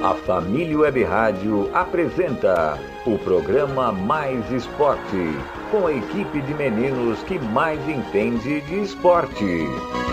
A Família Web Rádio apresenta o programa Mais Esporte, com a equipe de meninos que mais entende de esporte.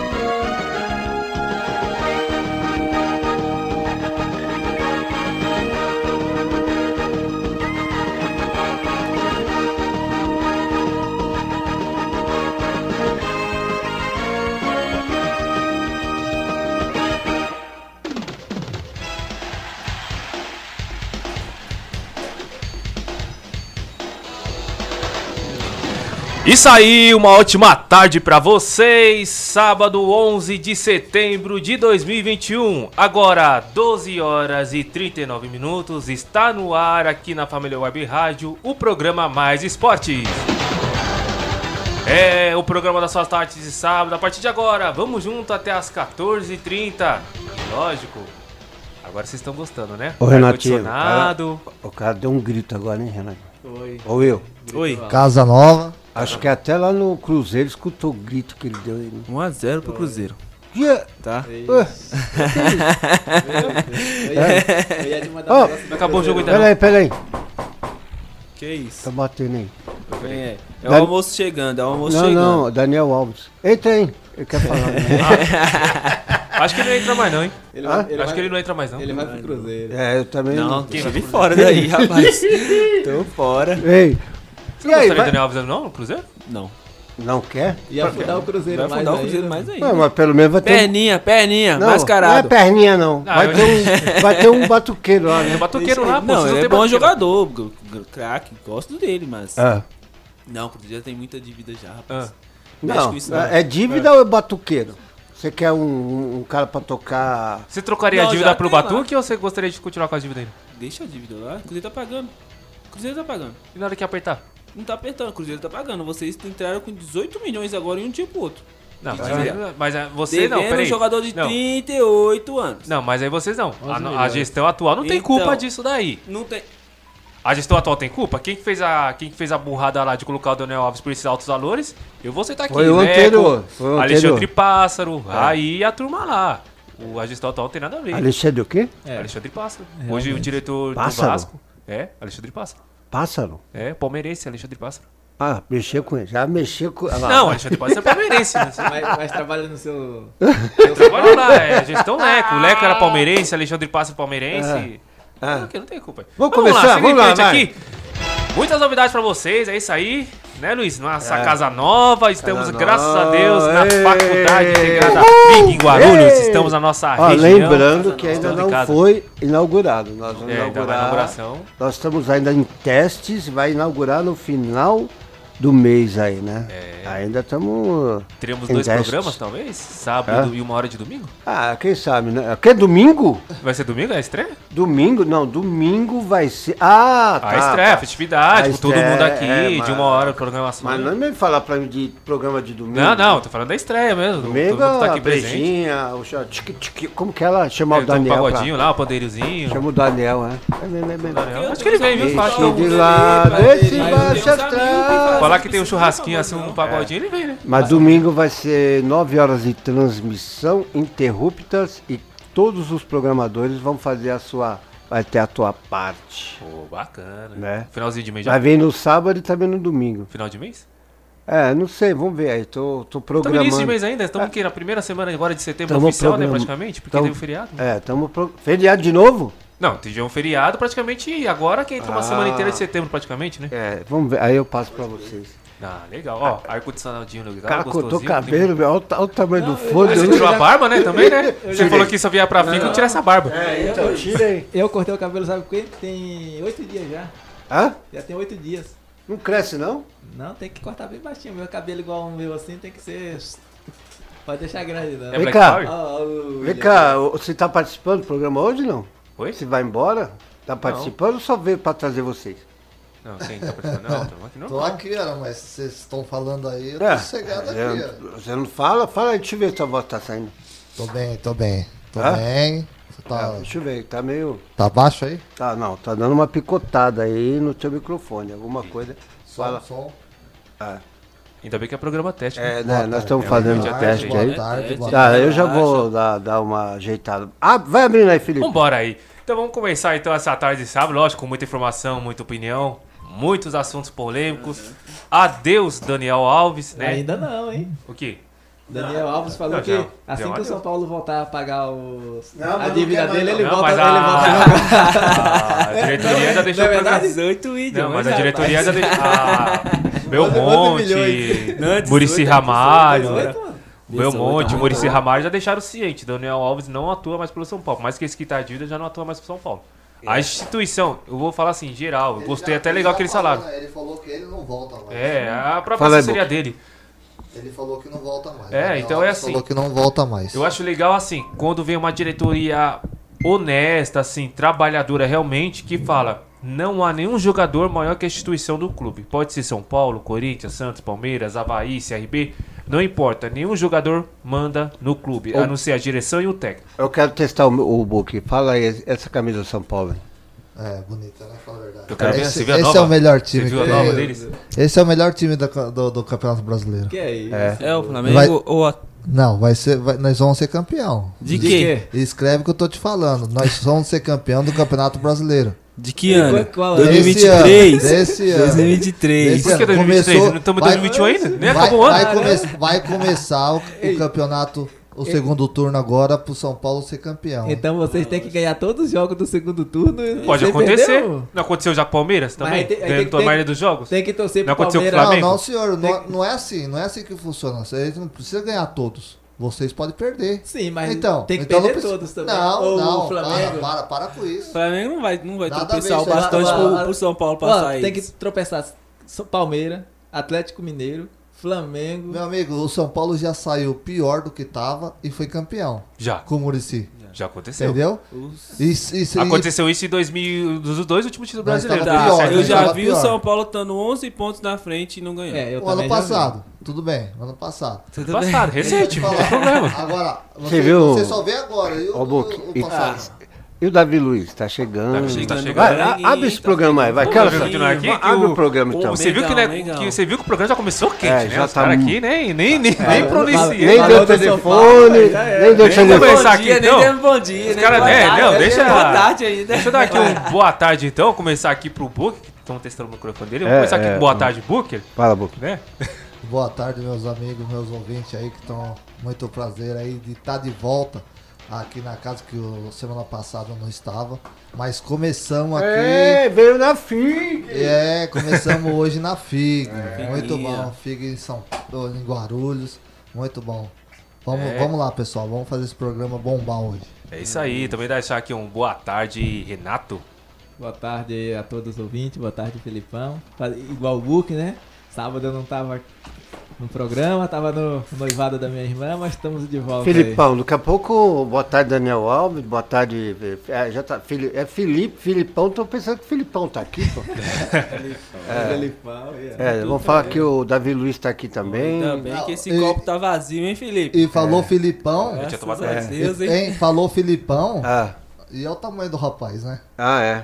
Isso aí, uma ótima tarde pra vocês, sábado 11 de setembro de 2021, agora 12 horas e 39 minutos, está no ar aqui na Família Web Rádio, o programa Mais Esportes. É o programa das suas tardes de sábado, a partir de agora, vamos junto até as 14h30, lógico, agora vocês estão gostando, né? Ô Renatinho, o cara deu um grito agora, hein, Renatinho? Oi. Ou eu? Oi. Casa Nova. Acho que até lá no Cruzeiro escutou o grito que ele deu aí. Né? 1-0 pro Cruzeiro. Yeah. Tá? Acabou o jogo ainda não. Peraí. Que isso? Tá batendo aí. É o almoço chegando, é o almoço chegando. Não, Daniel Alves. Entra aí, ele quer falar. Acho que ele não entra mais não, hein? Acho que ele não entra mais não. Ele vai pro Cruzeiro. Eu também Não, quem vai vir fora daí, rapaz. Tô fora. Ei. Você não gostaria de Daniel Alves não no Cruzeiro? Não. Não quer? Ia afundar o Cruzeiro Vai afundar o Cruzeiro mais ainda. Não, mas pelo menos vai ter Perninha, Não, mascarado. não é perninha não. Vai ter um batuqueiro lá, né? Tem batuqueiro lá, pô. Não, vocês ele é tem bom batuqueiro. jogador, craque, gosto dele, mas... Ah. Não, o Cruzeiro tem muita dívida já, rapaz. Ah. Mexe Não, com isso, não. é dívida ou é batuqueiro? Você quer um cara pra tocar... Você trocaria Não, a dívida já pelo tem lá. Batuque ou você gostaria de continuar com a dívida ainda? Deixa a dívida lá, o Cruzeiro tá pagando. O Cruzeiro tá pagando. E na hora que apertar? Não tá apertando, o Cruzeiro tá pagando. Vocês entraram com 18 milhões agora em um dia pro outro. Não, Devendo mas você não, peraí. um jogador de Não. 38 anos. Não, mas aí vocês não. A milhões. gestão atual não tem Então. culpa disso daí. Não tem... A gestão atual tem culpa? Quem que fez a burrada lá de colocar o Daniel Alves por esses altos valores? Eu vou sentar aqui. Foi o anterior. Alexandre Pássaro, aí a turma lá. A gestão atual não tem nada a ver. Alexandre o quê? Alexandre Pássaro. Hoje o diretor Pássaro? do Vasco é Alexandre Pássaro. Pássaro? É, palmeirense, Alexandre Pássaro. Ah, mexeu com ele. Já mexeu com... Não, Alexandre Pássaro é palmeirense. Né? Mas trabalha no seu... Eu trabalho lá, é gestão Leco. O Leco era palmeirense, Alexandre Pássaro palmeirense. Não tem culpa. Vamos começar, vamos lá, vai. aqui. Muitas novidades pra vocês, é isso aí, né, Luiz? Nossa casa nova, estamos, Casa graças nova, a Deus, na ei. faculdade integrada Big em Guarulhos, estamos na nossa região. Lembrando que ainda Estamos em não casa. foi inaugurado. Nós vamos Ainda vai na inaugurar. inauguração. Nós estamos ainda em testes, vai inaugurar no final do mês aí, né? Ainda estamos... Teremos em 2 testes. programas, talvez? Sábado e 1h de domingo? Ah, quem sabe, né? Que é domingo? Vai ser domingo, é a estreia? Domingo? Não, domingo vai ser... Ah, tá. A estreia, a festividade, A com todo estreia, mundo aqui, mas- de 1h, programação. Mas não é me falar pra mim de programa de domingo. Não, tô falando da estreia mesmo. Domingo, todo mundo tá a aqui presente. Brejinha, o tique, como que ela chama o Tem um Daniel? pagodinho lá, o pandeirozinho. Chama o Daniel, né? Acho que ele vem, viu? Deixa de lado, esse baixo astral. Falar que tem um churrasquinho assim, um pagodinho, ele vem, né? Mas domingo vai ser 9 horas de transmissão interruptas e todos os programadores vão fazer vai ter a tua parte. Pô, bacana. Né? Finalzinho de mês já? Vai vir no sábado e também no domingo. Final de mês? Não sei, vamos ver aí, tô Estamos no programando. início de mês ainda, estamos aqui na primeira semana agora de setembro Tamo oficial, né, programando. praticamente, porque Tamo- teve o feriado. Feriado de novo? Não, teve um feriado praticamente agora que entra uma semana inteira de setembro praticamente, né? Vamos ver, aí eu passo pra vocês. Ah, legal. Ó, ar-condicionadinho no O cara cortou o gostosinho. cabelo, velho, olha o tamanho do fone. Você tirou a barba, né, também, né? Você falou que só vier pra ficar, eu tirar essa barba. Então tira aí. Eu cortei o cabelo, sabe por quê? Tem 8 dias já. Hã? Já tem 8 dias. Não cresce, não? Não, tem que cortar bem baixinho. Meu cabelo igual o meu assim tem que ser... Pode deixar grande, não. É Vem Black cá. Power? Vem cá, você tá participando do programa hoje, não? Oi? Você vai embora? Tá participando ou só veio pra trazer vocês? Não, quem tá participando? Não, tô aqui não. Tô aqui, ó, mas vocês estão falando aí, eu tô sossegado aqui, ó. Você não fala? Fala aí, deixa eu ver se a voz tá saindo. Tô bem. Tô Hã? bem. Você tá, Deixa eu ver, tá meio... tá baixo aí? Tá, não, tá dando uma picotada aí no teu microfone, alguma coisa. Fala. Som. Ainda bem que é programa teste. É, né? né, nós estamos fazendo dia o teste, teste boa aí. tarde, boa Tá, tarde. eu já vou dar uma ajeitada. Ah, vai abrindo aí, Felipe. Vambora aí. Então vamos começar então essa tarde de sábado, lógico, com muita informação, muita opinião, muitos assuntos polêmicos. Adeus, Daniel Alves, né? Ainda não, hein? O quê? Daniel Alves falou Não, que já assim um que o São adeus. Paulo voltar a pagar os, Não, mas a não dívida quer mais dele, não. ele Não, volta mas a diretoria já deixou Não é o programa. 18 vídeos. Não, mas a diretoria já deixou. Onze Belmonte, milhões. Muricy Ramalho, 18, mano. Belmonte, Muricy Ramalho já deixaram ciente. Daniel Alves não atua mais pelo São Paulo. Mais que esse quitar a dívida, já não atua mais pelo São Paulo. A instituição, eu vou falar assim, em geral, eu gostei até legal que eles falaram. Ele falou que ele não volta mais. É, a própria Fala aí, assessoria dele. Ele falou que não volta mais. É, Daniel então é Alves assim. falou que não volta mais. Eu acho legal assim, quando vem uma diretoria honesta, assim, trabalhadora realmente, que fala, não há nenhum jogador maior que a instituição do clube. Pode ser São Paulo, Corinthians, Santos, Palmeiras, Avaí, CRB, não importa. Nenhum jogador manda no clube, a não ser a direção e o técnico. Eu quero testar o book. Fala aí, essa camisa do São Paulo. É, bonita, né? Fala a verdade. Eu quero ver, Esse, você viu a esse nova? é o melhor time Você viu a que nova tem. deles? Esse é o melhor time do Campeonato Brasileiro. Que é isso? É o Flamengo Vai- ou a... Não, nós vamos ser campeão. De quê? Escreve o que eu tô te falando. Nós vamos ser campeão do Campeonato Brasileiro. De que ano? Qual ano? 2023? Desse ano. 2023. Por que 2023? Não estamos em 2021 ainda? Nem acabou o ano. Vai começar o campeonato, o segundo turno agora pro São Paulo ser campeão. Então vocês têm que ganhar todos os jogos do segundo turno. e Pode você acontecer. perdeu? Não aconteceu já com o Palmeiras também? aí tem- aí Ganhando a maioria dos jogos? Tem que torcer Não pro aconteceu com o Palmeiras. Flamengo? Não, senhor, não é assim. Não é assim que funciona. Vocês não precisam ganhar todos. Vocês podem perder. Sim, mas Então, tem que então perder não precisa- todos também. Não, Ou não. o Flamengo. Para com O isso. Flamengo não vai Nada a tropeçar ver o isso aí. bastante Ó, pro São Paulo Ó, passar tem que isso. tropeçar Palmeiras, Atlético Mineiro, Flamengo. Meu amigo, o São Paulo já saiu pior do que tava e foi campeão Já. com o Muricy. Já aconteceu. Entendeu? Aconteceu isso em 2000, dos dois últimos títulos Nós brasileiros. tava Tá, pior, certo? eu né? já Tava vi pior. o São Paulo estando 11 pontos na frente e não ganhou. É, eu O ano também já vi. passado, tudo bem, ano passado. Tudo bem. Passado, recente, não tem Falar. problema. Agora, Você viu- você só vê agora. E Ó, Book, o passado? E o Davi Luiz? Tá chegando. Tá chegando. Vai, abre esse programa aí, vai. Vamos Quero continuar aqui, que abre o programa então. Você viu que, né, Legal. você viu que o programa já começou quente, É, né? já Os tá caras mu- aqui nem Falou pronunciei. Nem deu do São Paulo, telefone, já nem era. deu Vamos telefone. começar aqui, dia, então. nem demos bom dia, nem Cara, boa né, tarde, não, nem deixa- boa tarde ainda. Deixa eu dar aqui um boa tarde então, começar aqui pro Booker, que estão testando o microfone dele. Vamos começar aqui com boa tarde, Booker, Fala, Book. né? Boa tarde, meus amigos, meus ouvintes aí que estão muito prazer aí de estar de volta aqui na casa que semana passada eu não estava. Mas começamos aqui. Veio na FIG. Começamos hoje na FIG. Muito Figuinha. bom. FIG em Guarulhos. Muito bom. É. Vamos lá, pessoal. Vamos fazer esse programa bombar hoje. É isso aí, também deixar aqui um boa tarde, Renato. Boa tarde aí a todos os ouvintes, boa tarde, Felipão. Igual o Book, né? Sábado eu não tava no programa, tava no noivado da minha irmã, mas estamos de volta Filipão, daqui a pouco, boa tarde, Daniel Alves, boa tarde, já tá, Filipão, tô pensando que o Filipão tá aqui, pô. aí. Felipão, Vamos falar que o Davi Luiz tá aqui também. Ainda bem que esse E- copo tá vazio, hein, Felipe? E falou Filipão. tinha Graças tomado- a É. Deus, hein? Hein? Falou Filipão. Ah, E é o tamanho do rapaz, né? é.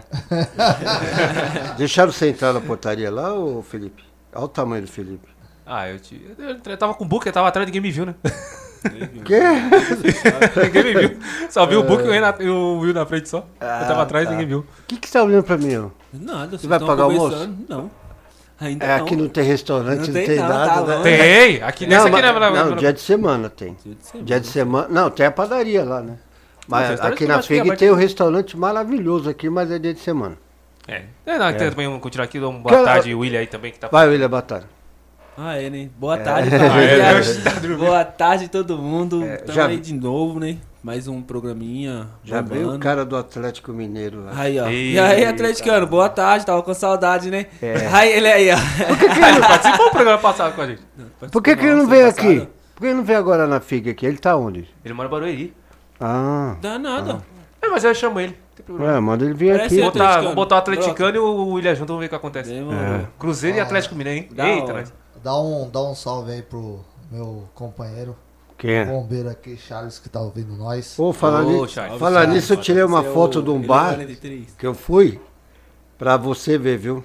Deixaram você entrar na portaria lá, ô Felipe? Olha o tamanho do Felipe. Ah, eu tava com o Booker, tava atrás, ninguém me viu, né? Quê? Ninguém me viu. Só viu o Booker e o Renato, eu vi na frente só. Eu tava atrás, ninguém viu. O que você tá olhando pra mim, ó? Nada, vocês vai estão pagar o almoço? conversando? Não. Ainda não. Aqui não tem restaurante, não tem não, nada, tá né? longe. Tem, aqui nessa aqui, Não, né? dia de semana tem. Dia de semana. Não, tem a padaria lá, né? Mas restaurante aqui eu na acho que é FIG mais- tem um restaurante maravilhoso aqui, mas é dia de semana. Tem também um continuar aqui, um boa tarde, William aí também que tá. Vai, William Batalha. Ah, é, né? Boa tarde, É, família. Boa tarde todo mundo. Tamo já- aí de novo, né? Mais um programinha. Já veio o bombando. cara do Atlético Mineiro lá. Aí, ó. Eita. E aí, atleticano, boa tarde, tava com saudade, né? Aí, ele aí, ó. Ele participou do programa passado com a gente. Por que ele não veio aqui? Por que ele não veio agora na FIG aqui? Ele tá onde? Ele mora em Barueri. Ah, Dá nada. Mas eu chamo ele. Não tem problema. manda ele vir Parece aqui. eu. Vamos Atleticano. botar o Atleticano e o William junto, vamos ver o que acontece. Demorou. Cruzeiro e Atlético Mineiro, hein? Da Eita, hora. nós. Dá um salve aí pro meu companheiro, Quem é? bombeiro aqui, Charles, que tá ouvindo nós. Pô, falar Ô, nisso, Charles. falar nisso, eu tirei uma Esse é foto o- de um ele é bar 43. que eu fui pra você ver, viu?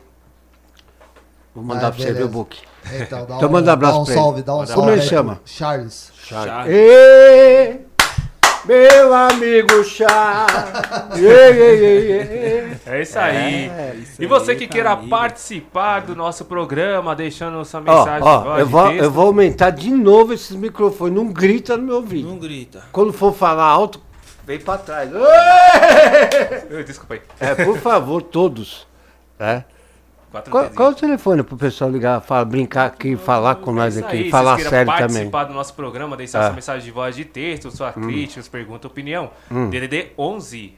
Vou mandar pra você ver beleza. o book. Então, Então manda um abraço dá um pra ele. salve, dá um Manda salve. Como ele aí chama? pro Charles. Charles. Ê! Meu amigo chá. É isso aí. isso E você aí, que queira família. participar do nosso programa, deixando sua mensagem de Ó, voz, eu de vou, texto. eu vou aumentar de novo esses microfones. Não grita no meu ouvido. Não grita. Quando for falar alto, vem pra trás. Desculpa aí. Por favor, todos. Né? Qual é o telefone pro pessoal ligar, brincar aqui, falar com nós isso aqui, aí, falar vocês sério queiram também? participar do nosso programa, deixar sua mensagem de voz de texto, sua crítica, pergunta, opinião. DDD 11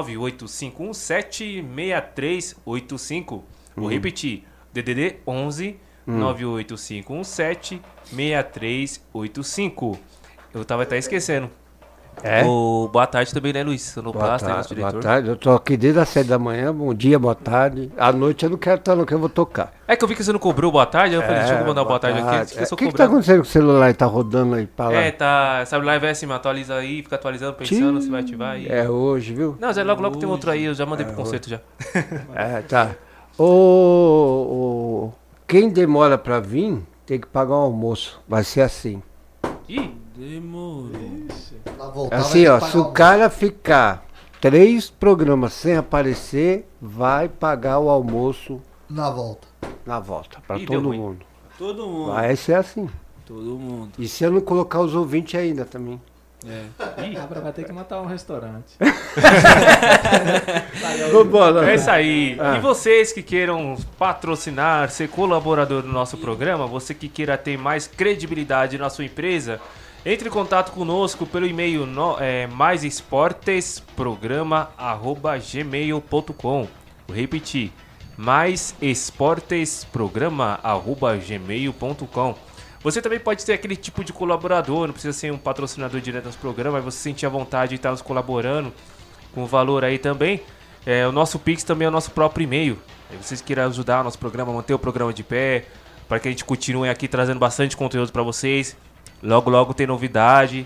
985176385. Vou repetir. DDD 11 985176385. Eu tava até esquecendo. É? Boa tarde também, né, Luiz? Sonoplasta, aí, nosso Boa diretor. tarde, eu tô aqui desde as 7 da manhã, bom dia, boa tarde. À noite eu não quero estar, não, que eu vou tocar. É que eu vi que você não cobrou boa tarde, aí eu falei, deixa eu mandar boa tarde aqui antes que eu O sou que tá cobrado. acontecendo com o celular? Ele tá rodando aí pra lá? Tá. Sabe, live é assim, atualiza aí, fica atualizando, pensando se vai ativar aí. É hoje, viu? Não, já logo tem outro aí, eu já mandei pro concerto já. Tá. Quem demora pra vir, tem que pagar o almoço. Vai ser assim. Ih, Demorou. Pra voltar, Assim, vai ó, ter que se o pagar cara ficar 3 programas sem aparecer, vai pagar o almoço na volta. na volta, pra Ih, deu todo ruim. mundo. Todo mundo. Vai ser assim. Todo mundo. E se eu não colocar os ouvintes ainda também. É. Cabra vai ter que montar um restaurante. Vambora. é isso aí. Ah. E vocês que queiram patrocinar, ser colaborador do nosso programa, você que queira ter mais credibilidade na sua empresa, entre em contato conosco pelo e-mail maisesportesprograma@gmail.com. Vou repetir. maisesportesprograma@gmail.com. Você também pode ser aquele tipo de colaborador, não precisa ser um patrocinador direto nos programas, mas você sentir a vontade de estar nos colaborando com o valor aí também. O nosso Pix também é o nosso próprio e-mail. Se vocês queiram ajudar o nosso programa, manter o programa de pé, para que a gente continue aqui trazendo bastante conteúdo para vocês. Logo, logo tem novidade.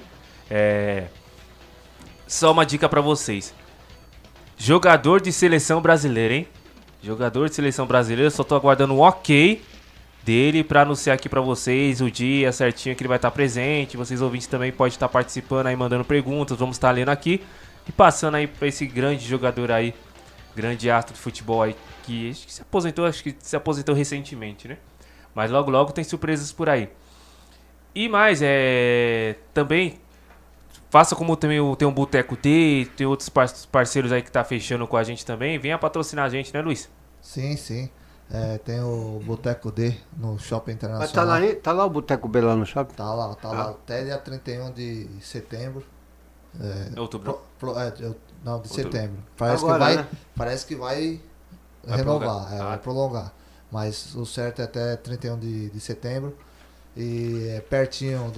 Só uma dica para vocês. Jogador de seleção brasileira, hein? Jogador de seleção brasileira, só tô aguardando um ok dele para anunciar aqui para vocês o dia certinho que ele vai estar presente. Vocês ouvintes também podem estar participando aí, mandando perguntas, vamos estar lendo aqui e passando aí para esse grande jogador aí, grande astro de futebol aí, que acho que se aposentou recentemente, né? Mas logo logo tem surpresas por aí. E mais, também faça como também tem um Boteco D, tem outros parceiros aí que tá fechando com a gente também, venha patrocinar a gente, né, Luiz? Sim, sim. Tem o Boteco D no Shopping Mas Internacional. tá lá o Boteco B lá no shopping? Tá lá até dia 31 de setembro. Outubro. Não, de setembro. Parece Agora, que vai, né? Vai renovar, prolongar. vai prolongar. Mas o certo é até 31 de setembro. E é pertinho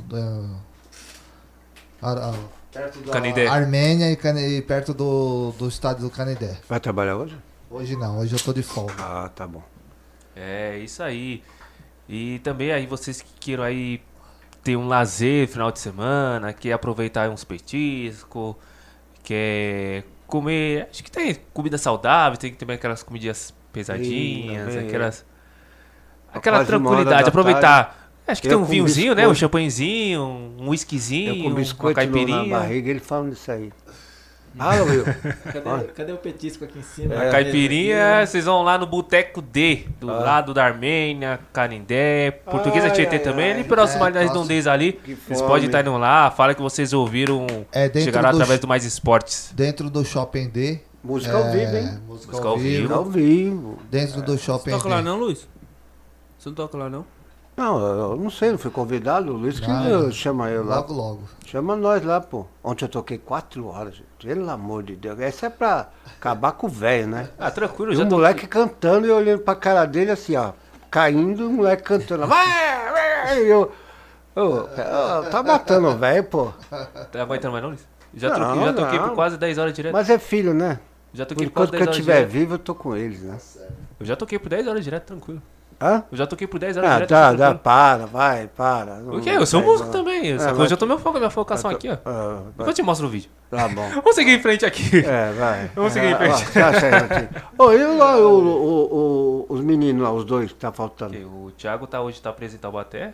perto da Canindé. Armênia e perto do estádio do Canindé. Vai trabalhar hoje? Hoje não, hoje eu tô de folga. Ah, tá bom. É isso aí. E também aí vocês que queiram aí ter um lazer final de semana, quer aproveitar uns petiscos, quer comer, acho que tem comida saudável, tem também aquelas comidinhas pesadinhas, Sim, aquela Quase 1 hora tranquilidade, da aproveitar. Acho que Eu tem um com vinhozinho, né? biscoito. Um champanhezinho, um whiskyzinho, Eu com uma biscoito na caipirinha. barriga, ele falando isso aí. Fala, Will. Cadê o petisco aqui em cima? A caipirinha, vocês vão lá no Boteco D, do lado da Armênia, Canindé, Portuguesa Ai, Tietê ai, também, ai. ali próximo É, da redondeza ali. Que Vocês fome. podem estar indo lá, fala que vocês ouviram, Dentro chegaram do através do Mais Esportes. Dentro do Shopping D. Música ao vivo, hein? Música ao vivo. Ao vivo. Dentro do Shopping Você toca D. lá não, Luiz? Você não toca lá não? Não, eu não sei, não fui convidado. O Luiz que chama eu lá. Logo, logo. Chama nós lá, pô. Ontem eu toquei 4 horas, gente. Pelo amor de Deus. Essa é pra acabar com o velho, né? Ah, tranquilo, E já o tô... moleque cantando e eu olhando pra cara dele assim, ó. Caindo e o moleque cantando. Vai! E eu tá matando o velho, pô. Tá aguentando mais não, Luiz? Já Não, toquei não. por quase 10 horas direto. Mas é filho, né? Já toquei por Enquanto quase que 10 eu horas estiver direto. vivo, eu tô com eles, né? Eu já toquei por 10 horas direto, tranquilo. Hã? Eu já toquei por 10 horas Ah, direto. tá, tranquilo. para, para. O quê? Eu sou músico também. Só que mas- hoje eu tô minha focação aqui, ó. Depois eu te mostro o vídeo. Tá bom. Vamos seguir em frente aqui. Vai. Vamos seguir em frente. Ô, e lá os meninos lá, os dois que tá faltando? O Thiago hoje tá preso em Taubaté.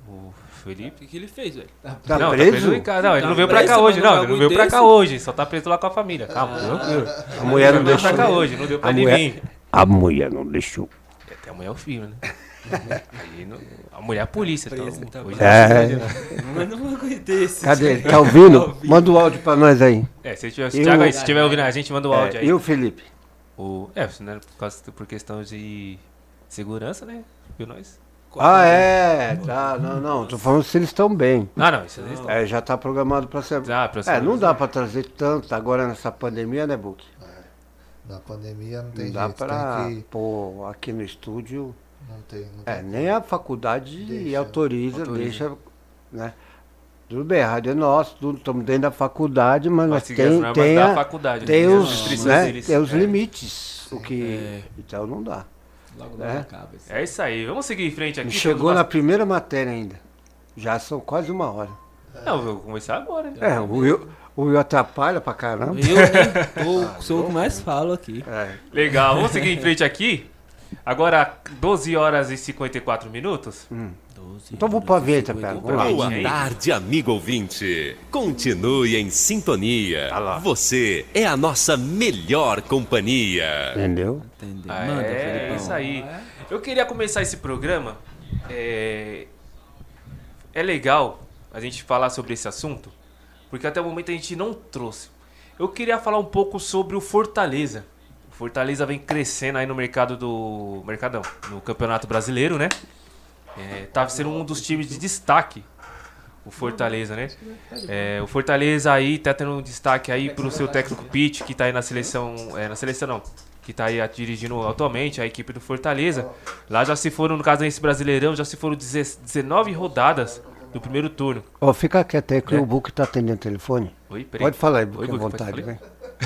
O Felipe? O que ele fez, velho? Tá não, preso? Tá preso em casa. Não, ele Tá não veio pra preso, cá hoje, mano, não. um Ele não veio pra cá bagulho hoje. Só tá preso lá com a família. Calma, tranquilo. A mulher não Ele veio pra deixou. cá hoje, não deu pra A ele mulher- vir. A mulher não deixou. E até amanhã é o filho, né? Aí a mulher é a polícia. Então, Preso, tá hoje É. Manda um bagulho desse. Cadê ele? Tá ouvindo? Manda o áudio pra nós aí. se E Thiago aí, o- se estiver ouvindo a gente, manda o áudio aí. E o Felipe? Né, por questão de segurança, né? Viu nós? Tá. Não. Tô falando se eles estão bem. Não, isso eles estão. Já tá programado pra ser. Pra ser- Não dá pra trazer tanto agora nessa pandemia, né, Book? Na pandemia não tem Não dá jeito, pra tem que... pôr aqui no estúdio. Não tem. Nem a faculdade Deixa. autoriza, deixa, né? Tudo bem, a rádio é nossa, estamos dentro da faculdade, mas nós seguir as normas da faculdade, tem as os, restrições né, deles. tem os limites, então não dá. Logo acaba isso. É isso aí, vamos seguir em frente aqui. Não chegou na primeira matéria ainda, já são quase 1 hora. Não, vou começar agora, né? O Will atrapalha pra caramba. Eu sou o que mais falo aqui. Legal, vamos seguir em frente aqui. Agora, 12 horas e 54 minutos. Então vou pra vinheta, pera. Vamos lá. Boa tarde, amigo ouvinte. Continue em sintonia. Você é a nossa melhor companhia. Entendeu? Entendeu? Manda, Felipão. Isso aí. Eu queria começar esse programa. É legal a gente falar sobre esse assunto, porque até o momento a gente não trouxe. Eu queria falar um pouco sobre o Fortaleza. O Fortaleza vem crescendo aí no no Campeonato Brasileiro, né? Tá sendo um dos times de destaque, o Fortaleza, né? O Fortaleza aí tá tendo um destaque aí pro seu técnico Pitt, que tá aí na seleção, que tá aí dirigindo atualmente a equipe do Fortaleza. Lá já se foram, no caso desse Brasileirão, já se foram 19 rodadas do primeiro turno. Fica quieto aí que o Book tá atendendo o telefone. Oi, peraí. Pode falar aí, Book, Oi, à Book, vontade, pode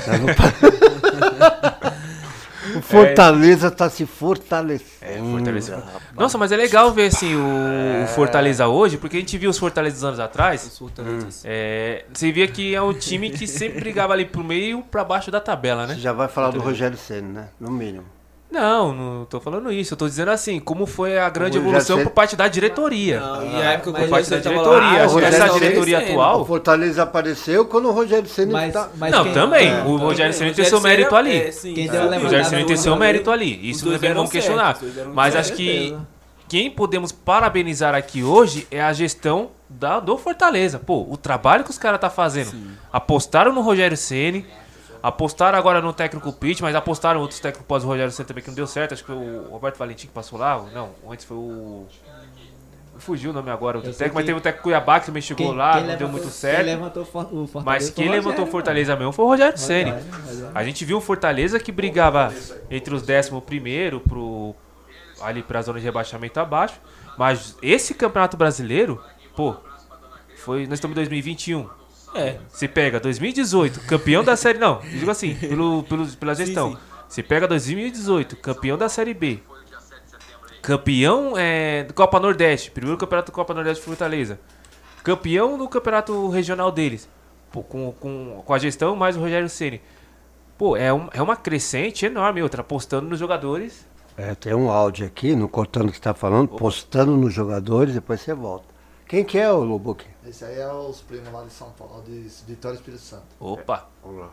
vai. O Fortaleza tá se fortalecendo. Fortaleza. Nossa, mas é legal ver assim o Fortaleza hoje, porque a gente viu os Fortaleza dos anos atrás. Você via que é um time que sempre brigava ali pro meio, pra baixo da tabela, né? Você já vai falar do Rogério Ceni, né? No mínimo. Não tô falando isso. Eu tô dizendo assim, como foi a grande O Rogério evolução Ceni- por parte da diretoria. E a época Por parte da diretoria. Essa diretoria O atual. Fortaleza apareceu quando o Rogério Ceni tá... Não, também. O Rogério Ceni tem seu mérito ali. Quem deu a O Rogério levantada Ceni tem no seu Rogério- mérito ali. Isso dois também não vamos deram questionar. certo, os dois deram Mas certo. acho que quem podemos parabenizar aqui hoje é a gestão do Fortaleza. Pô, o trabalho que os caras tá fazendo. Apostaram no Rogério Ceni, apostaram agora no técnico Pitt, mas apostaram outros técnicos pós o Rogério Ceni também que não deu certo. Acho que foi o Roberto Valentim que passou lá. Não, antes foi o... Fugiu o nome agora. O sei técnico, mas que- teve o técnico Cuiabá que também chegou lá, não deu muito certo. Quem levantou o Fortaleza Mas foi quem o levantou o Rogério, Fortaleza mesmo foi o Rogério Ceni. Rogério. A gente viu o Fortaleza que brigava entre os 11º ali pra zona de rebaixamento abaixo. Mas esse Campeonato Brasileiro, pô, nós estamos em 2021. Você pega 2018, campeão da Série... Não, digo assim, pela gestão. sim. Você pega 2018, campeão da Série B. Campeão do Copa Nordeste. Primeiro campeonato da Copa Nordeste de Fortaleza. Campeão do campeonato regional deles. Pô, com a gestão mais o Rogério Ceni. Pô, é uma crescente enorme. Outra, apostando nos jogadores. Tem um áudio aqui, não cortando o que você tá falando, postando nos jogadores, depois você volta. Quem que é o Lobuque? Esse aí é os primos lá de São Paulo, de Vitória e Espírito Santo. Opa. Vamos lá.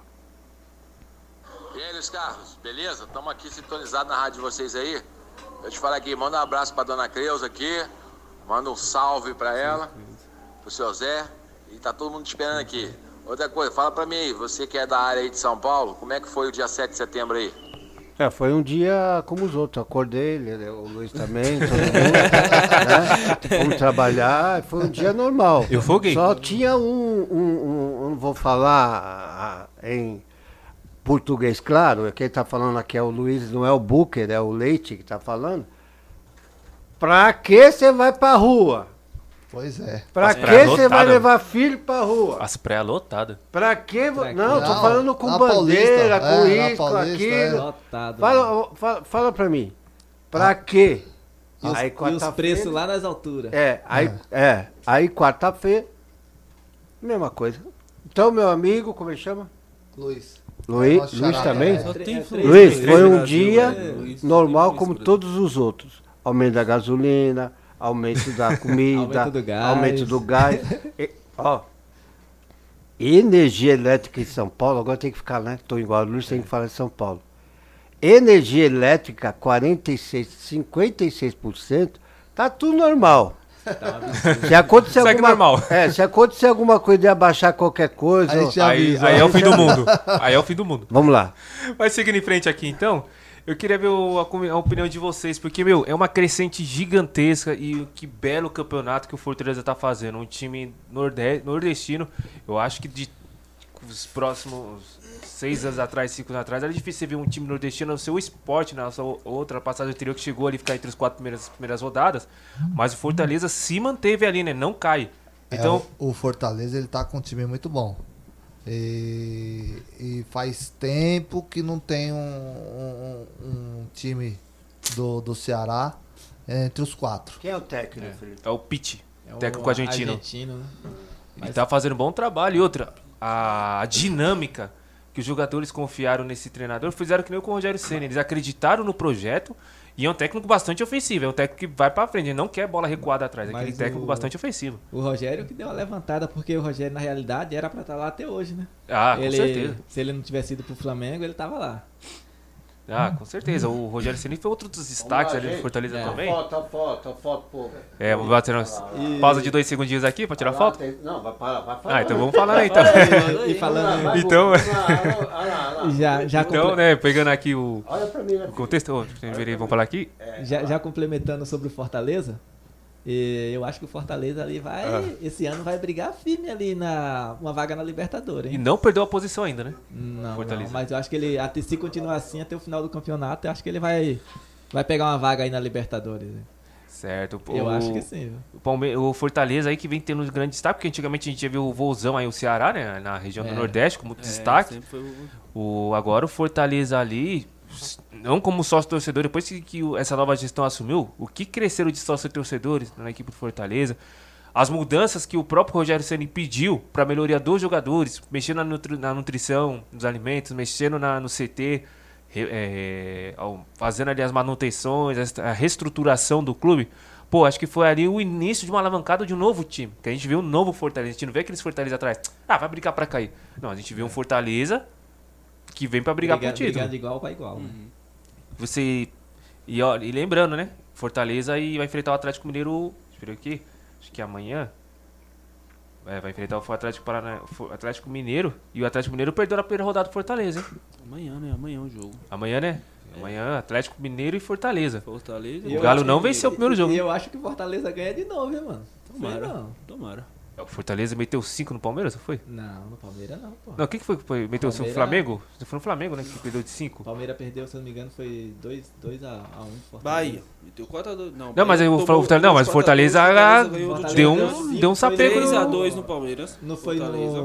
E aí, Luiz Carlos, beleza? Estamos aqui sintonizados na rádio de vocês aí. Eu te falo aqui, manda um abraço pra dona Creuza aqui, manda um salve pra ela, pro seu Zé, e tá todo mundo te esperando aqui. Outra coisa, fala pra mim aí, você que é da área aí de São Paulo, como é que foi o dia 7 de setembro aí? Foi um dia como os outros, acordei, o Luiz também, todo mundo, né? Fomos trabalhar, foi um dia normal. Eu folguei. Só tinha eu não vou falar em português, claro, quem tá falando aqui é o Luiz, não é o Booker, é o Leite que tá falando. Pra que você vai pra rua? Pois é. Pra As que praias você vai lotadas. levar filho pra rua? As praias lotadas. Pra que... Pra quê? Não, tô Não, falando com na bandeira, Paulista, com na isso, com Paulista, aquilo. Lotado. Fala pra mim. Pra quê? E os, Aí, e os quarta-feira- preços lá nas alturas. Aí quarta-feira, mesma coisa. Então, meu amigo, como ele chama? Luiz. Luiz Nosso Luiz xará também? também. Só tem Luiz, três foi no um Brasil, dia né? Luiz, normal tem como três no todos os outros. Aumento da gasolina, aumento da comida, Aumento do gás. Ó, energia elétrica em São Paulo, agora tem que ficar, né? Estou em Guarulhos, tem que falar em São Paulo. Energia elétrica, 56%, tá tudo normal. Se acontecer se acontecer alguma coisa de abaixar qualquer coisa... Aí é o fim do mundo. Aí é o fim do mundo. Vamos lá. Mas seguindo em frente aqui, então, eu queria ver a opinião de vocês, porque, meu, é uma crescente gigantesca e que belo campeonato que o Fortaleza tá fazendo. Um time nordestino, eu acho que de os próximos 6 anos atrás, 5 anos atrás, era difícil você ver um time nordestino no seu esporte, na sua outra passagem anterior que chegou ali a ficar entre as 4 primeiras rodadas, mas o Fortaleza se manteve ali, né? Não cai. Então, o Fortaleza, ele tá com um time muito bom. E faz tempo que não tem um time do Ceará entre os 4. Quem é o técnico, Felipe? É o Pitti, técnico argentino. Né? Ele tá fazendo um bom trabalho. E outra, a dinâmica que os jogadores confiaram nesse treinador fizeram que nem com o Rogério Ceni. Eles acreditaram no projeto e é um técnico bastante ofensivo. É um técnico que vai pra frente, ele não quer bola recuada atrás. É aquele técnico bastante ofensivo. O Rogério que deu uma levantada, porque o Rogério, na realidade, era pra estar lá até hoje, né? Com certeza. Se ele não tivesse ido pro Flamengo, ele tava lá. Com certeza. O Rogério Ceni foi outro dos destaques ali do Fortaleza também. Foto, pô. Vamos bater pausa de 2 segundinhos aqui pra tirar foto? Não, vai falar. Então vamos falar aí, então. E falando... Então, Então, né, pegando aqui o contexto. Vamos falar aqui? Já complementando sobre o Fortaleza, eu acho que o Fortaleza ali esse ano vai brigar firme ali uma vaga na Libertadores, hein? E não perdeu a posição ainda, né? Não, mas eu acho que ele, se continuar assim até o final do campeonato, eu acho que ele vai pegar uma vaga aí na Libertadores. Certo. Eu acho que sim. O Fortaleza aí que vem tendo um grande destaque, porque antigamente a gente já viu o Vozão aí, o Ceará, né? Na região do Nordeste, com muito destaque. Agora o Fortaleza ali, não como sócio-torcedor, depois que essa nova gestão assumiu, o que cresceram de sócio-torcedores na equipe do Fortaleza, as mudanças que o próprio Rogério Ceni pediu para melhoria dos jogadores, mexendo na nutrição, nos alimentos, mexendo no CT, fazendo ali as manutenções, a reestruturação do clube. Pô, acho que foi ali o início de uma alavancada de um novo time, que a gente vê um novo Fortaleza, a gente não vê aqueles Fortaleza atrás, vai brigar para cair. Não, a gente vê um Fortaleza que vem pra brigar por título. Brigando igual pra igual. E lembrando, né? Fortaleza vai enfrentar o Atlético Mineiro. Deixa eu ver aqui. Acho que amanhã. Vai enfrentar o Atlético Mineiro. E o Atlético Mineiro perdeu na primeira rodada do Fortaleza, hein? Amanhã, né? Amanhã é o jogo. Amanhã, né? Amanhã, Atlético Mineiro e Fortaleza. O Galo não venceu o primeiro jogo. E eu acho que o Fortaleza ganha de novo, hein, mano? Tomara. O Fortaleza meteu 5 no Palmeiras, não foi? Não, no Palmeiras não, pô. Não, quem que foi que meteu 5 no Flamengo? Foi no Flamengo, né? Que perdeu de 5. O Palmeiras perdeu, se eu não me engano, foi 2-1 Fortaleza. Bahia. Meteu 4-2. Não, mas o Fortaleza deu um sapeco. 3-2 no Palmeiras. Não foi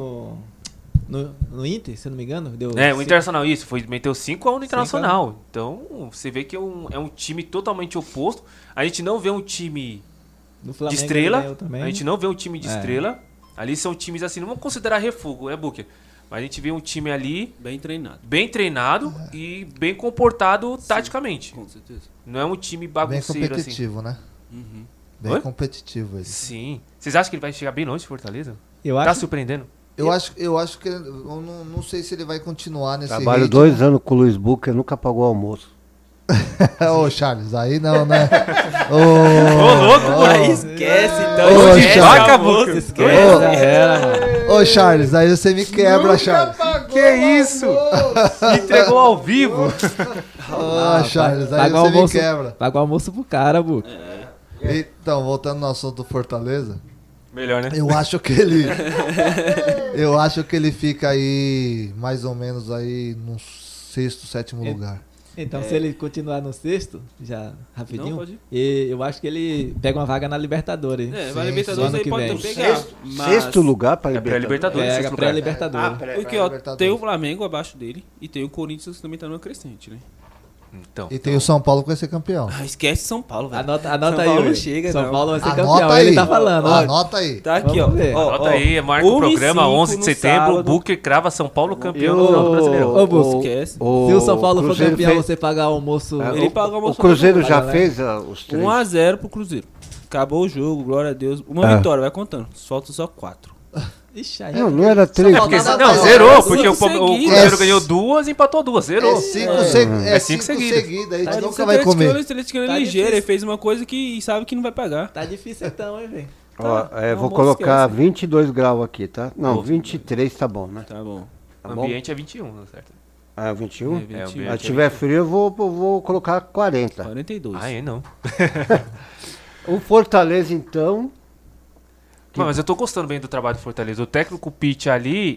no Inter, se eu não me engano? O Internacional, isso. Meteu 5-1 no Internacional. Então, você vê que é um time totalmente oposto. A gente não vê um time de estrela. A gente não vê um time de estrela. Ali são times assim, não vamos considerar refúgio, Booker? Mas a gente vê um time ali bem treinado e bem comportado taticamente. Com certeza. Não é um time bagunceiro bem competitivo, assim. Né? Bem competitivo esse. Sim. Vocês acham que ele vai chegar bem longe, Fortaleza? Tá surpreendendo? Eu acho que eu não sei se ele vai continuar nesse Trabalho 2 anos com o Luiz Booker, nunca pagou almoço. Ô, Charles, aí não, né? Ô, louco, aí esquece, então. Esquece. Ô, Charles, aí você me quebra, Charles. Que isso? Entregou ao vivo. Ô, Charles, aí você me quebra. Paga o almoço pro cara, Bu. Então, voltando no assunto do Fortaleza. Melhor, né? Eu acho que ele fica aí, mais ou menos aí, no 6º, 7º lugar. Então, se ele continuar no 6º, já rapidinho, eu acho que ele pega uma vaga na Libertadores. Vai Libertadores aí pode pegar. 6º lugar para Libertadores. Pega pré-Libertadores. Porque tem o Flamengo abaixo dele e tem o Corinthians que também tá numa crescente, né? Então, e tem o São Paulo que vai ser campeão. Esquece São Paulo, velho. Anota São aí, Paulo velho. chega, São não. Paulo vai ser Anota campeão. aí. Ele tá falando. Anota aí. Tá aqui, ó. Anota aí, marca o programa 11 de setembro. O Booker crava São Paulo campeão do Campeonato Brasileiro. Ô, Booker, esquece. Se o São Paulo for campeão, você paga almoço. Ele paga o almoço. O Cruzeiro já fez os 3. 1-0 pro Cruzeiro. Acabou o jogo, glória a Deus. Uma vitória, vai contando. Faltam só 4. Ixi, aí Não era 3. Não, zerou, porque o seguidas. Cruzeiro ganhou 2 e empatou 2. Zerou. É 5 cinco seguidas. A gente Tá nunca vai comer. O Atlético Tá ligeiro, difícil. ele fez uma coisa que sabe que não vai pagar. Tá difícil então, hein, velho? Ó, Tá, vou almoço colocar esquece. 22 graus aqui, tá? Não, 23 tá bom, né? Tá bom. Tá O bom? ambiente é 21, certo? Ah, 21? É, É, 21. o Se ambiente tiver frio, eu vou colocar 40. 42. Ah, é não. O Fortaleza, então... Não, mas eu tô gostando bem do trabalho do Fortaleza. O técnico Pitt ali,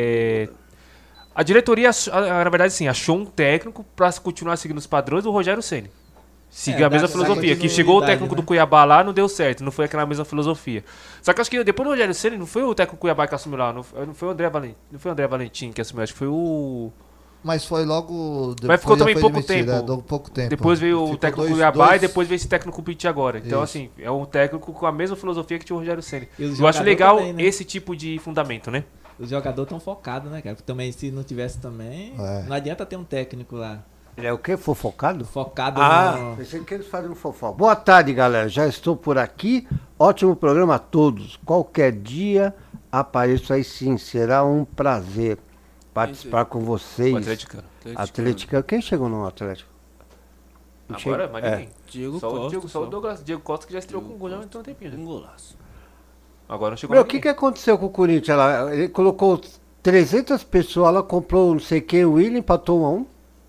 a diretoria, na verdade, sim, achou um técnico pra continuar seguindo os padrões do Rogério Ceni. Seguir a mesma dá filosofia. Que continuidade, chegou o técnico né? do Cuiabá lá, não deu certo. Não foi aquela mesma filosofia. Só que acho que depois do Rogério Ceni, não foi o técnico do Cuiabá que assumiu lá. Não foi o André Valentim. Não foi o André Valentim que assumiu, acho que foi o... Mas foi logo depois. Mas ficou também foi pouco demitido, tempo. deu pouco tempo. Depois veio o Ficou técnico do dois- Cuiabá dois- e depois veio esse técnico Pitt agora. Então, Isso. assim, é um técnico com a mesma filosofia que tinha o Rogério Ceni. E os Eu acho jogadores legal também, né? esse tipo de fundamento, né? Os jogadores tão focados, né, cara? Porque também, se não tivesse também, É. não adianta ter um técnico lá Ele é o quê? Fofocado? focado Ah, pensei que eles faziam fofoca. Boa tarde, galera. Já estou por aqui. Ótimo programa a todos. Qualquer dia apareço aí sim. Será um prazer participar com vocês. O atleticano. Atlético. Quem chegou no Atlético? Não Agora, chega- mas é. ninguém. Diego Só o Costa. Diego, só o Douglas, Diego Costa que já estreou com um gol já tem um tempinho. Um Já. golaço. Agora não chegou Meu, o ninguém. que aconteceu com o Corinthians? Ele colocou 300 pessoas, ela comprou não sei quem, o William empatou 1-1.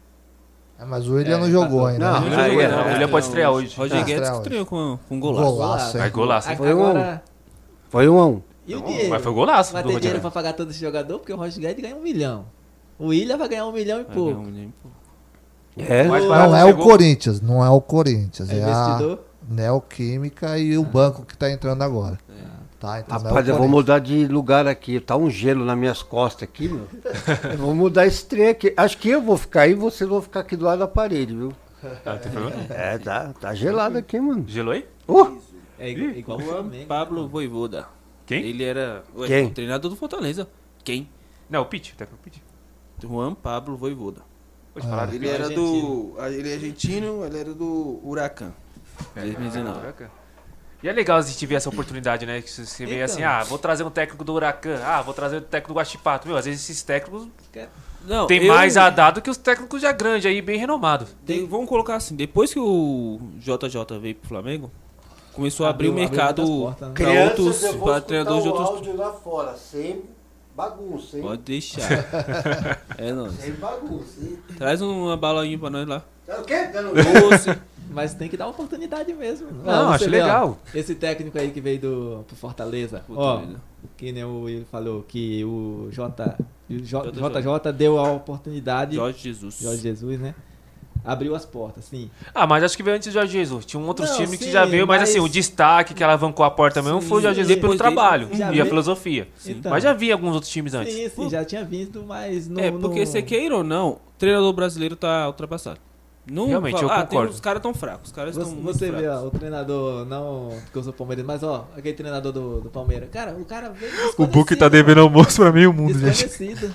É, mas o William não jogou ainda. Não, né? Não, aí, jogou, é, não. é. O William pode estrear hoje. Roger Guedes estreia que hoje. estreou com um golaço. Golaço, hein? Vai golaço, hein? Foi um- Agora, Foi 1-1. e o Não, dinheiro? mas foi golaço Vai do ter Rogério. dinheiro pra pagar todo esse jogador? Porque o Roger Guedes ganha 1 milhão. O William vai ganhar 1 milhão e Vai ganhar pouco. um milhão e pouco. É. Mais barato Não é o chegou. Corinthians, não é o Corinthians. É É a investidor? Neoquímica e o banco que tá entrando agora. Tá, então Rapaz, não eu é o vou Corinthians. mudar de lugar aqui. Tá um gelo nas minhas costas aqui, meu. Eu vou mudar esse trem aqui. Acho que eu vou ficar aí e vocês vão ficar aqui do lado da parede, viu? Ah, tem problema? É, tá gelado aqui, mano. Gelou aí? É igual o Juan Flamengo. Pablo Voivoda. Quem? Ele era Quem? o treinador do Fortaleza. Quem? Não, o Pitt, o técnico Pitt. Juan Pablo Voivoda. Pode falar Ele dele. era argentino. Ele é argentino, ele era do Huracan. 2019. E é legal a gente ver essa oportunidade, né? Que você vê Então. assim, vou trazer um técnico do Huracan, vou trazer um técnico do Guachipato. Meu, às vezes esses técnicos Não, têm mais a dar do que os técnicos já grandes aí, bem renomados. Vamos colocar assim, depois que o JJ veio pro Flamengo, começou a abrir o Abriu mercado muitas portas, né? para outros, para treinadores de outros. lá fora, sem bagunça, hein? Pode deixar. É nóis. Sem bagunça, hein? Traz uma baloinha pra nós lá. O quê? Dando Doce. Mas tem que dar oportunidade mesmo. Não, Ó, acho você vê, ó, legal. esse técnico aí que veio pro Fortaleza, Fortaleza. ó, que nem o Will falou, que o JJ deu a oportunidade, Jorge Jesus. Jorge Jesus, né? Abriu as portas, sim. Mas acho que veio antes do Jorge Jesus. Tinha um outros Não, times que sim, já veio, mas mas- assim, o destaque que alavancou a porta mesmo foi o Jorge Jesus pelo depois dele, trabalho já e a veio- filosofia. Então. Mas já vi alguns outros times antes. Sim, já tinha visto, mas não... É, porque você queira ou não, o treinador brasileiro tá ultrapassado. Não Realmente, eu tem- concordo. os caras tão fracos. Os caras estão muito Você vê, fracos. ó, o treinador, não porque eu sou palmeirense, mas ó, aquele treinador do Palmeiras. Cara, o cara veio O Book tá devendo almoço pra meio mundo, gente. desconhecido.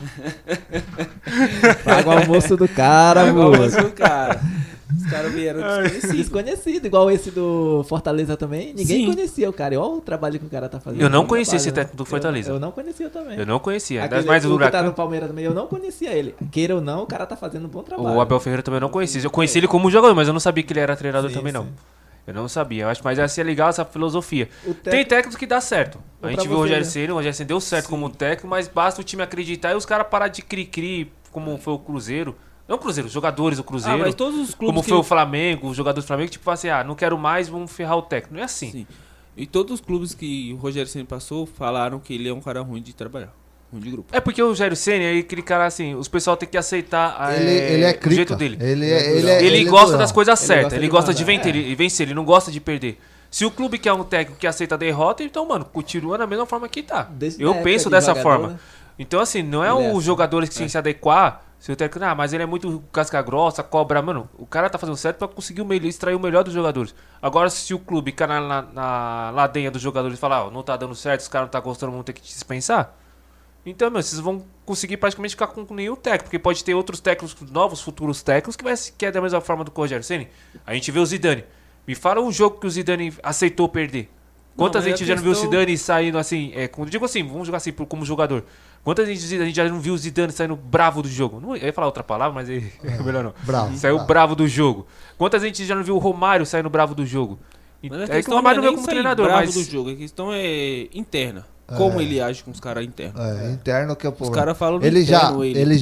Paga o almoço do cara, Igual mano. o cara. Os caras vieram desconhecidos. Desconhecido, igual esse do Fortaleza também. Ninguém Sim. conhecia o cara. E olha o trabalho que o cara tá fazendo. Eu não Bom conhecia esse trabalho, técnico do né? Fortaleza. Eu não conhecia também. Eu não conhecia. Ainda Aquele, mais do o que tá Huracan. no Palmeiras também, eu não conhecia ele. Queira ou não, o cara tá fazendo um bom trabalho. O Abel Ferreira também eu não conhecia. Eu conheci ele como jogador, mas eu não sabia que ele era treinador Sim, também, não. sim. Eu não sabia. Eu acho, mas assim é legal essa filosofia. O Tem técnicos que dá certo. A Pra gente viu o você Rogério ver. Ceni, o Rogério Ceni deu certo como técnico, mas basta o time acreditar e os caras parar de cri-cri, como foi o Cruzeiro. Não o Cruzeiro, os jogadores do Cruzeiro. mas todos os clubes como que- foi o Flamengo, os jogadores do Flamengo, tipo assim, não quero mais, vamos ferrar o técnico. Não é assim. Sim. E todos os clubes que o Rogério Ceni passou falaram que ele é um cara ruim de trabalhar. Ruim de grupo. É porque o Rogério Ceni é aquele cara assim, os pessoal tem que aceitar Ele é o crica. jeito dele. Ele Ele é gosta durão. das coisas Ele certas, gosta ele de gosta de mandar. vencer, ele não gosta de perder. Se o clube quer um técnico que aceita a derrota, então, mano, continua da mesma forma que tá. Desde a Eu época penso de dessa jogador, forma. né? Então, assim, não é Ele é os assim. jogadores que têm que se adequar. Se o técnico, mas ele é muito casca grossa, cobra. Mano, o cara tá fazendo certo pra conseguir extrair o melhor dos jogadores. Agora, se o clube ficar na ladenha dos jogadores e falar, não tá dando certo, os caras não tá gostando, vão ter que dispensar. Então, meu, vocês vão conseguir praticamente ficar com nenhum técnico, porque pode ter outros técnicos, novos futuros técnicos, que é da mesma forma do que o Rogério Ceni. A gente vê o Zidane. Me fala um jogo que o Zidane aceitou perder. Quantas mas gente a já não viu o questão- Zidane saindo assim, quando digo assim, vamos jogar assim como jogador. Quantas gente a gente já não viu o Zidane saindo bravo do jogo? Não, eu ia falar outra palavra, mas é melhor não. Bravo. Saiu bravo do jogo. Quantas gente já não viu o Romário saindo bravo do jogo? Mas a É que o questão Romário não não é veio nem como sair treinador, bravo mas... do jogo. A questão é interna. Como ele age com os caras internos. Interno que é o Os problema. caras falam no Ele já, interno,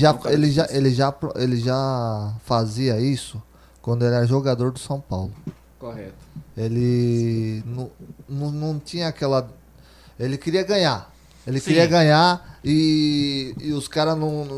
ele já fazia isso quando ele era jogador do São Paulo. Correto. Ele não tinha aquela. Ele queria ganhar. Ele Sim. queria ganhar e os caras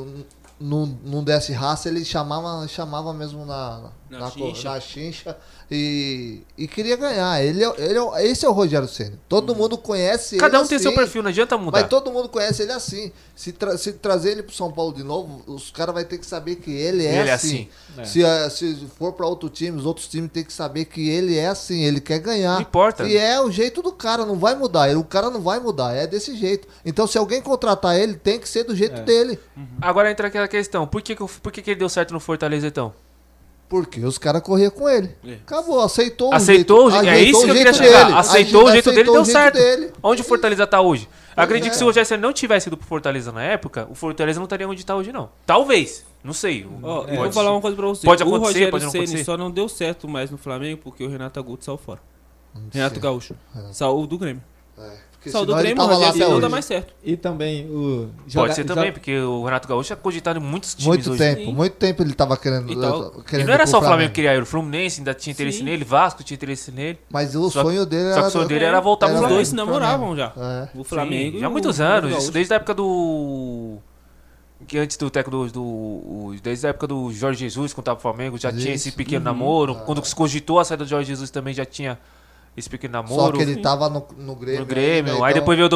não desse raça, ele chamava mesmo na chincha e queria ganhar. Esse é o Rogério Ceni. Todo mundo conhece Cada ele um tem seu assim. perfil, não adianta mudar. Mas todo mundo conhece ele assim. Se trazer ele pro São Paulo de novo, os caras vão ter que saber que ele é assim. Se for pra outro time, os outros times têm que saber que ele é assim. Ele quer ganhar. Não importa. E é o jeito do cara, não vai mudar. O cara não vai mudar, é desse jeito. Então, se alguém contratar ele, tem que ser do jeito dele. Agora entra aquela questão, por que ele deu certo no Fortaleza então? Porque os caras corriam com ele. Acabou, aceitou o Aceitou, jeito. é isso que eu queria jeito chegar. dele. Aceitou o jeito dele, deu o jeito certo. dele. Onde o Fortaleza tá hoje? Acredito que se o Rogério Ceni não tivesse ido pro Fortaleza na época, o Fortaleza não estaria onde tá hoje, não. Talvez, não sei. Ó, eu vou falar uma coisa pra você. Pode O acontecer, Rogério pode não Ceni acontecer. só não deu certo mais no Flamengo porque o Renato Augusto saiu fora. Renato Gaúcho. Saiu do Grêmio. Porque Saiu do senão ele Grêmio, o tava lá Rogério até Ceni não hoje. dá mais certo. E também o... Pode ser também, porque o Renato Gaúcho é cogitado em muitos times Muito hoje. tempo, Sim. muito tempo ele tava querendo. Então, E não era só o Flamengo que queria ele, o Fluminense ainda tinha interesse Sim. nele, Vasco tinha interesse nele. Mas o Só que- sonho dele Só era. que o sonho dele era voltar pro Os Flamengo. dois se namoravam já. É. O Flamengo Sim, e já há o muitos Renato anos, isso Gaúcho. desde a época do... Que antes do técnico desde a época do Jorge Jesus, quando tava no Flamengo, já tinha esse pequeno namoro. Quando se cogitou a saída do Jorge Jesus também já tinha esse pequeno namoro. Só que ele tava no Grêmio. no Grêmio. ainda, Aí então- depois veio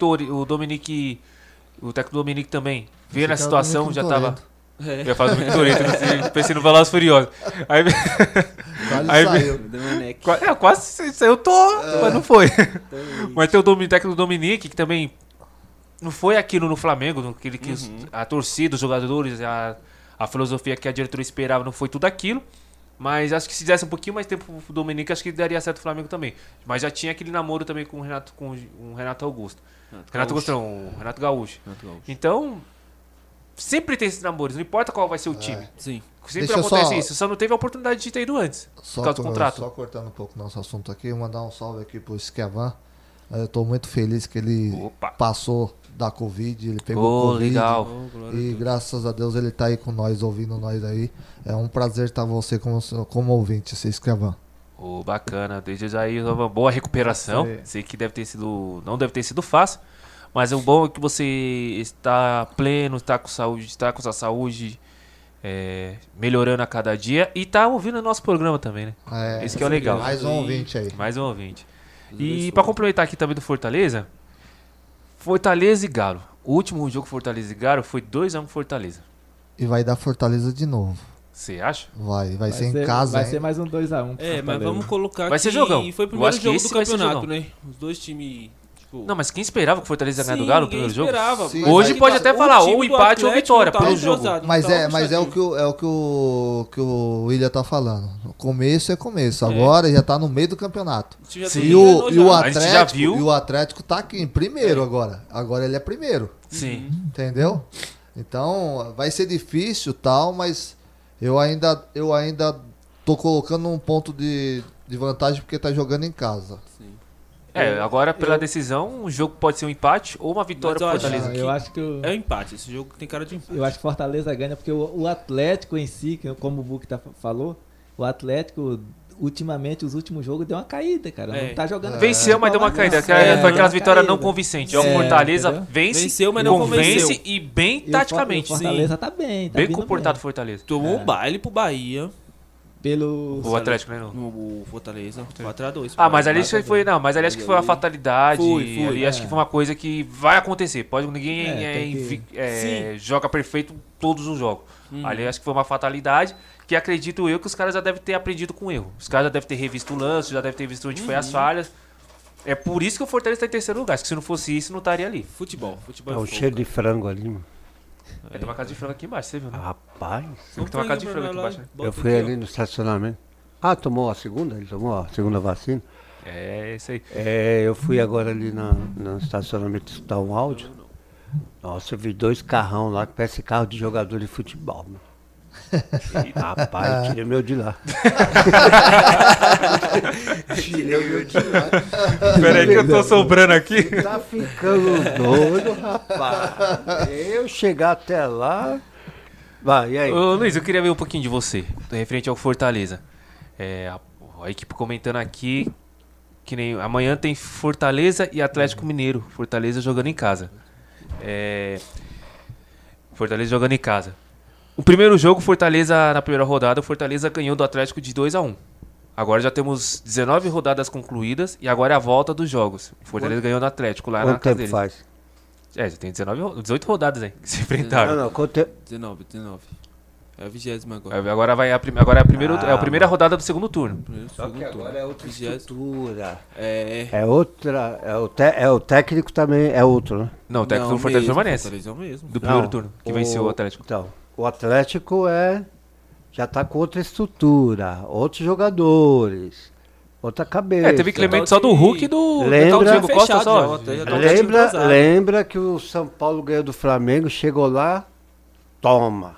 o técnico Dominique também. Veio na Esse situação, cara já do tava... Toretto. Eu ia falar do Dominique Toretto, pensei no Velozes e Furiosos. Aí, Quase Aí- saiu. quase eu tô, mas não foi. Mas tem o técnico do Dominique, que também não foi aquilo no Flamengo, aquele que a torcida, os jogadores, a filosofia que a diretoria esperava, não foi tudo aquilo. Mas acho que se desse um pouquinho mais tempo pro Dominique, acho que daria certo o Flamengo também. Mas já tinha aquele namoro também com o Renato Augusto. Renato Augusto não, o Renato Gaúcho. Então, sempre tem esses namoros, não importa qual vai ser o time. Sim. Sempre Deixa eu acontece só- isso, só não teve a oportunidade de ter ido antes, por causa do contrato. Só cortando um pouco o nosso assunto aqui, mandar um salve aqui pro Esquiavan. Eu tô muito feliz que ele Opa. passou da Covid, ele pegou Ô, Covid. legal. E graças a Deus ele tá aí com nós, ouvindo nós aí. É um prazer estar você como ouvinte, esse Esquiavan. Ô, bacana, desde já aí uma boa recuperação. Sei que não deve ter sido fácil, mas o bom é que você está pleno, está com saúde, está com sua saúde melhorando a cada dia e tá ouvindo o nosso programa também, né? Esse que é o legal. Mais um ouvinte aí. Mais um ouvinte. E pra complementar aqui também do Fortaleza e Galo. O último jogo Fortaleza e Galo foi 2-1 Fortaleza. E vai dar Fortaleza de novo. Você acha? Vai ser em casa, Vai hein? ser mais um 2x1. Mas vamos colocar Vai que ser jogão. foi o Eu primeiro acho que jogo esse do vai ser campeonato, jogão. né? Os dois times, tipo... Não, mas quem esperava que o Fortaleza ia ganhar do Galo no ninguém primeiro jogo? esperava. Sim. Mas Hoje aí pode tá- até falar, time ou do empate ou Atlético vitória não tava pelo jogo. entrosado, Mas não é tava o que o William tá falando. O começo é começo. Agora já tá no meio do campeonato. O time já Sim. tá E o engrenou já. A gente já Atlético, viu. e o Atlético tá aqui em primeiro agora. Agora ele é primeiro. Sim. Entendeu? Então vai ser difícil tal, mas eu ainda tô colocando um ponto de vantagem porque tá jogando em casa. Agora pela decisão, o jogo pode ser um empate ou uma vitória Mas eu pro acho- Fortaleza. Eu acho que É um empate, esse jogo tem cara de empate. Eu acho que Fortaleza ganha, porque o Atlético em si, como o Buc falou, o Atlético, ultimamente, os últimos jogos deu uma caída, cara. Não tá jogando. Venceu, mas deu uma caída. Foi Foi aquelas uma vitórias não caída. convincentes. O Fortaleza entendeu? vence, Venceu, mas não convence convenceu. e bem E o taticamente. Fortaleza tá bem, tá Bem vindo comportado o bem. Fortaleza. Tomou um baile pro Bahia. Pelo... O Atlético, né? Não. No Fortaleza, 4x2. Mas ali acho que foi uma fatalidade. Foi, Ali acho que foi uma coisa que vai acontecer. Ninguém tem que- joga perfeito todos os jogos. Ali acho que foi uma fatalidade que acredito eu que os caras já devem ter aprendido com o erro. Os caras já devem ter revisto o lance, já devem ter visto onde foi as falhas. É por isso que o Fortaleza está em terceiro lugar. Acho que se não fosse isso, não estaria ali. Futebol É é um fogo, cheiro de cara. frango ali, mano. Tem uma casa de frango aqui embaixo, você viu, né? Rapaz, Tem uma casa de frango aqui embaixo, né? eu fui ali no estacionamento. Ah, tomou a segunda? Ele tomou a segunda vacina? É, isso aí. Eu fui agora ali no estacionamento escutar um áudio. Nossa, eu vi 2 carrão lá que parece carro de jogador de futebol. Mano. Rapaz, tirei o meu de lá. Tirei o meu de lá. Peraí que eu tô sobrando aqui. Tá ficando doido, rapaz. Eu chegar até lá... Vai, e aí? Ô, Luiz, eu queria ver um pouquinho de você, referente ao Fortaleza. A equipe comentando aqui que nem amanhã tem Fortaleza e Atlético Mineiro. Fortaleza jogando em casa. Fortaleza jogando em casa. O primeiro jogo, Fortaleza, na primeira rodada, o Fortaleza ganhou do Atlético de 2-1. Agora já temos 19 rodadas concluídas e agora é a volta dos jogos. O Fortaleza ganhou do Atlético lá na Quanto casa tempo deles. faz? Já tem 18 rodadas aí que se enfrentaram. Não, quanto tempo? 19. É a 20ª agora. Agora é a primeira rodada do segundo turno. Só que agora é outra 20ª. estrutura. É outra. O técnico também é outro, né? Não, o técnico do Fortaleza permanece. Fortaleza é o mesmo. Do primeiro Não, turno, que venceu o Atlético. Então, o Atlético já tá com outra estrutura, outros jogadores, outra cabeça. Teve Clemente só do Hulk e do Lembra- Diego Costa só. Lembra que o São Paulo ganhou do Flamengo, chegou lá, toma,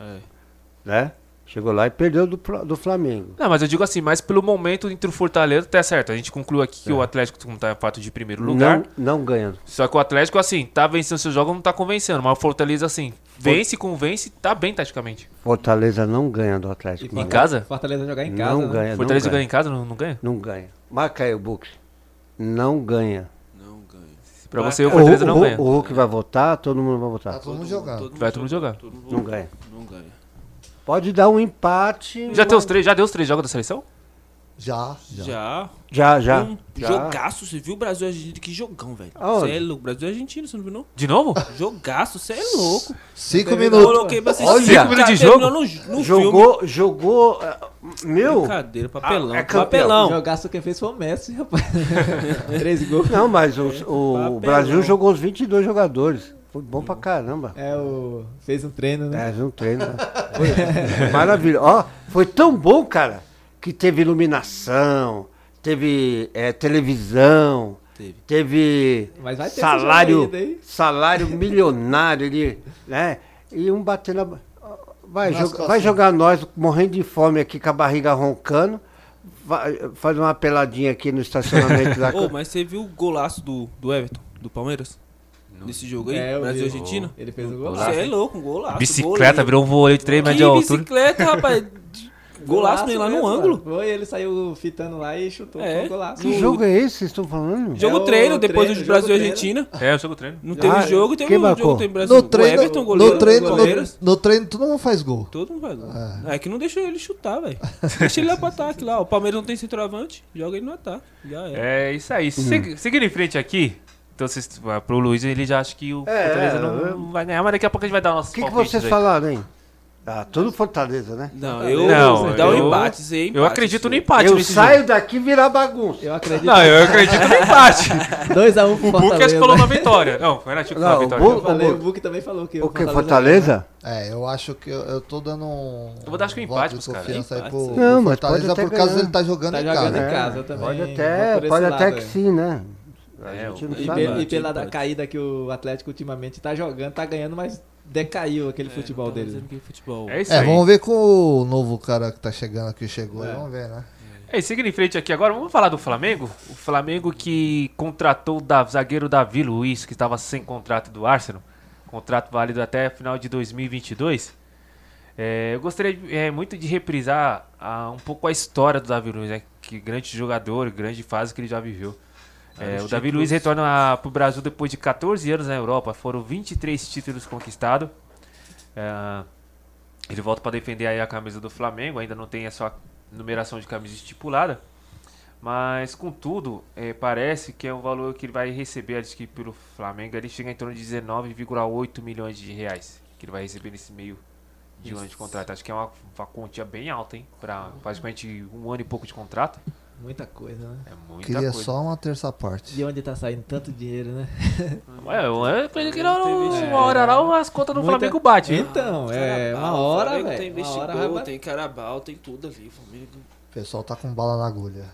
né? Chegou lá e perdeu do Flamengo. Não, mas eu digo assim, mas pelo momento entre o Fortaleza, tá certo. A gente concluiu aqui que o Atlético não tá em fato de primeiro lugar. Não ganhando. Só que o Atlético, assim, tá vencendo seus jogos, não tá convencendo. Mas o Fortaleza, assim, convence, tá bem taticamente. Fortaleza não ganha do Atlético. Em casa? Fortaleza jogar em casa. Não né? ganha. Fortaleza não ganha em casa, não ganha? Não ganha. Marca aí o book. Não ganha. Pra você, o Fortaleza não ganha. O Hulk vai votar, todo mundo vai votar. Tá todo mundo jogando. Vai todo mundo jogar. Não ganha. Não ganha. Pode dar um empate. Já deu os 3 jogos da seleção? Já. Já. Jogaço, você viu o Brasil e a Argentina? Que jogão, velho. Aonde? Você é louco. Brasil e Argentina, você não viu não? De novo? Jogaço, você é louco. 5 Eu minutos. coloquei pra assistir. Olha, 5 minutos de jogo? No Jogou. Meu. Brincadeira, papelão. É campeão. Papelão. Jogaço quem fez foi o Messi, rapaz. 13 gols. Não, mas o papelão. Brasil jogou os 22 jogadores. Foi bom pra caramba. Fez um treino, né? Um treino. Né? Maravilha. Ó, foi tão bom, cara, que teve iluminação, teve televisão, teve Mas vai ter salário milionário ali, né? E um batendo vai jogar nós morrendo de fome aqui com a barriga roncando. Faz uma peladinha aqui no estacionamento da Mas você viu o golaço do Everton, do Palmeiras? Nesse jogo aí, Brasil e Argentina? Ele fez um gol. Você é louco, um golaço. Bicicleta, virou um vôlei de 3 metros de altura. Bicicleta, rapaz. Golaço nem lá no mesmo, ângulo. Foi, ele saiu fitando lá e chutou. Foi um golaço. Que jogo é esse que vocês estão falando? Jogo treino, depois do Brasil e Argentina. O jogo treino. Não teve jogo, teve quem um marcou? jogo, teve Brasil. No treino, o Everton, goleiro, no treino todo mundo faz gol. Todo mundo faz gol. É que não deixou ele chutar, velho. Deixa ele lá pro ataque lá. O Palmeiras não tem centroavante, joga ele no ataque. Já é. É isso aí. Seguindo em frente aqui, então pro Luiz ele já acha que o Fortaleza não vai ganhar, mas daqui a pouco a gente vai dar nossos O que palpites vocês aí. falaram, hein? Tudo Fortaleza, né? Não, Não, um empate, eu acredito no empate Eu nesse saio jogo. daqui e virar bagunça. Eu acredito. Não, eu acredito no empate. 2x1 pro O Bucas Fortaleza. falou na vitória. Não, foi na Chico Não, na o vitória. Bu- Eu falei, o Buc também falou que O que, Fortaleza? Eu acho que eu tô dando um. Eu vou dar, acho que um empate voto de pros caras. confiança aí Empate, pro sim. Não, mas Fortaleza pode até por causa ganhar. dele tá jogando Tá em jogando casa. em casa, eu também. Pode vou até, por esse pode até lado que aí. sim, né? A gente não E, sabe. e pela Empate. caída que o Atlético ultimamente tá jogando, tá ganhando, mas decaiu aquele futebol não tá dele. dizendo que futebol. É isso aí. Vamos ver com o novo cara que tá chegando aqui, chegou aí, vamos ver, né? Seguindo em frente aqui agora, vamos falar do Flamengo. O Flamengo que contratou o zagueiro Davi Luiz, que estava sem contrato do Arsenal. Contrato válido até final de 2022. Eu gostaria muito de reprisar um pouco a história do Davi Luiz, né? Que grande jogador, grande fase que ele já viveu. O Davi Luiz retorna para o Brasil depois de 14 anos na Europa. Foram 23 títulos conquistados. Ele volta para defender aí a camisa do Flamengo. Ainda não tem a sua numeração de camisa estipulada. Mas, contudo, parece que é um valor que ele vai receber aqui pelo Flamengo. Ele chega em torno de 19,8 milhões de reais que ele vai receber nesse meio de um ano de contrato. Acho que é uma quantia bem alta, hein? Para praticamente um ano e pouco de contrato. Muita coisa, né? É muita Queria coisa. só uma terça parte. De onde tá saindo tanto dinheiro, né? Que uma hora lá as contas do Flamengo batem. Então, uma O hora, Flamengo velho. tem Uma hora investidor, vai tem Carabao, tem tudo ali. O Flamengo O pessoal tá com bala na agulha.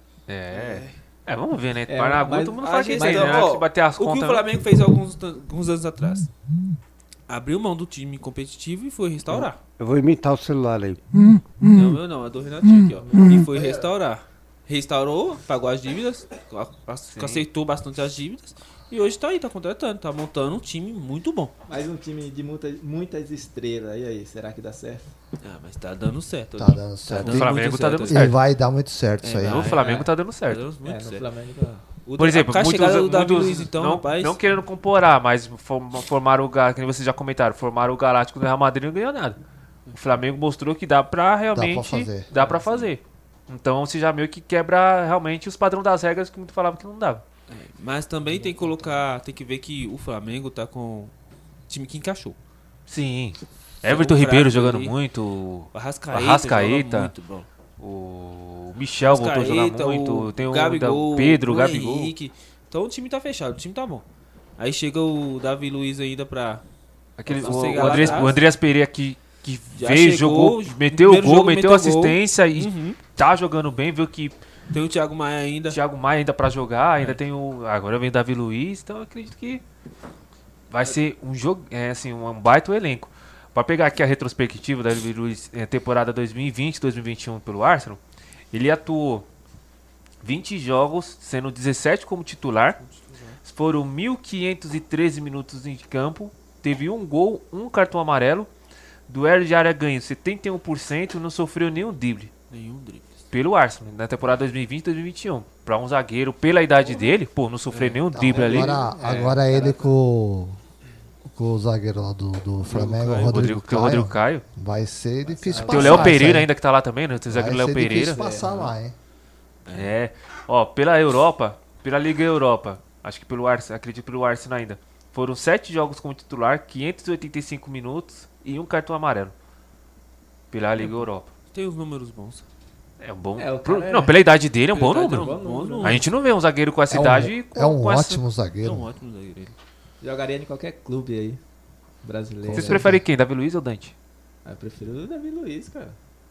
Vamos ver, né? Para na agulha, mas todo mundo a faz gente isso aí, né? ó, Se bater as o que contas. o Flamengo fez alguns anos atrás? Abriu mão do time competitivo e foi restaurar. Eu vou imitar o celular aí. Não, eu não, é do Renatinho aqui, ó. E foi restaurar. Restaurou, pagou as dívidas, aceitou bastante as dívidas. E hoje tá aí, tá contratando, tá montando um time muito bom. Mais um time de muitas estrelas. E aí, será que dá certo? Ah, mas tá dando certo. Tá né? dando O certo. Flamengo tá dando E certo. vai dar muito certo isso aí. O Flamengo tá dando Tá certo. dando muito No certo. Flamengo tá... Por exemplo, a chegada do Davi Luiz, então, não, rapaz. não querendo comparar, mas formaram o Galáctico, que vocês já comentaram, formaram o Galáctico do Real Madrid e não ganhou nada. O Flamengo mostrou que dá pra realmente... Dá pra fazer. Então você já meio que quebra realmente os padrões das regras que muito falava que não dava. Mas também tem que ver que o Flamengo tá com time que encaixou. Sim. Everton Ribeiro jogando ali. muito. O Arrascaeta. Arrascaeta. joga muito bom. O Michel voltou a jogar Arrascaeta, muito. Tem o Gabigol, Pedro, o o Gabigol. Henrique. Então o time tá fechado, o time tá bom. Aí chega o Davi Luiz ainda pra... Aquele, Nossa, chega lá o atrás. Andreas Pereira que Já veio, chegou, jogou, meteu o primeiro gol, jogo, meteu meteu assistência e Uhum. tá jogando bem, viu que Tem o Thiago Maia ainda. Thiago Maia ainda pra jogar, ainda tem o... Agora vem o Davi Luiz, então eu acredito que vai ser um jogo, um baita elenco. Pra pegar aqui a retrospectiva da Davi Luiz, temporada 2020-2021 pelo Arsenal, ele atuou 20 jogos, sendo 17 como titular. Foram 1.513 minutos em campo. Teve um gol, um cartão amarelo. Duelo de área ganho 71% e não sofreu nenhum drible. Nenhum drible. Pelo Arsenal, na temporada 2020-2021. Pra um zagueiro, pela idade dele, não sofreu nenhum drible ali. Agora ele com o zagueiro lá do Flamengo, o Rodrigo Caio. Vai ser difícil passar. Tem o Léo Pereira isso aí. ainda que tá lá também, né? Tem o zagueiro Vai Léo ser Pereira. difícil passar lá, hein? Pela Europa, pela Liga Europa, acho que pelo Arsenal, acredito pelo Arsenal ainda. Foram 7 jogos como titular, 585 minutos e um cartão amarelo. Pela Liga Europa. Tem os números bons. É um bom. o cara Não, pela idade dele é um bom Pela idade número. é um bom número. A gente não vê um zagueiro com essa idade. É um com essa... ótimo É zagueiro. um ótimo zagueiro. ele. Jogaria em qualquer clube aí. Brasileiro. Vocês preferem quem? Davi Luiz ou Dante? Eu prefiro o Davi Luiz, cara.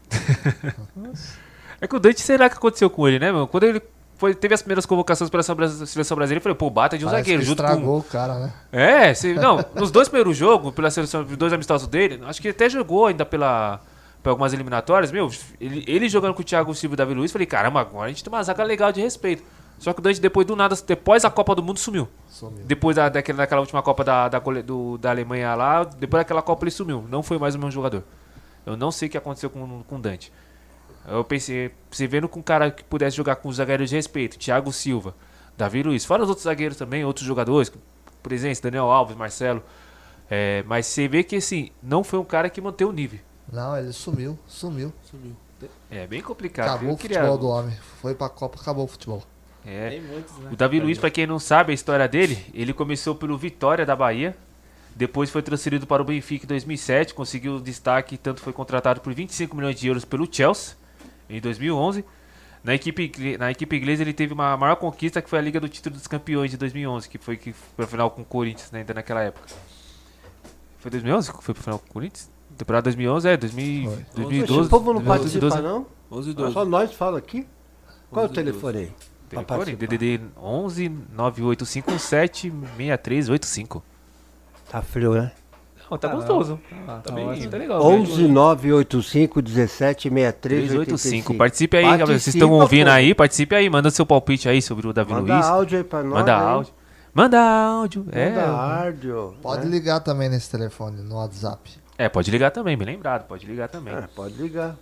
É que o Dante, sei lá o que aconteceu com ele, né, meu? Quando ele teve as primeiras convocações pela seleção brasileira, eu falei, bata de um Parece zagueiro. que Junto estragou com... o cara, né? Não, nos dois primeiros jogos, pela seleção, os dois amistosos dele, acho que ele até jogou ainda pra algumas eliminatórias, ele jogando com o Thiago Silva e o Davi Luiz, falei, caramba, agora a gente tem uma zaga legal de respeito. Só que o Dante depois do nada, depois da Copa do Mundo, sumiu. Depois daquela última Copa da Alemanha lá, depois daquela Copa ele sumiu. Não foi mais o mesmo jogador. Eu não sei o que aconteceu com o Dante. Eu pensei, você vendo com um cara que pudesse jogar com os zagueiros de respeito, Thiago Silva, Davi Luiz, fora os outros zagueiros também, outros jogadores, presença, Daniel Alves, Marcelo. Mas você vê que assim, não foi um cara que manteve o nível. Não, ele sumiu. É bem complicado. Acabou o futebol do homem. Foi pra Copa, acabou o futebol. Tem muitos, né? O Davi Luiz, pra quem não sabe a história dele, ele começou pelo Vitória da Bahia, depois foi transferido para o Benfica em 2007, conseguiu destaque, tanto foi contratado por 25 milhões de euros pelo Chelsea em 2011. Na equipe inglesa ele teve uma maior conquista, que foi a Liga do Título dos Campeões de 2011, que foi a final com o Corinthians, né, ainda naquela época. Foi 2011 que foi pro final com o Corinthians? Temporada 2011, 2012. O povo não 2012, participa, não? 11 e 12. Só nós fala aqui. Qual é o 11 e 12. telefone aí? Pra Telefone, participar. DDD 11 98517 6385. Tá frio, né? Não, tá gostoso. Tá bem, ótimo. tá legal. 11 985 17 63 385. Participe aí, galera. Vocês estão ouvindo aí, participe aí. Manda seu palpite aí sobre o Davi Manda Luiz. áudio aí pra nós. Manda aí. áudio. Manda áudio. Manda áudio. Pode né? ligar também nesse telefone, no WhatsApp. Pode ligar também, bem lembrado. Pode ligar também. Pode ligar.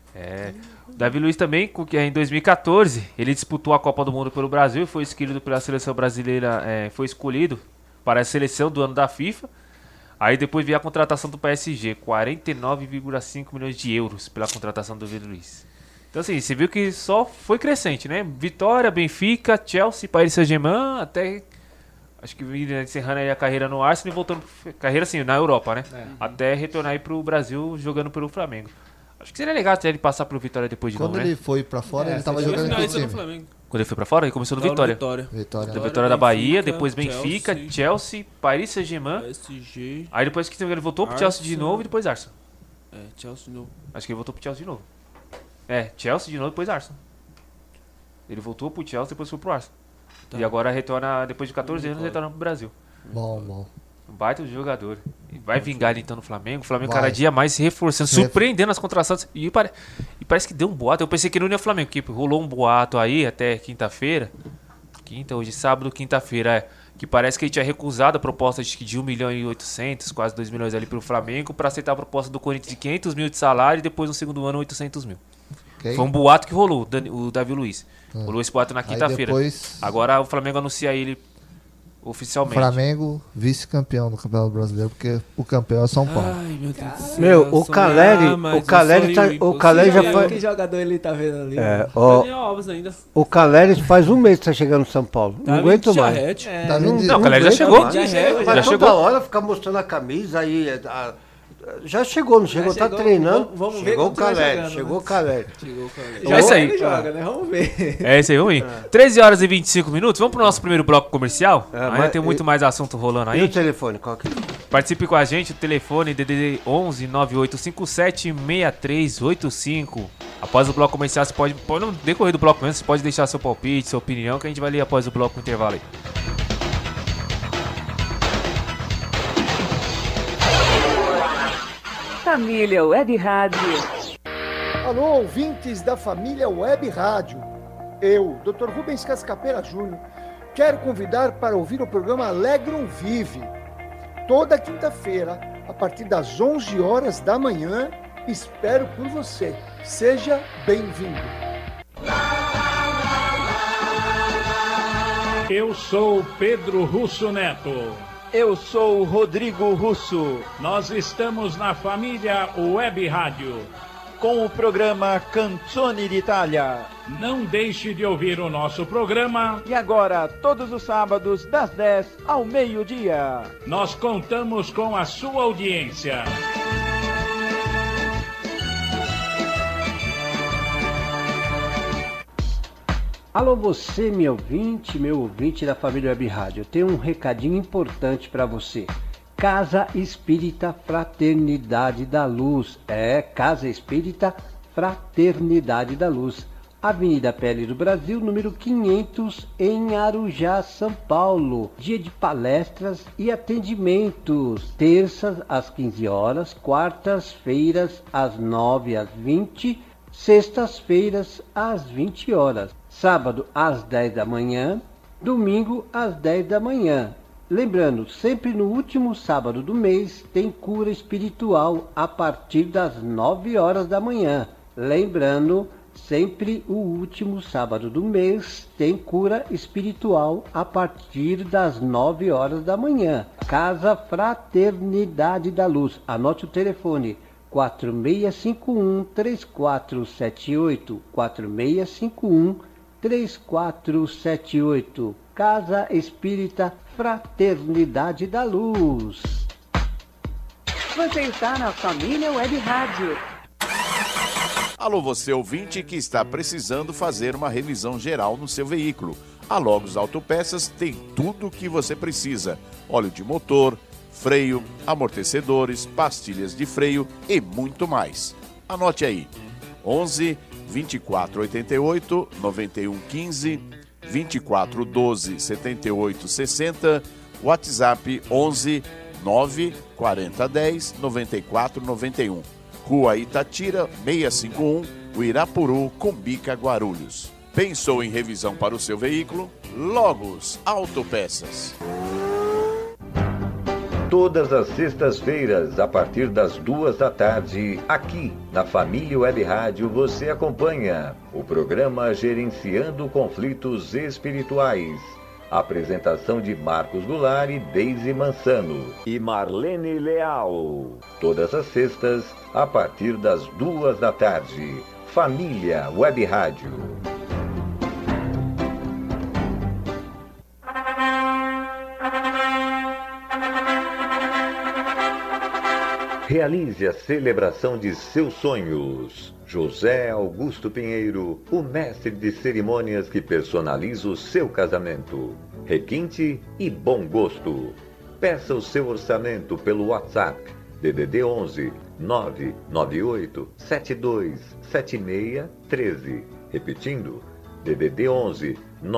O Davi Luiz também, que em 2014, ele disputou a Copa do Mundo pelo Brasil, foi escolhido pela seleção brasileira, foi escolhido para a seleção do ano da FIFA. Aí depois veio a contratação do PSG, 49,5 milhões de euros pela contratação do Davi Luiz. Então assim, você viu que só foi crescente, né? Vitória, Benfica, Chelsea, Paris Saint-Germain, até... Acho que encerrando aí a carreira no Arsenal e voltando... Carreira assim, na Europa, né? Até retornar aí pro Brasil jogando pelo Flamengo. Acho que seria legal até ele passar pro Vitória depois de Quando novo, ele né? foi pra fora, ele tava Ele jogando em que finalista do time? Flamengo. Quando ele foi pra fora, ele começou no Vitória. Vitória. Da Vitória da Bahia, Benfica, depois Benfica, Chelsea, Paris Saint-Germain. PSG. Aí depois que ele voltou pro Chelsea de Arsenal. novo e depois Arsenal. Chelsea de novo. Acho que ele voltou pro Chelsea de novo. Chelsea de novo, depois Arsenal. Ele voltou pro Chelsea, depois foi pro Arsenal. Tá. E agora retorna, depois de 14 anos, retorna pro Brasil. Bom. Um baita de jogador. E vai vingar ele então no Flamengo. O Flamengo Vai. cada dia mais se reforçando, surpreendendo as contratações. E parece que deu um boato. Eu pensei que não ia Flamengo, que rolou um boato aí até quinta-feira. Hoje sábado, quinta-feira, que parece que ele tinha recusado a proposta de 1 milhão e 800, quase 2 milhões ali pro Flamengo, para aceitar a proposta do Corinthians de 500 mil de salário e depois no segundo ano 800 mil. Okay. Foi um boato que rolou, o Davi Luiz. Rolou esse boato na quinta-feira. Depois... Agora o Flamengo anuncia ele oficialmente. Flamengo vice-campeão do Campeonato Brasileiro, porque o campeão é São Paulo. Ai, meu Deus do céu. Meu, o Caleri já foi... Que jogador ele tá vendo ali? Daniel Alves ainda. O Caleri faz um mês que tá chegando no São Paulo. Não aguento mais. Tá vendo? Não, o Caleri já chegou. Já Vai chegou. toda hora ficar mostrando a camisa aí. Já chegou, não chegou? Tá treinando. Vamos ver chegou o como vai Caleri, jogando, chegou né? o Caleri. É isso aí. Ele joga, né? Vamos ver. É isso aí, vamos ir. 13 horas e 25 minutos. Vamos pro nosso primeiro bloco comercial. Ainda mas- tem muito mais assunto rolando E o aí. telefone, qual que é? Participe com a gente, o telefone DDD 11 9857 6385. Após o bloco comercial, você pode no decorrer do bloco mesmo, você pode deixar seu palpite, sua opinião, que a gente vai ler após o bloco no intervalo aí. Família Web Rádio. Alô, ouvintes da família Web Rádio. Eu, Dr. Rubens Cascapeira Júnior, quero convidar para ouvir o programa Alegro Vive. Toda quinta-feira, a partir das 11 horas da manhã, espero por você. Seja bem-vindo. Eu sou Pedro Russo Neto. Eu sou o Rodrigo Russo. Nós estamos na família Web Rádio. Com o programa Canzoni d'Italia. Não deixe de ouvir o nosso programa. E agora, todos os sábados, das 10 ao meio-dia. Nós contamos com a sua audiência. Alô, você, meu ouvinte da família Web Rádio. Eu tenho um recadinho importante para você. Casa Espírita Fraternidade da Luz. Casa Espírita Fraternidade da Luz. Avenida Pele do Brasil, número 500, em Arujá, São Paulo. Dia de palestras e atendimentos. Terças às 15 horas, quartas-feiras às 9 às 20, sextas-feiras às 20 horas. Sábado às 10 da manhã, domingo às 10 da manhã. Lembrando, sempre no último sábado do mês tem cura espiritual a partir das 9 horas da manhã. Lembrando, sempre o último sábado do mês tem cura espiritual a partir das 9 horas da manhã. Casa Fraternidade da Luz. Anote o telefone. 4651-3478, 4651-3478. Casa Espírita Fraternidade da Luz. Você está na família Web Rádio. Alô, você ouvinte que está precisando fazer uma revisão geral no seu veículo. A Logos Autopeças tem tudo o que você precisa. Óleo de motor, freio, amortecedores, pastilhas de freio e muito mais. Anote aí: 11 24 88 91 15, 24 12 78 60, WhatsApp 11 9 40 10 94 91. Rua Itatira 651, Uirapuru, Cumbica, Guarulhos. Pensou em revisão para o seu veículo? Logos Autopeças. Todas as sextas-feiras, a partir das 2 da tarde, aqui na Família Web Rádio, você acompanha o programa Gerenciando Conflitos Espirituais. Apresentação de Marcos Goulart e Deise Mansano. E Marlene Leal. Todas as sextas, a partir das 2 da tarde. Família Web Rádio. Realize a celebração de seus sonhos. José Augusto Pinheiro, o mestre de cerimônias que personaliza o seu casamento. Requinte e bom gosto. Peça o seu orçamento pelo WhatsApp DDD 11 998727613. Repetindo, DDD 11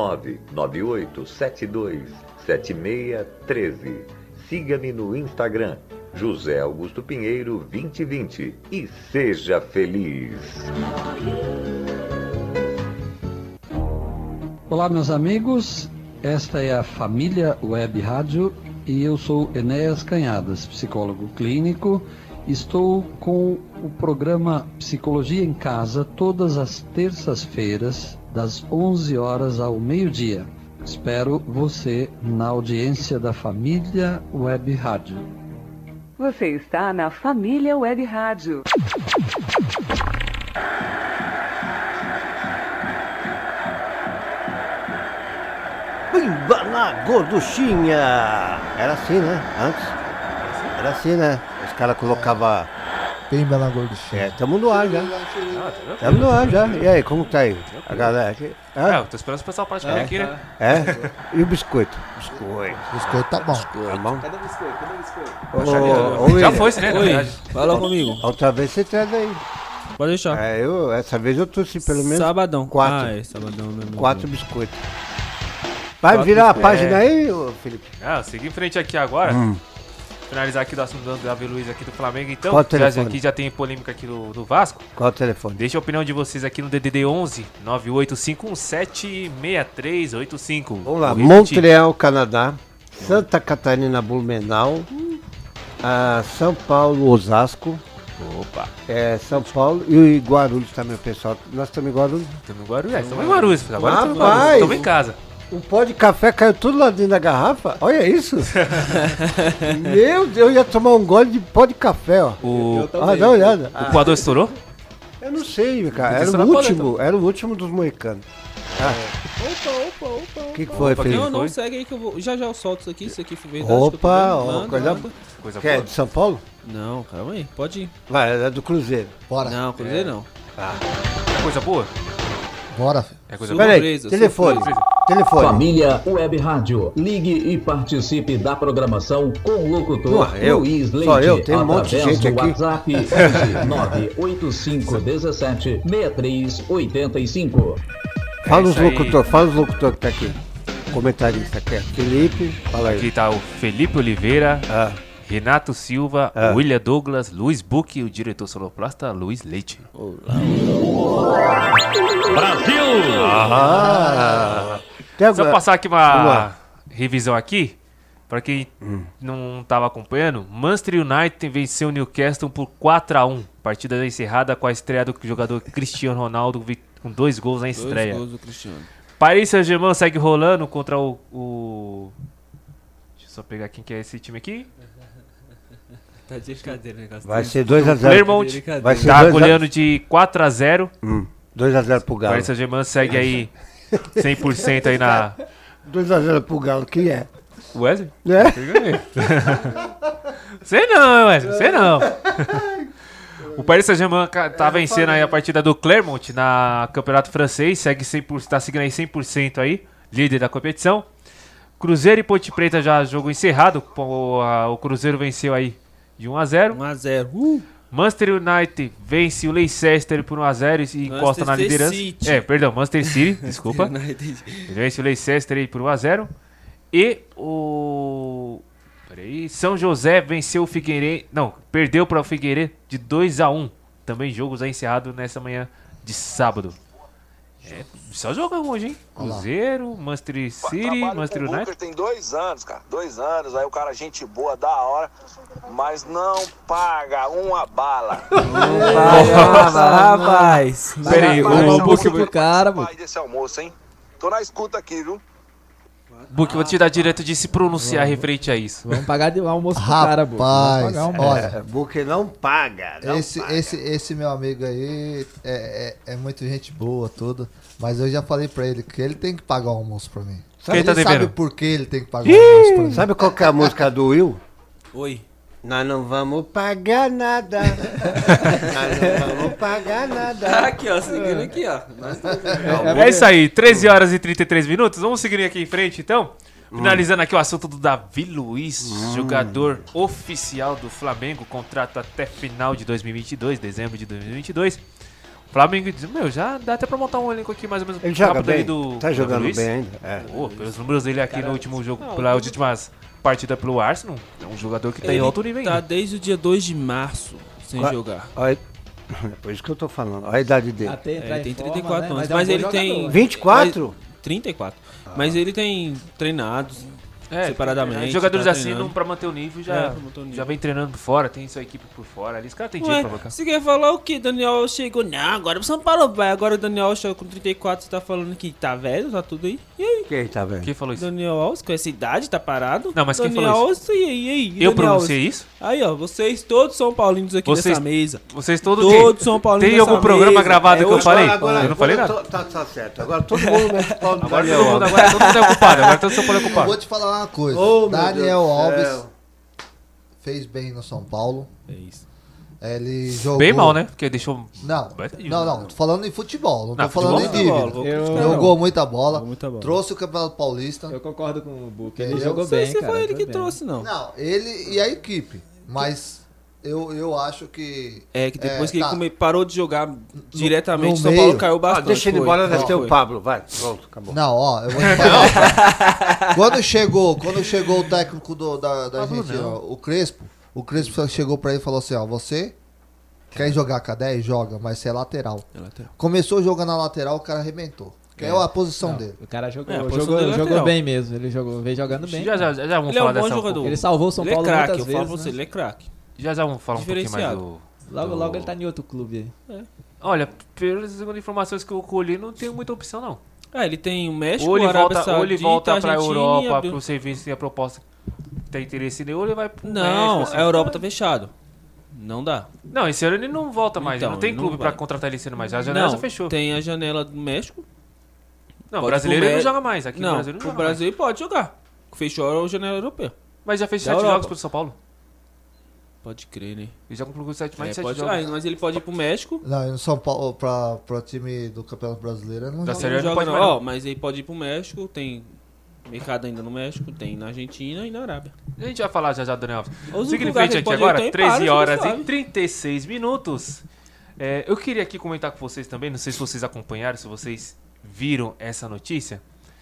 998727613. Siga-me no Instagram, José Augusto Pinheiro 2020 e seja feliz. Olá, meus amigos. Esta é a Família Web Rádio e eu sou Enéas Canhadas, psicólogo clínico. Estou com o programa Psicologia em Casa todas as terças-feiras, das 11 horas ao meio-dia. Espero você na audiência da Família Web Rádio. Você está na Família Web Rádio. Pimba na gorduchinha! Era assim, né? Antes. Era assim, né? Os caras colocavam... Pimba na gorduchinha. Tamo no ar já. Tamo no ar já. E aí, como tá aí? A galera aqui? Eu tô esperando o pessoal praticar aqui, né? E o biscoito? Biscoito tá bom. Tá bom? Cadê o biscoito? Já foi, né? Na verdade. Fala comigo. Outra vez você traz aí. Pode deixar. Essa vez eu trouxe pelo menos... Sabadão. 4. Sabadão mesmo. 4 biscoitos. Vai virar a página aí, Felipe? Seguir em frente aqui agora. Finalizar aqui do assunto do Davi Luiz aqui do Flamengo, então. Qual o telefone? Aqui já tem polêmica aqui do Vasco. Qual o telefone? Deixa a opinião de vocês aqui no DDD 11 985176385. Vamos lá, Montreal, Canadá, Santa Catarina, Blumenau, São Paulo, Osasco. Opa! São Paulo e Guarulhos também, pessoal. Nós estamos em Guarulhos? Estamos em Guarulhos, estamos em Guarulhos. Agora estamos em casa. O pó de café caiu tudo lá dentro da garrafa. Olha isso. Meu Deus, eu ia tomar um gole de pó de café, ó. Dá uma olhada. O coador estourou? Eu não sei, cara. Era o último dos moicanos. Opa. O que foi, Felipe? Não, segue aí que eu vou. Já eu solto isso aqui. Isso aqui foi verdade. Coisa é de São Paulo? Não, calma aí. Pode ir. Vai, é do Cruzeiro. Bora. Não, Cruzeiro não. É coisa boa? Bora, filho. É coisa boa. Peraí, telefone. Família Web Rádio. Ligue e participe da programação com o locutor Luiz Leite. Só eu, tem um monte de gente aqui. WhatsApp 985176385. Fala os locutores que tá aqui. Comentarista aqui. Felipe, fala aí. Aqui tá o Felipe Oliveira, Renato Silva, William Douglas, Luiz Buck e o diretor sonoplasta Luiz Leite. Brasil! Só passar aqui uma revisão aqui, para quem não estava acompanhando. Manchester United venceu o Newcastle por 4-1. Partida encerrada com a estreia do jogador Cristiano Ronaldo com 2 gols na estreia. 2 gols do Cristiano. Paris Saint-Germain segue rolando contra o... Deixa eu só pegar quem que é esse time aqui. Tá de brincadeira o negócio. Vai ser 2-0. Clermont tá goleando de 4-0. 2-0 pro Galo. Paris Saint-Germain segue aí 100% aí na... 2-0 pro Galo, quem é? O Wesley? Sei não, Wesley, sei não. O Paris Saint-Germain tá vencendo aí a partida do Clermont na Campeonato Francês, tá seguindo aí 100% aí, líder da competição. Cruzeiro e Ponte Preta já jogo encerrado, o Cruzeiro venceu aí de 1-0. 1-0. Manchester United vence o Leicester por 1-0 e encosta na liderança. Manchester City, desculpa. Vence o Leicester aí por 1-0. E o... São José venceu o Figueirense... Não, perdeu para o Figueirense de 2-1. Também jogos aí encerrados nessa manhã de sábado. Só jogamos hoje, hein? Cruzeiro, Manchester City, Manchester United. Tem 2 anos, cara. 2 anos. Aí o cara, gente boa, da hora. Mas não paga uma bala. Rapaz. Peraí, o Book pro cara, mano. Desse almoço, hein? Tô na escuta aqui, viu? Book, vou te dar direito de se pronunciar referente a isso. Vamos pagar de almoço pro cara, Book. Rapaz, olha. Book não paga. Esse meu amigo aí é muito gente boa, tudo. Mas eu já falei pra ele que ele tem que pagar o almoço pra mim. Ele sabe por que ele tem que pagar o almoço pra mim. Sabe qual que é a música do Will? Oi. Nós não vamos pagar nada. Nós não vamos pagar nada. Aqui, ó, seguindo aqui, ó. É isso aí, 13 horas e 33 minutos. Vamos seguir aqui em frente, então. Finalizando aqui o assunto do Davi Luiz, jogador oficial do Flamengo, contrato até final de 2022, dezembro de 2022. O Flamengo diz, já dá até pra montar um elenco aqui mais ou menos. Ele joga rápido bem, aí do tá jogando Luiz. bem ainda. Pelos números dele aqui no último jogo, pelas últimas partidas pelo Arsenal, é um jogador que tá em alto nível ainda. Tá desde o dia 2 de março sem jogar. Por isso que eu tô falando, olha a idade dele. Ele tem 34 anos, mas ele tem... 24? 34. Mas ele tem treinado separadamente. Jogadores assim, pra manter o nível, já vem treinando por fora, tem sua equipe por fora ali. Os caras têm dinheiro pra colocar. Você quer falar o que? Daniel chegou, não, agora o São Paulo vai. Agora o Daniel chegou com 34, você tá falando que tá velho, tá tudo aí. E aí? Quem tá velho? Quem falou isso? Daniel Alves, com essa idade, tá parado? Não, mas Daniel quem falou isso? Alves, e aí? Eu pronunciei isso? Aí, ó, vocês todos São Paulinos aqui nessa mesa. Vocês todos São Paulinos tem algum programa gravado que eu falei? Agora, eu não falei nada. Tá certo. Agora todo mundo mete pau no Agora Daniel todo mundo é ocupado. Agora todo São Paulo é Eu ocupado. vou te falar uma coisa. Daniel Alves fez bem no São Paulo. É isso. Ele jogou... Bem mal, né? Porque deixou... Não, tô falando em futebol. Não tô futebol falando em dívida. Jogou muita bola. Trouxe o Campeonato Paulista. Eu concordo com o Book. Ele jogou bem, cara. Não sei se foi ele que trouxe, não. Não, ele e a equipe. Mas eu acho que... É que depois que ele parou de jogar diretamente, o São Paulo caiu bastante. Deixa ele embora, deve ter o Pablo. Vai, pronto, acabou. Não, ó, eu vou te falar. Quando chegou o técnico da Argentina, o Crespo chegou pra ele e falou assim, ó, você quer jogar com a 10? Joga, mas você é lateral. Começou jogando na lateral, o cara arrebentou. Que é a posição dele. O cara jogou bem mesmo. Ele veio jogando bem. Já vamos falar dessa jogador. Ele salvou o São Paulo muitas vezes. Eu falo pra você, ele é craque. Já vamos falar um pouquinho mais do... Logo ele tá em outro clube aí. Olha, pelas segundas informações que eu colhi, não tem muita opção, não. Ele tem o México, ou ele Arábia volta, ou ele volta pra Argentina, Europa pro serviço e a proposta tem interesse nele, ou ele vai pro Não, México, a Europa tá fechado. Não dá. Não, esse ano ele não volta mais. Então, não tem ele clube não pra vai. contratar ele esse ano mais. A janela já fechou. Tem a janela do México. Não, o brasileiro ele não joga mais. Aqui no Brasil ele não o joga Brasil mais. Pode jogar. Fechou a janela europeia. Mas já fez Da 7 Europa. jogos pro São Paulo. Pode crer, né? Ele já concluiu 7 mais de 7 pode jogos. jogar, mas ele pode ir pro México. Não, no São Paulo, pra time do Campeonato Brasileiro, ele não Da joga. Série A não joga pode não. mais, Ó, não. mas ele pode ir pro México, tem mercado ainda no México, tem na Argentina e na Arábia. A gente vai falar já do Daniel Alves. Os Seguindo em lugares frente que aqui ele pode agora, ir, tem 13 vários, horas suave. e 36 minutos. Eu queria aqui comentar com vocês também, não sei se vocês acompanharam, se vocês viram essa notícia.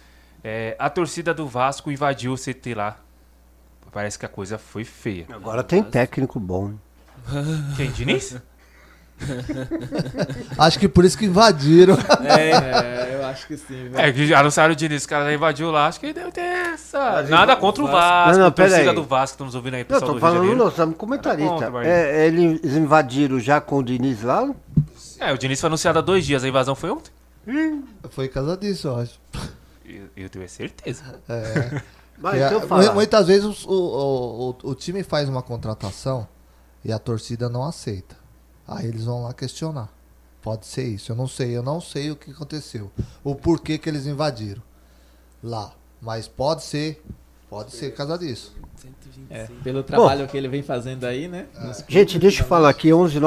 A torcida do Vasco invadiu o CT lá. Parece que a coisa foi feia. Agora tem técnico bom. Hein? Quem, Diniz? Acho que por isso que invadiram. Eu acho que sim. Que anunciaram o Diniz, o cara já invadiu lá, acho que deve ter essa. Nada contra o Vasco, Não, a torcida pera aí. do Vasco, estamos ouvindo aí, Eu pessoal tô do Rio de falando, Janeiro. nós somos comentarista. Nada contra, Eles invadiram já com o Diniz lá? O Diniz foi anunciado há 2 dias, a invasão foi ontem? Foi por causa disso, eu acho. Eu tenho certeza. Mas então fala. Muitas vezes o time faz uma contratação e a torcida não aceita. Aí eles vão lá questionar. Pode ser isso, eu não sei o que aconteceu. O porquê que eles invadiram lá. Mas pode ser por causa disso. Pelo trabalho que ele vem fazendo aí, né? Gente, deixa eu falar aqui,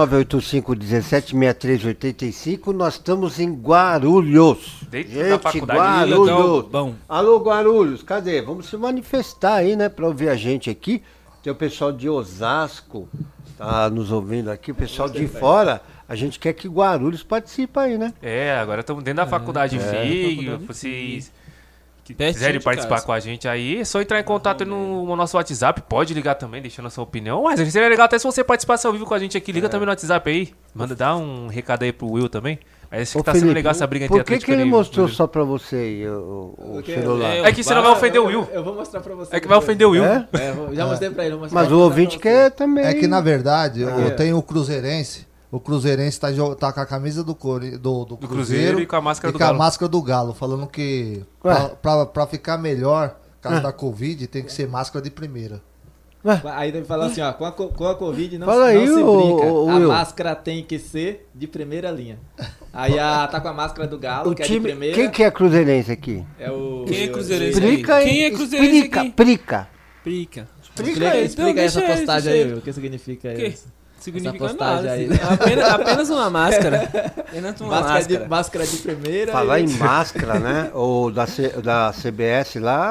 11985176385, nós estamos em Guarulhos. Dentro da Gente, faculdade, Guarulhos. Bom. Alô, Guarulhos, cadê? Vamos se manifestar aí, né, pra ouvir a gente aqui. Tem o pessoal de Osasco, tá nos ouvindo aqui, o pessoal de fora. A gente quer que Guarulhos participe aí, né? Agora estamos dentro da faculdade FIG, vocês quiserem participar com a gente aí, é só entrar em contato no nosso WhatsApp, pode ligar também, deixando a sua opinião, mas seria legal até se você participasse ao vivo com a gente aqui, liga também no WhatsApp aí, dá um recado aí pro Will também, mas acho que tá sendo legal essa briga entre Por que ele mostrou só pra você aí o celular? É que você não vai ofender o Will. Eu vou mostrar pra você. É que vai ofender o Will. Já mostrei pra ele. Mas o ouvinte quer também. É que na verdade, tem o Cruzeirense. O Cruzeirense tá com a camisa do Cruzeiro e com a máscara do com a Galo. máscara do Galo, falando que pra ficar melhor, caso da Covid, tem que ser máscara de primeira. Aí deve falar assim, ó, com a Covid não, Fala não aí, se brinca. o A Will. máscara tem que ser de primeira linha. Aí tá com a máscara do Galo, que é de primeira. Quem que é cruzeirense aqui? Quem é cruzeirense Explica aqui? Quem é cruzeirense aqui? Prica. Explica essa postagem aí, o que significa isso? Significa essa postagem nada, aí. Apenas uma máscara. Apenas uma máscara. Máscara de primeira. Falar em máscara, né? Ou da CBS lá,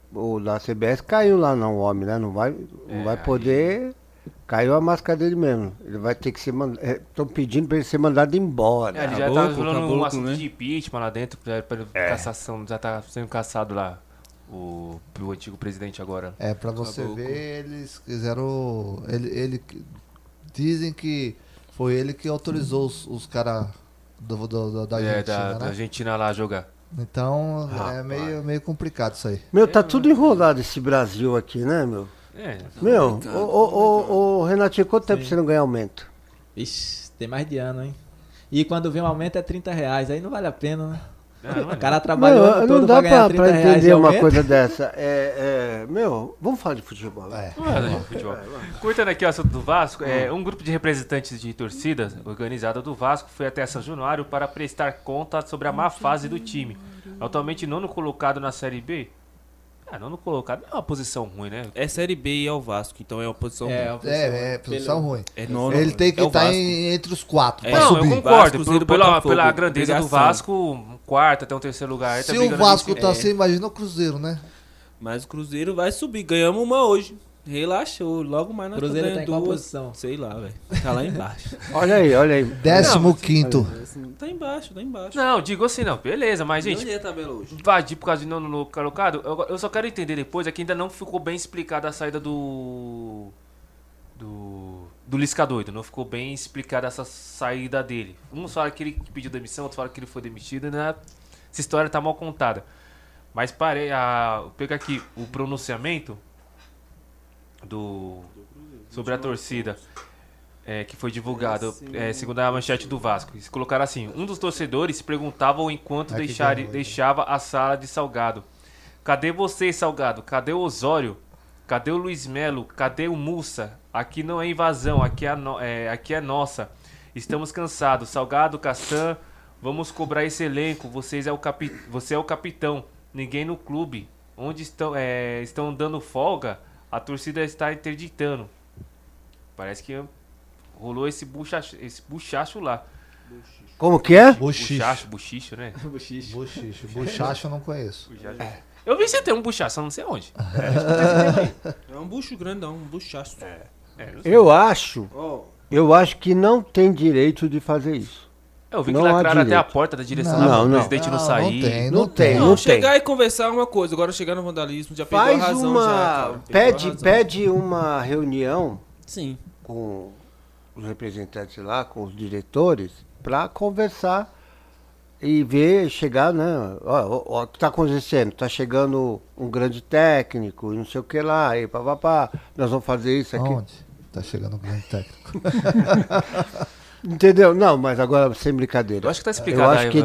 o da CBS caiu lá, não, o homem, né? Não vai poder. Caiu a máscara dele mesmo. Ele vai ter que ser mandado. Estão pedindo para ele ser mandado embora. Ele já tá rolando um assunto de impeachment lá dentro, pra cassação, já tá sendo caçado lá. O antigo presidente agora. Pra você ver, eles quiseram. Ele dizem que foi ele que autorizou os caras da Argentina, da Argentina lá jogar. Então meio complicado isso aí. Meu, tá tudo enrolado esse Brasil aqui, né, meu? Meu, ô Renatinho, quanto tempo você não ganha aumento? Ixi, tem mais de ano, hein? E quando vem um aumento é R$30, aí não vale a pena, né? Não, o cara trabalhou o ano todo não dá pra ganhar R$30 pra entender uma aumento. coisa dessa. Meu, vamos falar de futebol. Curtando aqui o assunto do Vasco, um grupo de representantes de torcidas organizada do Vasco foi até São Januário para prestar conta sobre a má fase do time. Atualmente nono colocado na Série B. Nono colocado é uma posição ruim, né? É Série B e é o Vasco, então é uma posição ruim. Posição ruim. Nono, ele tem que estar entre os 4 pra não, subir. eu concordo. Pela grandeza do Vasco, um quarto até um terceiro lugar. Se o Vasco tá assim, imagina o Cruzeiro, né? Mas o Cruzeiro vai subir. Ganhamos uma hoje. Relaxou. Logo mais nós Cruzeiro tá em qual posição? Sei lá, velho. Tá lá embaixo. Olha aí. 15º. Tá embaixo. Não, digo assim, não. Beleza, mas, gente, invadir por causa de nono colocado, eu só quero entender depois, é que ainda não ficou bem explicada a saída do Lisca doido. Não ficou bem explicada essa saída dele. Uns falam que ele pediu demissão, outros falam que ele foi demitido, né? Essa história tá mal contada. Mas pega aqui o pronunciamento sobre a torcida que foi divulgado, segundo a manchete do Vasco. Eles colocaram assim: um dos torcedores se perguntava enquanto deixava a sala de Salgado: cadê você, Salgado? Cadê o Osório? Cadê o Luiz Melo? Cadê o Mussa? Aqui não é invasão, aqui é nossa. Estamos cansados. Salgado, Castan, vamos cobrar esse elenco. Você é o capitão. Ninguém no clube. Onde estão dando folga? A torcida está interditando. Parece que rolou esse buchacho lá. Como que é? Buchicho, né? Buchacho eu não conheço. Eu vi você ter um buchaço, não sei onde. É um bucho grandão, um buchaço. Eu acho que não tem direito de fazer isso. Eu vi que lacraram até a porta da direção para o presidente não sair. Não tem. Chegar e conversar é uma coisa, agora chegar no vandalismo já pegou a razão. Pede uma reunião. Sim. Com os representantes lá, com os diretores, para conversar e ver, chegar, né? Ó, o que está acontecendo? Está chegando um grande técnico, não sei o que lá, e papapá, nós vamos fazer isso aqui. Onde? Está chegando um grande técnico. Entendeu? Não, mas agora sem brincadeira. Eu acho que tá explicado. Eu acho que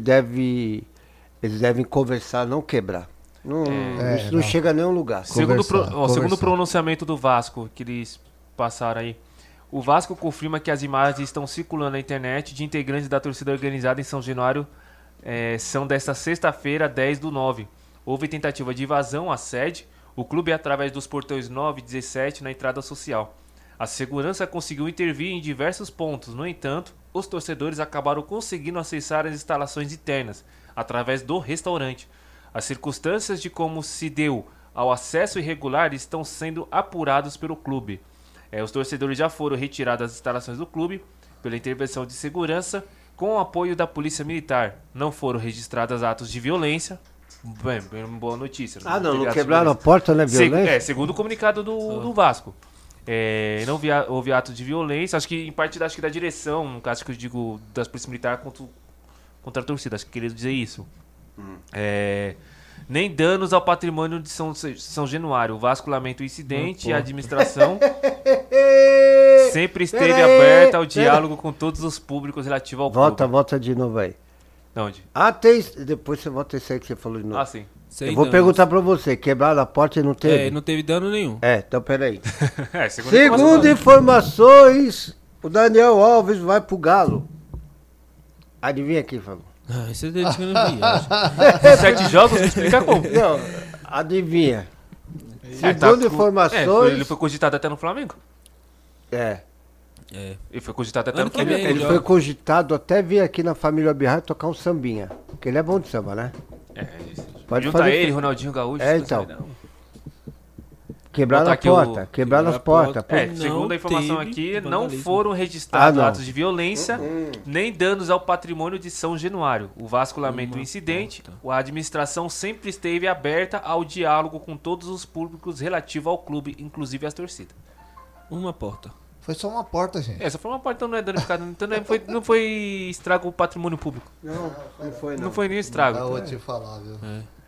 eles devem conversar, não quebrar. Isso não chega a nenhum lugar. Segundo o pronunciamento do Vasco, que eles passaram aí, o Vasco confirma que as imagens estão circulando na internet de integrantes da torcida organizada em São Januário são desta sexta-feira, 10/9. Houve tentativa de invasão à sede. O clube é através dos portões 9 e 17 na entrada social. A segurança conseguiu intervir em diversos pontos. No entanto, os torcedores acabaram conseguindo acessar as instalações internas através do restaurante. As circunstâncias de como se deu ao acesso irregular estão sendo apurados pelo clube. Os torcedores já foram retirados das instalações do clube pela intervenção de segurança com o apoio da polícia militar. Não foram registrados atos de violência. Bem, boa notícia. Não quebraram a porta, né, violência? Segundo o comunicado do Vasco. Não houve atos de violência, acho que em parte da direção, no caso que eu digo das polícias militares contra a torcida, acho que queria dizer isso. Nem danos ao patrimônio de São Januário. O Vasco lamenta o incidente e a administração sempre esteve aberta ao diálogo com todos os públicos relativos ao clube. Volta de novo aí. Onde? Depois você volta isso aí que você falou de novo. Sim. Eu vou perguntar pra você, quebraram a porta e não teve? Não teve dano nenhum. Então peraí. Segundo informações, o Daniel Alves vai pro Galo. Adivinha quem falou? Isso é de que eu não vi. 7 jogos, explica como. Não, adivinha. Segundo informações... Ele foi cogitado até no Flamengo? Ele foi cogitado até no Flamengo. Ele foi cogitado até vir aqui na família Abirra tocar um sambinha. Porque ele é bom de samba, né? Pode Junta fazer. ele, Ronaldinho Gaúcho. Então. Não. Quebraram Botar a aqui porta. Quebraram as portas. Segundo a informação aqui, não vandalismo. foram registrados não. atos de violência, nem danos ao patrimônio de São Januário. O Vasco lamenta o incidente. A administração sempre esteve aberta ao diálogo com todos os públicos relativo ao clube, inclusive as torcidas. Uma porta. Foi só uma porta, gente. Essa foi uma porta, então não é danificada. Então não foi estrago o patrimônio público. Não foi não. Não foi nem estrago. Eu vou te falar, viu?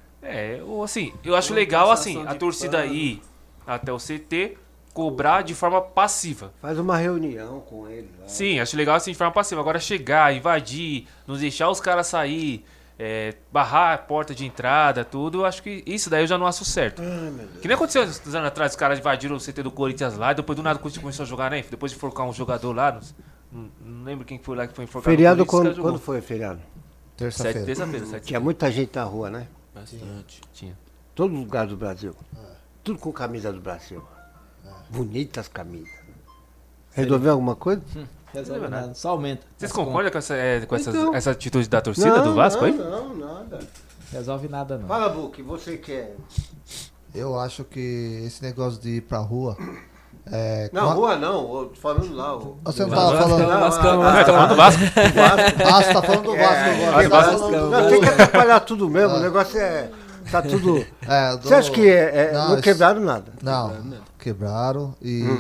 Assim, eu acho legal assim, a torcida ir até o CT cobrar de forma passiva. Faz uma reunião com ele. Lá. Sim, acho legal assim de forma passiva. Agora chegar, invadir, não deixar os caras sair, barrar a porta de entrada, tudo, eu acho que isso daí eu já não acho certo. Que nem aconteceu uns anos atrás, os caras invadiram o CT do Corinthians lá, e depois do nada o Corinthians começou a jogar, né? Depois de enforcar um jogador lá, não lembro quem foi lá que foi enforcado. Feriado quando foi o feriado? Terça-feira. Terça-feira. Tinha muita gente na rua, né? Bastante. Tinha. Todo lugar do Brasil. Tudo com camisa do Brasil. Bonitas camisas. Resolveu alguma coisa? Resolve nada, só aumenta. Vocês as concordam contas. com essa atitude da torcida do Vasco aí? Não, nada. Resolve nada não. Fala, Buque, você quer. Eu acho que esse negócio de ir pra rua. Não, rua não, tô falando lá. Você não tava falando. Tá falando do Vasco? Você tá falando do Vasco agora. Não, tem que atrapalhar tudo mesmo, o negócio tá tudo. Você acha que não quebraram nada? Não, quebraram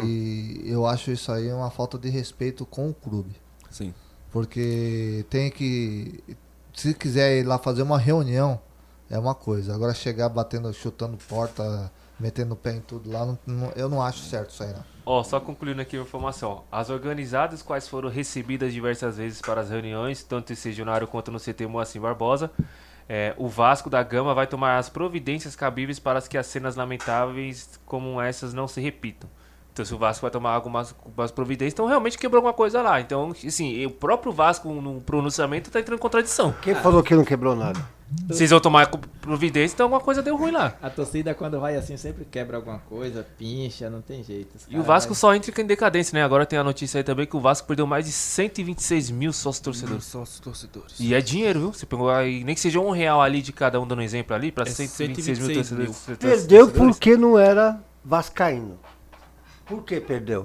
e eu acho isso aí uma falta de respeito com o clube. Sim. Porque tem que. Se quiser ir lá fazer uma reunião, é uma coisa. Agora chegar batendo, chutando porta, metendo o pé em tudo lá, eu não acho certo isso aí, não. Só concluindo aqui a informação. As organizadas, quais foram recebidas diversas vezes para as reuniões, tanto em Sejonário quanto no CT Moacir Barbosa, o Vasco da Gama vai tomar as providências cabíveis para que as cenas lamentáveis como essas não se repitam. Então, se o Vasco vai tomar algumas providências, então realmente quebrou alguma coisa lá. Então, assim, o próprio Vasco, no pronunciamento, está entrando em contradição. Quem falou que não quebrou nada? Vocês vão tomar providência, então alguma coisa deu ruim lá. A torcida, quando vai assim, sempre quebra alguma coisa, pincha, não tem jeito. E o Vasco só entra em decadência, né? Agora tem a notícia aí também que o Vasco perdeu mais de 126 mil sócios torcedores. E é dinheiro, viu? Você pegou aí, nem que seja R$1 ali de cada um, dando exemplo ali, para 126 mil torcedores. Perdeu porque não era vascaíno. Por que perdeu?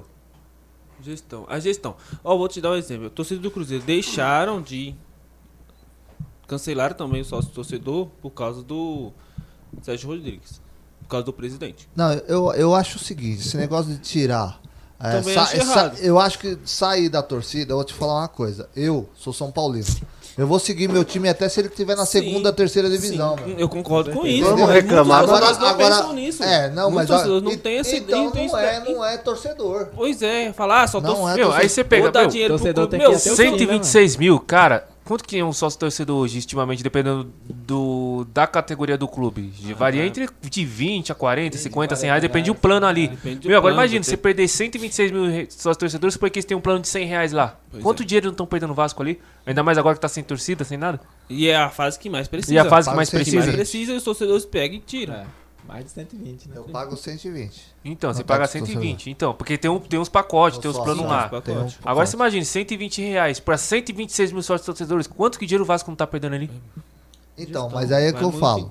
A gestão. Vou te dar um exemplo. A torcida do Cruzeiro deixaram de... Cancelaram também o sócio torcedor por causa do Sérgio Rodrigues. Por causa do presidente. Não, eu acho o seguinte, esse negócio de tirar... errado. Eu acho que sair da torcida, eu vou te falar uma coisa. Eu sou São Paulino. Eu vou seguir meu time até se ele estiver na segunda, terceira divisão. Eu concordo com isso. Vamos reclamar. Pensam nisso. Mas não tem esse então não é torcedor. Pois é, falar só torcedor. Aí você pega, dar dinheiro pro torcedor clube. 126 mil, cara. Quanto que é um sócio torcedor hoje, estimamente, dependendo da categoria do clube? Varia entre de 20 a 40, 50, 100 reais, depende do plano ali. Agora imagina, você perder 126 mil sócios torcedores porque você tem um plano de 100 reais lá. Quanto dinheiro não estão perdendo no Vasco ali? Ainda mais agora que tá sem torcida, sem nada? E é a fase que mais precisa. E a fase que mais precisa? E os torcedores pegam e tiram. Mais de 120, né? Eu pago 120. Então, você paga 120. Então, porque tem uns pacotes, tem uns planos lá. Agora você imagina, 120 reais para 126 mil sócios torcedores. Quanto que dinheiro o Vasco não tá perdendo ali? Então, mas aí é que eu falo.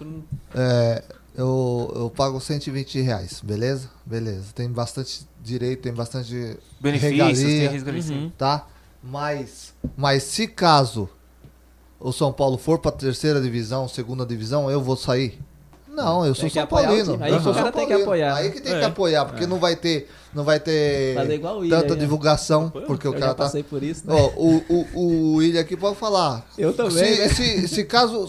Eu pago 120 reais, beleza? Beleza. Tem bastante direito, tem bastante benefícios, regalia, tá? Mas se caso o São Paulo for pra terceira divisão, segunda divisão, eu vou sair? Não, eu sou São Paulino. Aí o cara tem que apoiar. Aí que tem que apoiar, porque não vai ter tanta divulgação, porque o cara tá... passei por isso, né? O William aqui pode falar. Eu também, se caso...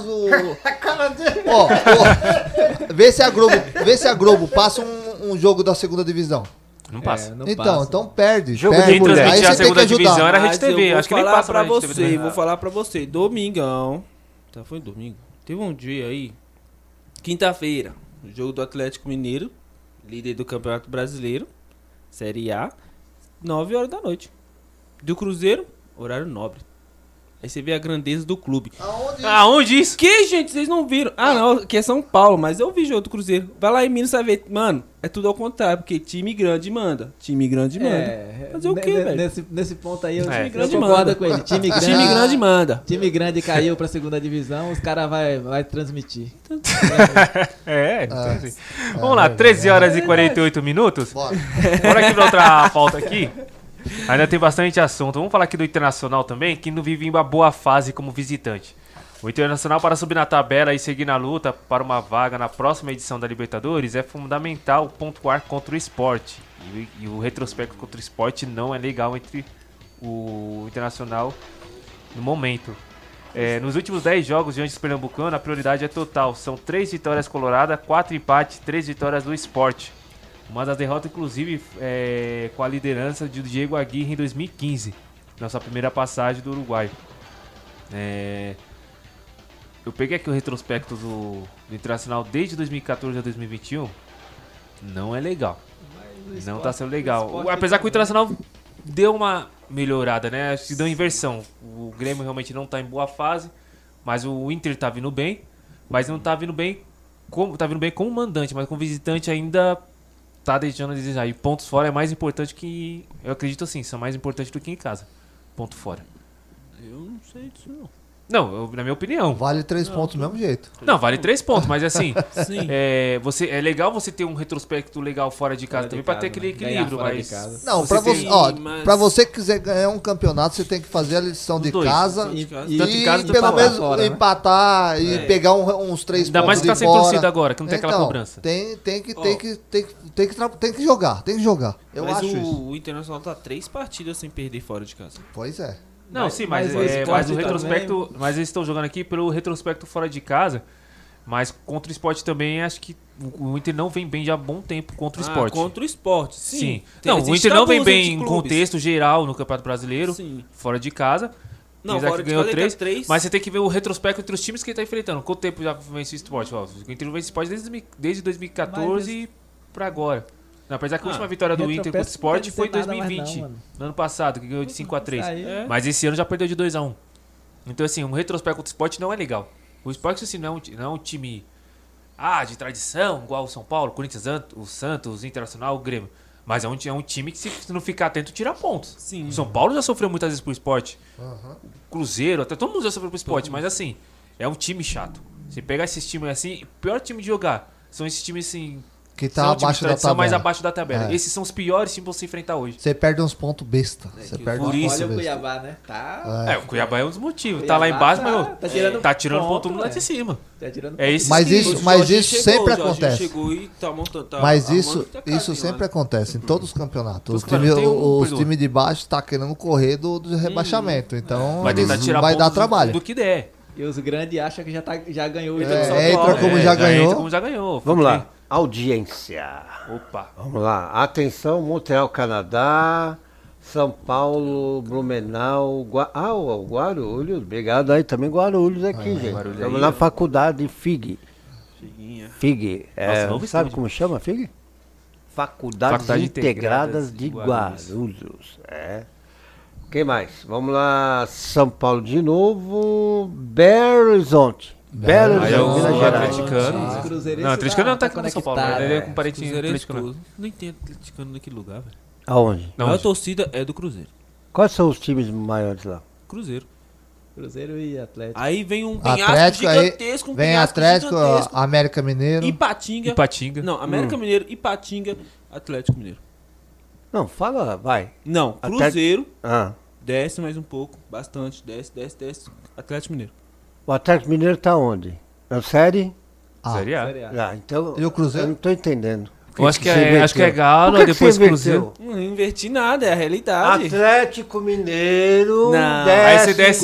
Vê se a Globo passa um jogo da segunda divisão. Não passa. Então perde. Jogo de Quem mulher. transmitia a segunda divisão era a Rede TV. Acho que nem passa pra você. Vou falar pra você. Domingão. Foi domingo. Teve um dia aí... Quinta-feira, o jogo do Atlético Mineiro, líder do Campeonato Brasileiro, Série A, 9 horas da noite. Do Cruzeiro, horário nobre. Aí você vê a grandeza do clube. Aonde isso? Que, gente, vocês não viram? Ah, não, aqui é São Paulo, mas eu vi jogo do Cruzeiro. Vai lá em Minas, você vai ver. Mano, é tudo ao contrário, porque time grande manda. Time grande manda. Fazer o quê, velho? Nesse ponto aí, o time time grande concorda manda com ele. Time grande manda. Time grande caiu pra segunda divisão, os caras vai transmitir. Assim. Vamos lá, 13 horas e 48 minutos. Bora aqui pra outra pauta aqui. Ainda tem bastante assunto. Vamos falar aqui do Internacional também, que não vive em uma boa fase como visitante. O Internacional, para subir na tabela e seguir na luta para uma vaga na próxima edição da Libertadores, é fundamental pontuar contra o Sport. E o retrospecto contra o Sport não é legal entre o Internacional no momento. Nos últimos 10 jogos diante do Pernambucano, a prioridade é total. São 3 vitórias Colorada, 4 empates, 3 vitórias do Sport. Uma das derrotas, inclusive, com a liderança de Diego Aguirre em 2015, nossa primeira passagem do Uruguai. Eu peguei aqui o retrospecto do Internacional desde 2014 a 2021. Não é legal. Não tá sendo legal. Apesar que o Internacional deu uma melhorada, né? Acho que deu inversão. O Grêmio realmente não tá em boa fase, mas o Inter tá vindo bem, mas não tá vindo bem como mandante, mas como visitante ainda tá deixando a desejar. E pontos fora é mais importante que... Eu acredito assim, são mais importantes do que em casa. Ponto fora. Eu não sei disso não. Não, na minha opinião. Vale 3 pontos do mesmo jeito. Não, vale 3 pontos, mas assim... Sim. É legal você ter um retrospecto legal fora de casa também, pra ter aquele equilíbrio, mas... Não, pra você que quiser ganhar um campeonato, você tem que fazer a lição de casa e tanto em casa, pelo menos fora, empatar, né? E pegar uns 3 pontos. Ainda mais que tá sem torcida agora, que não tem aquela cobrança. Tem que jogar, Eu mas acho isso. O Internacional tá 3 partidas sem perder fora de casa. Pois é. Não, sim, mas o retrospecto... Também. Mas eles estão jogando aqui pelo retrospecto fora de casa. Mas contra o Sport também, acho que o Inter não vem bem já há bom tempo contra o Sport. Contra o Sport, sim. Não, o Inter não vem bem em contexto geral no Campeonato Brasileiro, fora de casa. Não, fora de casa ganhou 3. Mas você tem que ver o retrospecto entre os times que ele tá enfrentando. Quanto tempo já vence o Sport? O Inter não vence o Sport desde 2014 pra agora. Não, apesar que a última vitória do Inter contra o Sport foi em 2020, no ano passado, que ganhou de 5-3. Mas esse ano já perdeu de 2-1. Então, assim, um retrospecto contra o Sport não é legal. O Sport, assim, não é um time de tradição, igual o São Paulo, o Corinthians, o Santos, o Internacional, o Grêmio. Mas é um time que, se não ficar atento, tira pontos. Sim. O São Paulo já sofreu muitas vezes pro Sport. O Cruzeiro, até todo mundo já sofreu pro Sport. Mas, assim, é um time chato. Você pegar esses times assim, o pior time de jogar são esses times, assim... Que tá abaixo da tabela. Mais abaixo da tabela. Esses são os piores times pra você enfrentar hoje. Você perde uns pontos besta. Olha o Cuiabá, né? O Cuiabá é um dos motivos. Tá lá embaixo, mas tá tirando ponto lá de cima. Mas isso sempre acontece. Mas isso sempre acontece em todos os campeonatos. Os times de baixo tá querendo correr do rebaixamento. Então vai dar trabalho. Do que der. E os grandes acham que já ganhou. Entra como já ganhou. Vamos lá. Audiência. Opa. Vamos lá. Atenção, Montreal, Canadá, São Paulo, Blumenau, o Guarulhos. Obrigado aí também, Guarulhos aqui, gente. Estamos na faculdade FIG. FIG. Nossa, sabe como chama FIG? Faculdades Integradas de Guarulhos. Quem mais? Vamos lá, São Paulo de novo, Belo Horizonte. Belo Horizonte, Minas Gerais. Não, o atleticano não tá com São Paulo, ele é com parentinho atleticano. Não entendo atleticano naquele lugar, velho. Aonde? A maior torcida é do Cruzeiro. Quais são os times maiores lá? Cruzeiro e Atlético. Aí vem um penhasco gigantesco. Vem Atlético, América Mineiro. Ipatinga. Não, América Mineiro, Ipatinga, Atlético Mineiro. Não, fala, vai. Não, Cruzeiro. Desce mais um pouco, bastante. Desce. Atlético Mineiro. O Atlético Mineiro tá onde? Na Série? Série A. Então, e o Cruzeiro? Eu não tô entendendo. Eu acho que é Galo, depois Cruzeiro. Não investi nada, é a realidade. Atlético Mineiro. Não, aí você desce,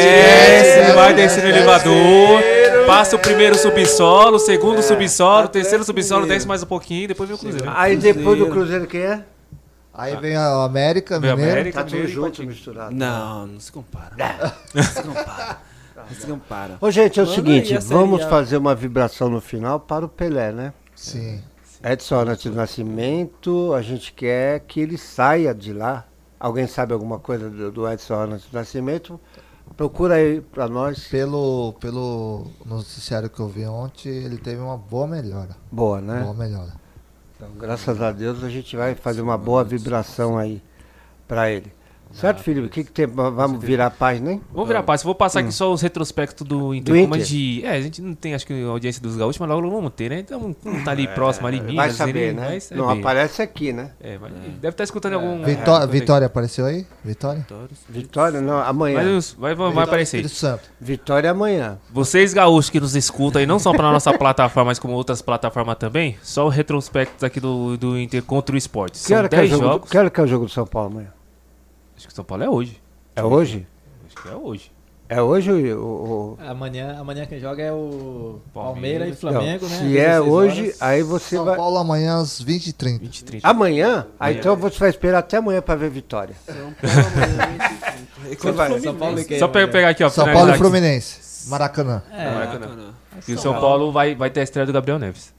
vai descer no elevador, passa o primeiro subsolo, o segundo subsolo, o terceiro subsolo, desce mais um pouquinho, depois vem o Cruzeiro. Aí depois do Cruzeiro quem é? Aí vem a América Mineiro. Tá tudo junto, misturado. Não se compara. Não se compara. Ô, gente, é o seguinte, vamos fazer uma vibração no final para o Pelé, né? Sim. Edson Arantes do Nascimento, a gente quer que ele saia de lá. Alguém sabe alguma coisa do Edson Arantes do Nascimento? Procura aí pra nós. Pelo noticiário que eu vi ontem, ele teve uma boa melhora. Boa, né? Boa melhora. Então, graças a Deus, a gente vai fazer uma boa vibração aí pra ele. Certo, Felipe? O que tem? Vamos virar a página, hein? Vamos virar a página. Vou passar aqui só os retrospectos do Inter. Do Como Inter? a gente não tem, acho que, audiência dos gaúchos, mas logo vamos ter, né? Então, não tá ali próximo, ali em Minas. Vai saber, né? Vai saber. Não aparece aqui, né? Mas deve estar escutando algum... Vitória apareceu aí? Vitória, não, amanhã. Vai aparecer aí. Vitória amanhã. Vocês gaúchos que nos escutam aí, não só pra nossa plataforma, mas como outras plataformas também, só o retrospecto aqui do Inter contra o Sport. São 10 jogos. Que hora que é o jogo do São Paulo amanhã? Acho que o São Paulo é hoje. É hoje? Acho que é hoje. É hoje Amanhã quem joga é o Palmeiras e Flamengo, não, né? Se é hoje, horas. Aí você São vai... Paulo amanhã às 20h30. Amanhã? Ah, então você vai esperar até amanhã pra ver Vitória. São Paulo amanhã. São Paulo Só pra eu pegar aqui, ó. São Paulo e Fluminense. Maracanã. Maracanã. E o São Paulo vai ter a estreia do Gabriel Neves.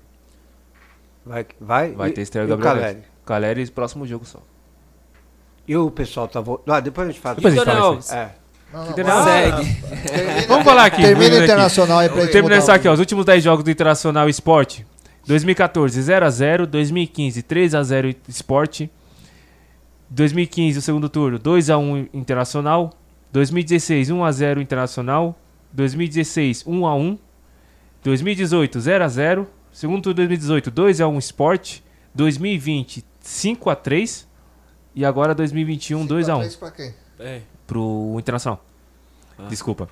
Vai ter a estreia do Gabriel Neves. Caleri, próximo jogo só. E o pessoal tá voltando. Depois a gente fala. Depois a gente fala isso. Segue. Vamos falar aqui. Termina o Internacional aí pra gente terminar isso aqui, ó. Os últimos 10 jogos do Internacional Sport. 2014, 0x0. 2015, 3x0 Sport. 2015, o segundo turno, 2x1 Internacional. 2016, 1x0 Internacional. 2016, 1x1. 2018, 0x0. Segundo turno, 2018, 2x1 Sport. 2020, 5x3. E agora 2021, 2x1. Pra quem? Pro Internacional. Desculpa.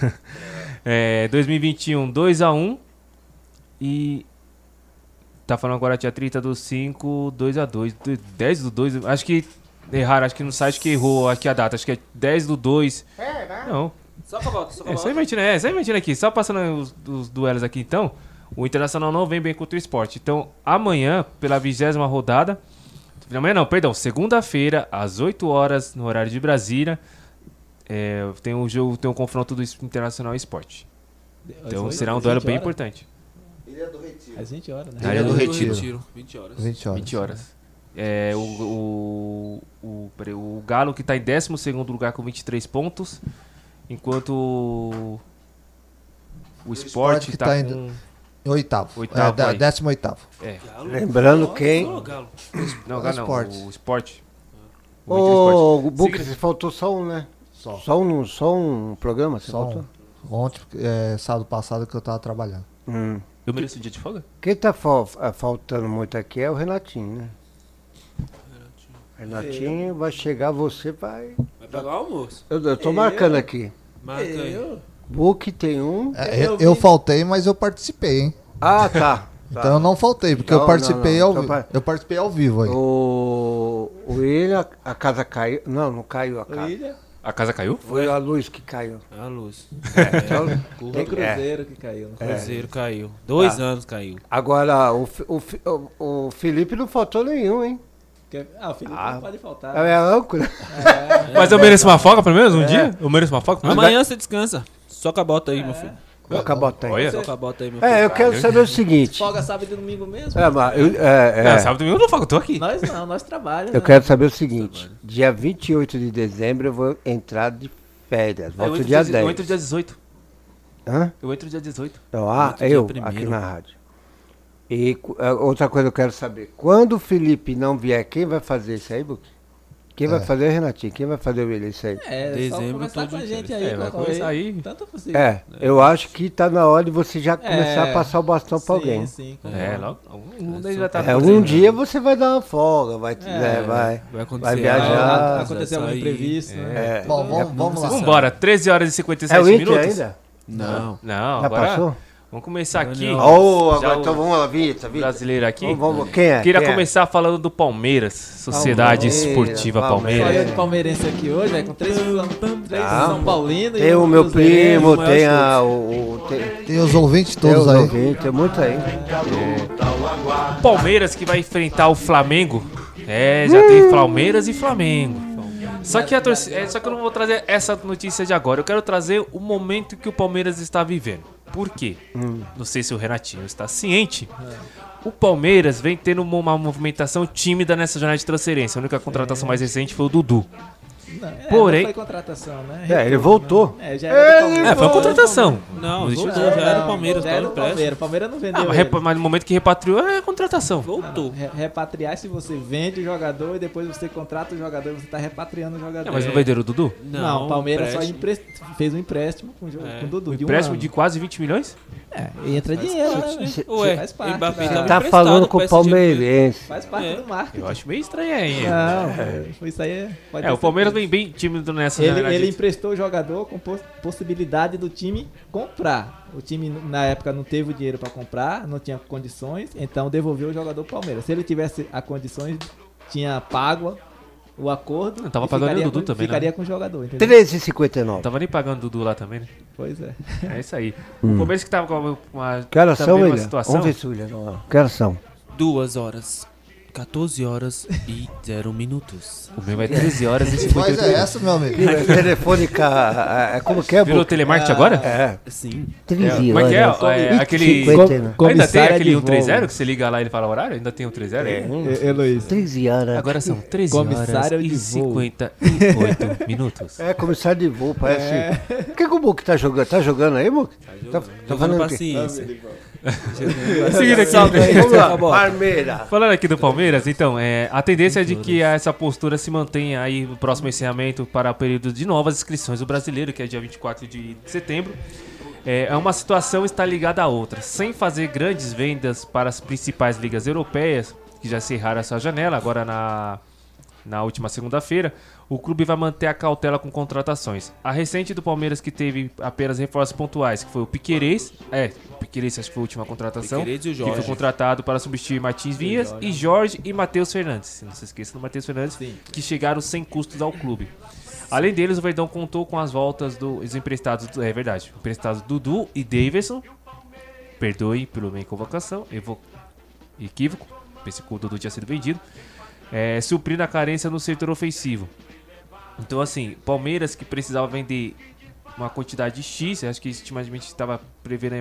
2021, 2x1. E... Tá falando agora dia 30 do 5, 2x2. 10 do 2. Acho que erraram, acho que no site que errou aqui a data. Acho que é 10 do 2. Não. Só pra volta, Só inventindo aqui. Só passando os duelos aqui então. O Internacional não vem bem contra o Sport. Então, amanhã, pela 20ª rodada. Amanhã não, perdão. Segunda-feira, às 8 horas, no horário de Brasília. Tem um jogo, tem um confronto do Internacional e Sport. Então será um duelo bem importante. Ilha do Retiro. Às 20 horas, né? Na Ilha do Retiro. 20 horas. 20 horas. O Galo que está em 12º lugar com 23 pontos. Enquanto o Sport que está em oitavo. 18º. Lembrando quem? Não, o Sport. O Book, você faltou só um, né? Só um programa? Você faltou? Ontem, sábado passado que eu tava trabalhando. Eu mereço um dia de folga? Quem tá faltando muito aqui é o Renatinho, né? Renatinho vai chegar, você vai... Vai pegar o almoço. Eu tô marcando aqui. Marca aí. Book tem um... Eu faltei, mas eu participei, hein? Ah, tá. Então eu não faltei, porque eu participei eu participei ao vivo aí. O William, a casa caiu. Não caiu a casa. A casa caiu? Foi a luz que caiu. A luz. O Cruzeiro que caiu. O Cruzeiro caiu. 2 anos caiu. Agora, o Felipe não faltou nenhum, hein? O Felipe não pode faltar. É âncora. Mas eu mereço uma folga pelo menos um dia? Eu mereço uma folga? Amanhã você descansa. Só com a bota aí, meu filho. Acabota aí. Só com a bota aí, meu filho. Eu quero saber o seguinte. Folga sábado e domingo mesmo? Sábado e domingo eu não folgo, eu tô aqui. Nós trabalhamos. Eu quero saber o seguinte. Dia 28 de dezembro eu vou entrar de férias. Volto dia 10. Eu entro dia 18. Hã? Eu entro dia 18. Eu aqui na rádio. E outra coisa que eu quero saber. Quando o Felipe não vier, quem vai fazer isso aí, Buki? Quem vai fazer o Renatinho? Quem vai fazer o William isso aí? Dezembro só com a gente aí. Vai começar aí. Tanto possível. Eu acho que tá na hora de você já começar a passar o bastão pra alguém. Sim. Logo. Um dia você vai dar uma folga, vai viajar. Acontecer algum imprevisto. Bom, vamos lá. Vambora, 13 horas e 57 minutos. ainda? Não, Já agora passou? vamos começar aqui. Agora então vamos lá, Vitor. Brasileiro aqui. Quem é? Queria começar falando do Palmeiras, Sociedade Esportiva Palmeiras. Olha o palmeirense aqui hoje, com 3 São Paulinos. Tem o meu primo, tem os ouvintes todos aí. Tem muito aí. Palmeiras que vai enfrentar o Flamengo. Já tem Palmeiras e Flamengo. Só que eu não vou trazer essa notícia de agora. Eu quero trazer o momento que o Palmeiras está vivendo. Por quê? Não sei se o Renatinho está ciente. O Palmeiras vem tendo uma movimentação tímida nessa jornada de transferência. A única contratação mais recente foi o Dudu. Porém, não foi contratação, né? Ele voltou. Já era do Palmeiras. Foi uma contratação. Não, já era do Palmeiras. Já era do Palmeiras. O Palmeiras não vendeu mas no momento que repatriou, é contratação. Voltou. Repatriar se você vende o jogador e depois você contrata o jogador e você tá repatriando o jogador. Mas não venderam o Dudu? Não, o Palmeiras só fez um empréstimo com o Dudu. Um empréstimo de quase 20 milhões? Entra dinheiro, né? Faz parte. Você tá falando com o palmeirense. Faz parte do marketing. Eu acho meio estranho aí. Não, isso aí o Palmeiras vem bem tímido nessa. Ele emprestou o jogador com possibilidade do time comprar. O time na época não teve o dinheiro para comprar, não tinha condições, então devolveu o jogador pro Palmeiras. Se ele tivesse as condições, tinha pago o acordo. Não tava pagando o Dudu também, ficaria né? com o jogador, entendeu? 13,59. Não tava nem pagando o Dudu lá também, né? Pois é. É isso aí. O Palmeiras que tava com uma situação. Vamos ver se William. Que horas são? 2 horas. 14 horas e 0 minutos. O meu é 13 horas e 58 minutos. Que voz é essa, meu amigo? Telefônica. Como que é? Virou telemarketing agora? É. Sim. 13 horas. Como é que é? Aquele... Ainda tem aquele 130 que você liga lá e ele fala o horário? Ainda tem o 130? Luiz. 13 horas. Agora são 13 horas e 58 minutos. Comissário de voo, parece. O que o Book tá jogando? Tá jogando aí, Book? Tá falando paciência. Seguindo aqui, vamos lá, Palmeiras. Falando aqui do Palmeiras, então, a tendência é de que essa postura se mantenha aí no próximo encerramento para o período de novas inscrições do Brasileiro, que é dia 24 de setembro. Uma situação está ligada à outra. Sem fazer grandes vendas para as principais ligas europeias, que já encerraram essa janela, agora na última segunda-feira, o clube vai manter a cautela com contratações. A recente do Palmeiras, que teve apenas reforços pontuais, que foi o Piquerez, o Piquerez acho que foi a última contratação, que foi contratado para substituir Martins Vinhas, e Jorge e Matheus Fernandes. Não se esqueça do Matheus Fernandes, que chegaram sem custos ao clube. Além deles, o Verdão contou com as voltas dos emprestados, emprestados Dudu e Daverson. Perdoe pela minha convocação, equívoco, pensei que o Dudu tinha sido vendido. Suprindo a carência no setor ofensivo. Então, assim, Palmeiras que precisava vender uma quantidade X, acho que estimativamente estava prevendo aí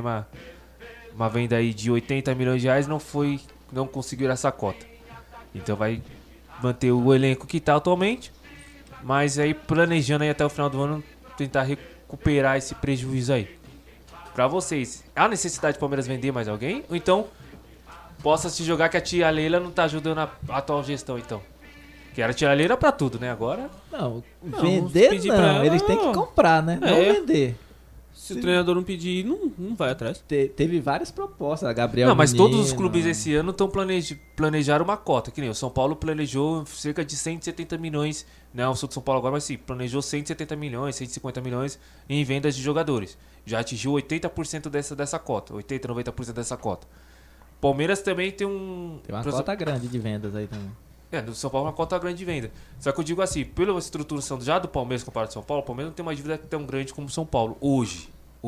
uma venda aí de 80 milhões de reais, não conseguiu essa cota. Então vai manter o elenco que está atualmente, mas aí planejando aí até o final do ano tentar recuperar esse prejuízo aí. Para vocês, há necessidade de Palmeiras vender mais alguém? Ou então possa se jogar que a tia Leila não tá ajudando a atual gestão, então? Que era a tia Leila pra tudo, né? Agora... Não, vender não. Eles têm que comprar, né? Não vender. Se o treinador não pedir, não vai atrás. Teve várias propostas, a Gabriel Não, mas Menino, todos os clubes esse ano estão planejaram uma cota, que nem o São Paulo planejou cerca de 170 milhões, não, eu sou de São Paulo agora, mas sim, planejou 170 milhões, 150 milhões em vendas de jogadores. Já atingiu 80% dessa cota, 80, 90% dessa cota. Palmeiras também tem uma cota grande de vendas aí também. No São Paulo é uma cota grande de venda. Só que eu digo assim, pela estruturação já do Palmeiras comparado ao São Paulo, o Palmeiras não tem uma dívida tão grande como o São Paulo, hoje.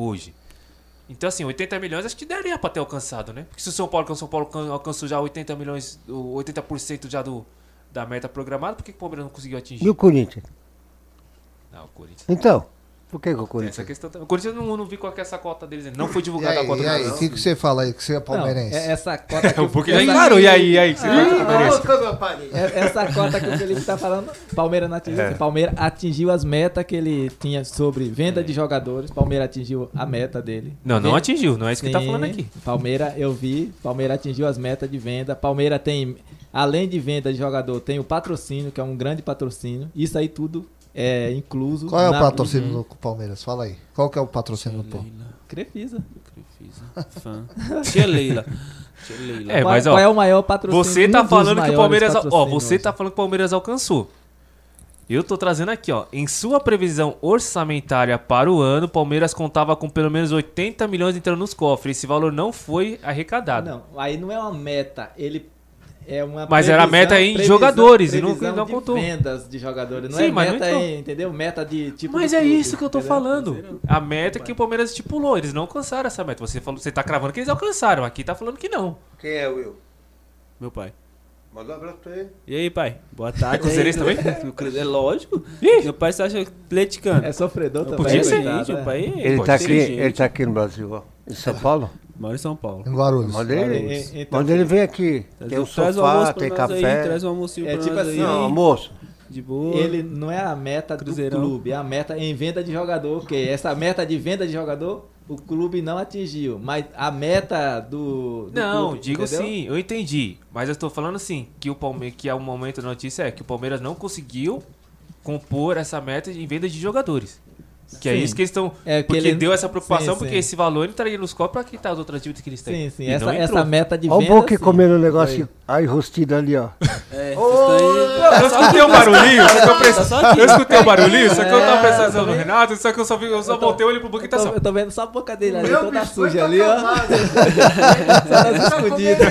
Então assim, 80 milhões acho que daria pra ter alcançado, né? Porque se o São Paulo alcançou já 80 milhões, 80% já da meta programada, por que o Palmeiras não conseguiu atingir? E o Corinthians? Não, o Corinthians... Então... Por que o Corinthians? Essa questão, o Corinthians não vi qual que é essa cota deles ainda. Não foi divulgada a cota deles. E aí, o que você fala aí? Que você é palmeirense? Não, essa cota que porque já encarou. E aí? Você essa cota que o Felipe tá falando, Palmeiras não atingiu. Palmeiras atingiu as metas que ele tinha sobre venda de jogadores. Palmeiras atingiu a meta dele. Não atingiu. Não é isso que tá falando aqui. Palmeiras atingiu as metas de venda. Palmeiras tem, além de venda de jogador, tem o patrocínio, que é um grande patrocínio. Isso aí tudo é incluso. Qual é o patrocínio do Palmeiras? Fala aí. Qual que é o patrocínio do Palmeiras? Crefisa. Fã. Tia Leila. Mas, qual é o maior patrocínio? Você tá falando que o Palmeiras, você tá falando que o Palmeiras alcançou. Eu tô trazendo aqui, em sua previsão orçamentária para o ano, o Palmeiras contava com pelo menos 80 milhões entrando nos cofres. Esse valor não foi arrecadado. Não, aí não é uma meta, mas era meta em jogadores e não contou. Vendas de jogadores, não Sim, é mas meta, não entendeu? Meta de tipo. Mas é isso que eu tô falando. A meta que o Palmeiras estipulou, eles não alcançaram essa meta. Você tá cravando que eles alcançaram, aqui tá falando que não. Quem é o Will? Meu pai. Manda um abraço pra ele. E aí, pai? Boa tarde. Cruzeirense também? É lógico. Meu pai se acha atleticano. É sofredor também. Podia ser. Meu pai Ele tá aqui no Brasil, ó. Em São Paulo? Moro em São Paulo. Em Guarulhos. Quando ele vem aqui, tem um sofá, tem café. Traz um almocinho pra tipo nós assim, aí. almoço. De boa. Ele não é a meta Cruzeirão. do clube, é a meta em venda de jogador, porque essa meta de venda de jogador o clube não atingiu, mas a meta do Não, clube, digo entendeu? sim, eu entendi. Mas eu estou falando assim, que o Palmeiras, que é o momento da notícia é que o Palmeiras não conseguiu compor essa meta em venda de jogadores. Que é Sim. isso que eles estão. É, que porque ele- deu essa preocupação, sim, porque sim. esse valor entraria nos copos para quitar os outros dívidas que eles têm. Sim, sim. E não Essa entrou. meta de Olha o venda. Boca sim. comendo um negócio aí enrustido ali, ó. Eu escutei um barulhinho, só que eu escutei um barulhinho, só que eu tava prestando no Renato, só que eu só voltei o olho pro Boca e tá só. Eu tô vendo só a boca dele ali, Meu toda biscoito suja ali, ó. acabado. Só nas escondidas.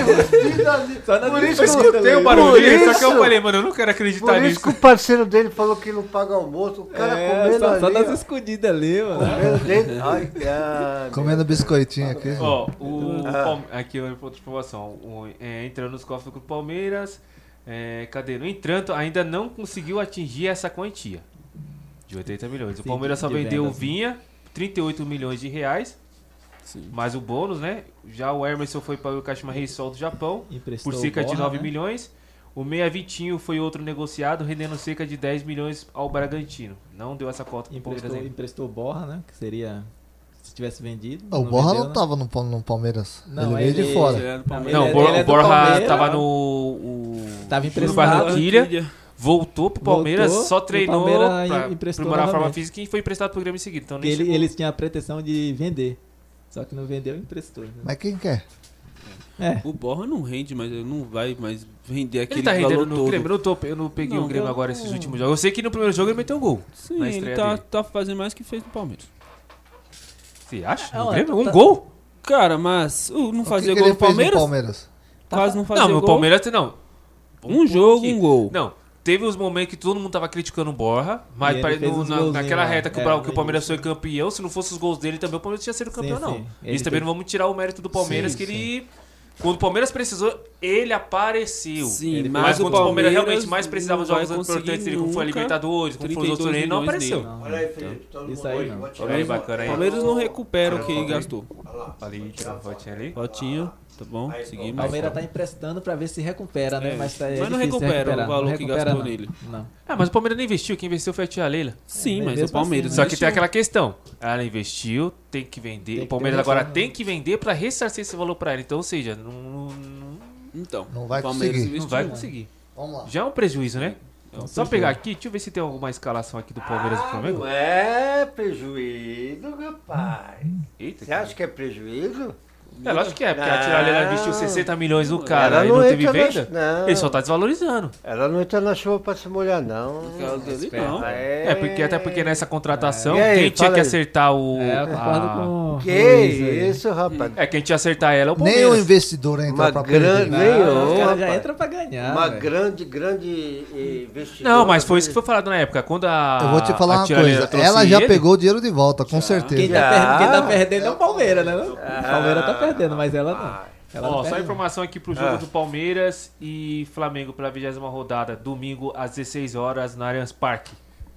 Só nas Por isso Eu que escutei um Por barulhinho, só que eu isso- falei, mano, eu não quero acreditar Por isso nisso. que o parceiro dele falou que não paga almoço. O cara comendo só ali, nas ó. escondidas ali, mano. Comendo dentro. Ai, cara. Comendo biscoitinho aqui. Ó, aqui outra informação. Entrando nos cofres do Palmeiras. Cadê? No entanto, ainda não conseguiu atingir essa quantia de 80 milhões. O Sim, Palmeiras só de vendeu o vendas. Vinha, 38 milhões de reais. Sim. Mais o bônus, né? Já o Emerson foi para o Kashima Reysol do Japão Emprestou por cerca o de Borja, 9 né? milhões. O Meia Vitinho foi outro negociado, rendendo cerca de 10 milhões ao Bragantino. Não deu essa cota pro Palmeiras ainda. Emprestou o Borra, né? Que seria se tivesse vendido. O Borra vendeu, não né? tava no Palmeiras. Não, ele veio de fora. Ele era do Não, Palmeiras. Não, ele é o do Borja Palmeiras. tava no Tava no emprestado. Barranquilha, voltou pro Palmeiras, Voltou, só o treinou Palmeiras pra emprestou aprimorar a forma novamente. física e foi emprestado pro Grêmio em seguida. Então Porque nem chegou. eles tinham a pretensão de vender. Só que não vendeu, emprestou. Né? Mas quem quer? É. O Borra não rende, mas ele não vai mais vender aquele Ele tá rendendo valor no todo. Grêmio. Eu não peguei Não, o Grêmio eu agora não- esses últimos jogos. Eu sei que no primeiro jogo ele meteu um gol. Sim, na ele estreia tá dele. fazendo mais que fez no Palmeiras. Você acha? Não, No Grêmio? tá- Um gol? Cara, mas não O fazia que gol ele no fez Palmeiras? no Palmeiras? Quase não fazia Não, gol. no Palmeiras não. Um jogo, aqui. um gol. Não, teve os momentos que todo mundo tava criticando o Borja, mas E ele fez uns golzinhos naquela lá. reta que, É, que o Palmeiras foi campeão, se não fosse os gols dele também, o Palmeiras tinha sido campeão, Sim, não. sim. Ele Isso também fez- não vamos tirar o mérito do Palmeiras, Sim, que ele... Quando o Palmeiras precisou, ele apareceu. Sim, mas quando o Palmeiras realmente mais não precisava de vai jogos conseguir importantes dele, como foi a nunca Libertadores, como foi os outros 32 torneios, não milhões apareceu. dele. Olha aí, Felipe. Todo Isso mundo aí hoje. não. Vou tirar Olha aí, uma- bacana aí. Palmeiras não recupera o que ele gastou. Ali, tira uma fotinha ali. Fotinho, tá bom? O Seguimos. Palmeiras tá emprestando pra ver se recupera, né? É, Mas, tá, mas não difícil recupera recuperar. o valor Não que recupera, gastou não. nele. Não. Ah, mas o Palmeiras não investiu, quem investiu foi a tia Leila. Sim, mas mas mesmo o Palmeiras assim, Só que tem investiu. aquela questão. Ela investiu, tem que vender. Tem O que Palmeiras ter agora retorno. tem que vender pra ressarcir esse valor pra ela. Então, ou seja, Então, Não vai o Palmeiras conseguir. não investiu. vai conseguir. Vamos lá. Já é um prejuízo, né? É um Só pegar aqui, deixa eu ver se tem alguma escalação aqui do Palmeiras e do Flamengo. Não é prejuízo, rapaz. Eita, Você acha que é prejuízo? É lógico que é, porque a tia Leila investiu 60 milhões no Ela cara e não não teve entra na- venda. não. Ele só tá desvalorizando. Ela não entra na chuva pra se molhar, não. Aquela dele não. Até porque nessa contratação, E aí, quem tinha fala que aí. acertar o. Eu concordo a- com Que o Luiz aí. isso, rapaz. É, quem tinha que acertar ela é o Nem o Palmeiras. investidor entra Uma pra grande. perder. Não, os caras já rapaz. entram pra ganhar. Uma velho. grande investidor. Não, mas foi isso que foi falado na época. Quando a. Eu vou te falar a uma tia Leila coisa. trouxe Ela já ele- pegou o dinheiro de volta, com certeza. Quem tá perdendo é o Palmeiras, né? O Palmeiras tá perdendo, mas ela não. Ela não Ó, só perde, não. informação aqui pro jogo do Palmeiras e Flamengo pela 20ª rodada, domingo às 16 horas na Allianz Parque.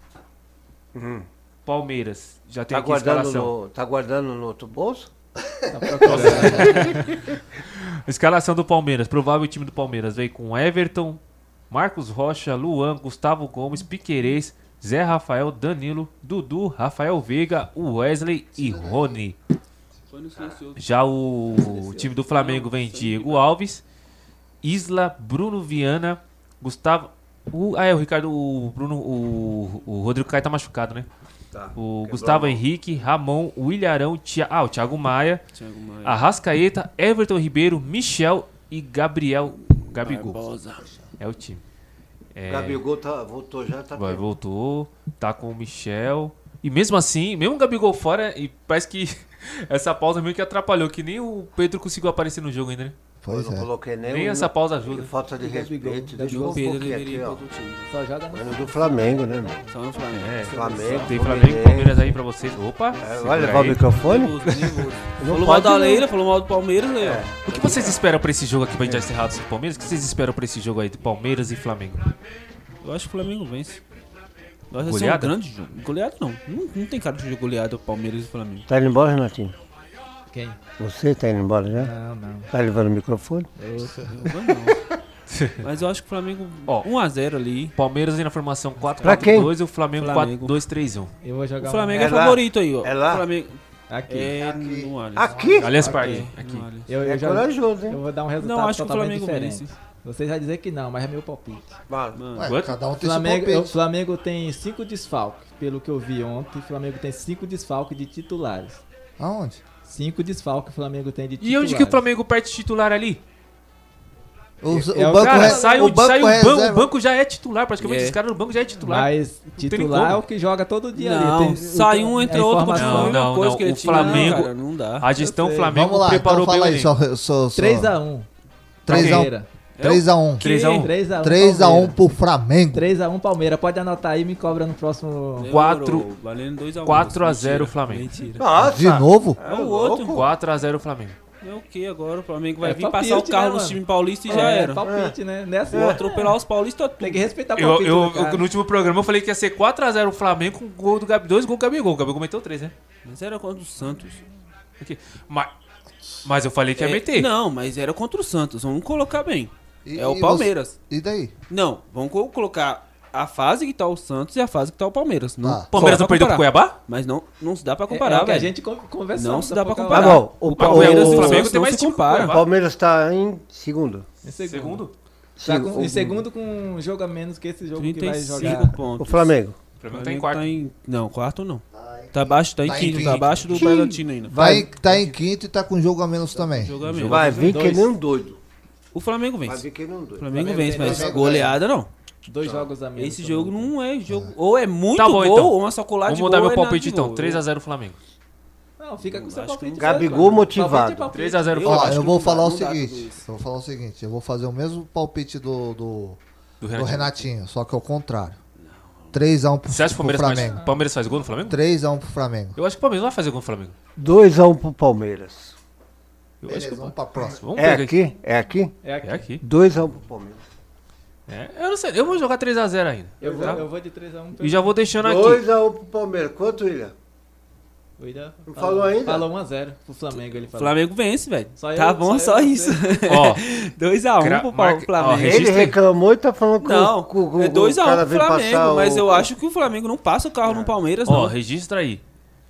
Palmeiras, já tem Tá aqui a escalação. tá guardando no outro bolso? Tá procurando. Escalação do Palmeiras, provável time do Palmeiras, veio com Everton, Marcos Rocha, Luan, Gustavo Gomes, Piquerez, Zé Rafael, Danilo, Dudu, Rafael Veiga, Wesley e Rony. Foi no silencioso. Já o time do Flamengo vem Diego Alves, Isla, Bruno Viana, Gustavo. O Ricardo, o Bruno, o Rodrigo Caio tá machucado, né? Tá. O Gustavo Henrique, Ramon, o Ilharão, o Thiago Maia, Thiago Maia. Arrascaeta, Everton Ribeiro, Michel e Gabigol. Barbosa. É o time. O Gabigol voltou já, tá bem. Voltou, tá com o Michel. E mesmo assim, mesmo o Gabigol fora, e parece que essa pausa meio que atrapalhou, que nem o Pedro conseguiu aparecer no jogo ainda, né? Eu Pois não é. coloquei nem Nem o- essa pausa ajuda. Que falta de respeito. Deixa eu O um Pedro pouquinho deveria ir aqui, pra ó. outro time. Só joga no Mano do Flamengo, né, mano? Só no Flamengo. É, Flamengo, tem Fluminense. Flamengo e Palmeiras aí pra vocês. Opa! Vai levar o microfone? Nervoso, nervoso. Não Falou mal pode da não. Leila, falou mal do Palmeiras aí, ó. O que vocês esperam pra esse jogo aqui, pra gente já encerrar do Palmeiras? O que vocês esperam pra esse jogo aí, do Palmeiras e Flamengo? Eu acho que o Flamengo vence. Eu acho que vai ser um Goleada? grande jogo. Goleada não. Não tem cara de jogo goleada o Palmeiras e o Flamengo. Tá indo embora, Renatinho? Quem? Você tá indo embora já? Não. Tá levando o microfone? Eu vou não. Mas eu acho que o Flamengo 1x0 ali. Palmeiras aí na formação 4-4-2 e o Flamengo 4-2-3-1. Eu vou jogar o Flamengo é favorito aí, ó. É lá? O Flamengo... Aqui. No Allianz. Aqui? Allianz Parque. Aqui. Eu corajoso, hein? Eu vou dar um resultado Não, acho totalmente que o Flamengo diferente. Você já dizer que não, mas é meu palpite. Ué, cada um tem seu palpite. O Flamengo tem 5 desfalques. Pelo que eu vi ontem, o Flamengo tem 5 desfalques de titulares. Aonde? 5 desfalques o Flamengo tem de titulares. E onde que o Flamengo perde titular ali? O banco já é titular, praticamente esse cara no banco já é titular. Mas titular é o que joga todo dia não, ali. Sai um, entra outro, continua não, coisa que ele o Flamengo, cara, não dá. A gestão Flamengo Vamos lá, preparou então fala aí, só 3x1. 3x1. 3x1 pro Flamengo. 3x1 Palmeiras. Pode anotar aí e me cobra no próximo. 4x0 Flamengo. Mentira. Nossa. De novo? É o outro. 4x0 Flamengo. É o que agora? O Flamengo vai vir palpite, passar o carro né, nos times paulistas e já era. Palpite, né? Nessa Vou atropelar os paulistas tudo. Tem que respeitar o palpite. No último programa eu falei que ia ser 4x0 o Flamengo com gol do Gabigol, 2 gols do Gabigol. O Gabigol meteu 3, né? Mas era contra o Santos. Mas eu falei que ia meter. Não, mas era contra o Santos. Vamos colocar bem. É o Palmeiras. E daí? Não, vamos colocar a fase que tá o Santos e a fase que tá o Palmeiras. Não, Palmeiras não perdeu pro Cuiabá? Mas não se dá pra comparar, velho. A gente conversou. Não se dá pra comparar. Tá bom. O Palmeiras e o Flamengo tem mais time que o O Palmeiras tá em segundo. Segundo? Em segundo com um jogo a menos que esse jogo que vai jogar. Pontos. O Flamengo. O Flamengo tá em quarto. Não, quarto não. Tá abaixo, tá em quinto. Tá abaixo do Bragantino ainda. Tá em quinto e tá com jogo a menos também. Vai vir que nem um doido. O Flamengo vence. Vai vir que nem um doido. O Flamengo vence, mas goleada não. 2 jogos a menos. Esse jogo não é jogo. Ou é muito Tá bom, gol, então. ou uma sacolada de gol. Vamos mudar meu palpite então. 3x0 Flamengo. Não, fica com seu palpite. Gabigol motivado. 3x0 Flamengo. Eu vou falar o seguinte. Eu vou fazer o mesmo palpite do Renatinho, só que ao contrário. 3x1 pro Flamengo. Você acha que o Palmeiras faz gol no Flamengo? 3x1 pro Flamengo. Eu acho que o Palmeiras não vai fazer gol no Flamengo. 2x1 pro Palmeiras. Beleza, vamos pra próxima. É aqui? É aqui? É aqui. 2x1 pro Palmeiras. Eu não sei, eu vou jogar 3x0 ainda. Eu vou de 3x1. E já vou deixando aqui. 2x1 pro Palmeiras. Quanto, William? O William não falou ainda? Falou 1x0 pro Flamengo. Ele falou. Flamengo vence, velho. Tá bom, só isso. Ó, 2x1 pro Flamengo. Ele reclamou e tá falando que não, é 2x1 pro Flamengo, mas eu acho que o Flamengo não passa o carro no Palmeiras, não. Ó, registra aí.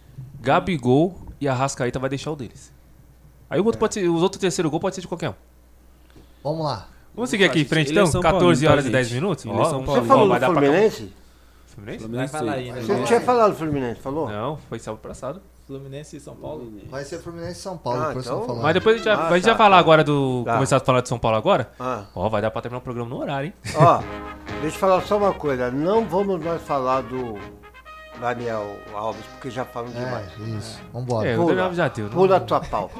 Gabigol e Arrascaeta vai deixar o deles. Aí o outro pode ser, os outros terceiro gol pode ser de qualquer um. Vamos lá. Vamos seguir aqui em frente então? 14 horas e 10 minutos? Você falou do Fluminense? Fluminense? Vai falar aí, né? Você não tinha falado do Fluminense, falou? Não, foi sábado passado. Fluminense e São Paulo. Vai ser Fluminense e São Paulo, depois então, falando. Mas depois a gente vai falar agora do... Começar a falar de São Paulo agora. Ó, vai dar pra terminar o programa no horário, hein? Ó, deixa eu falar só uma coisa. Não vamos mais falar do Daniel Alves, porque já falamos demais. Isso, vambora. O Daniel Alves já deu. Pula a tua pauta.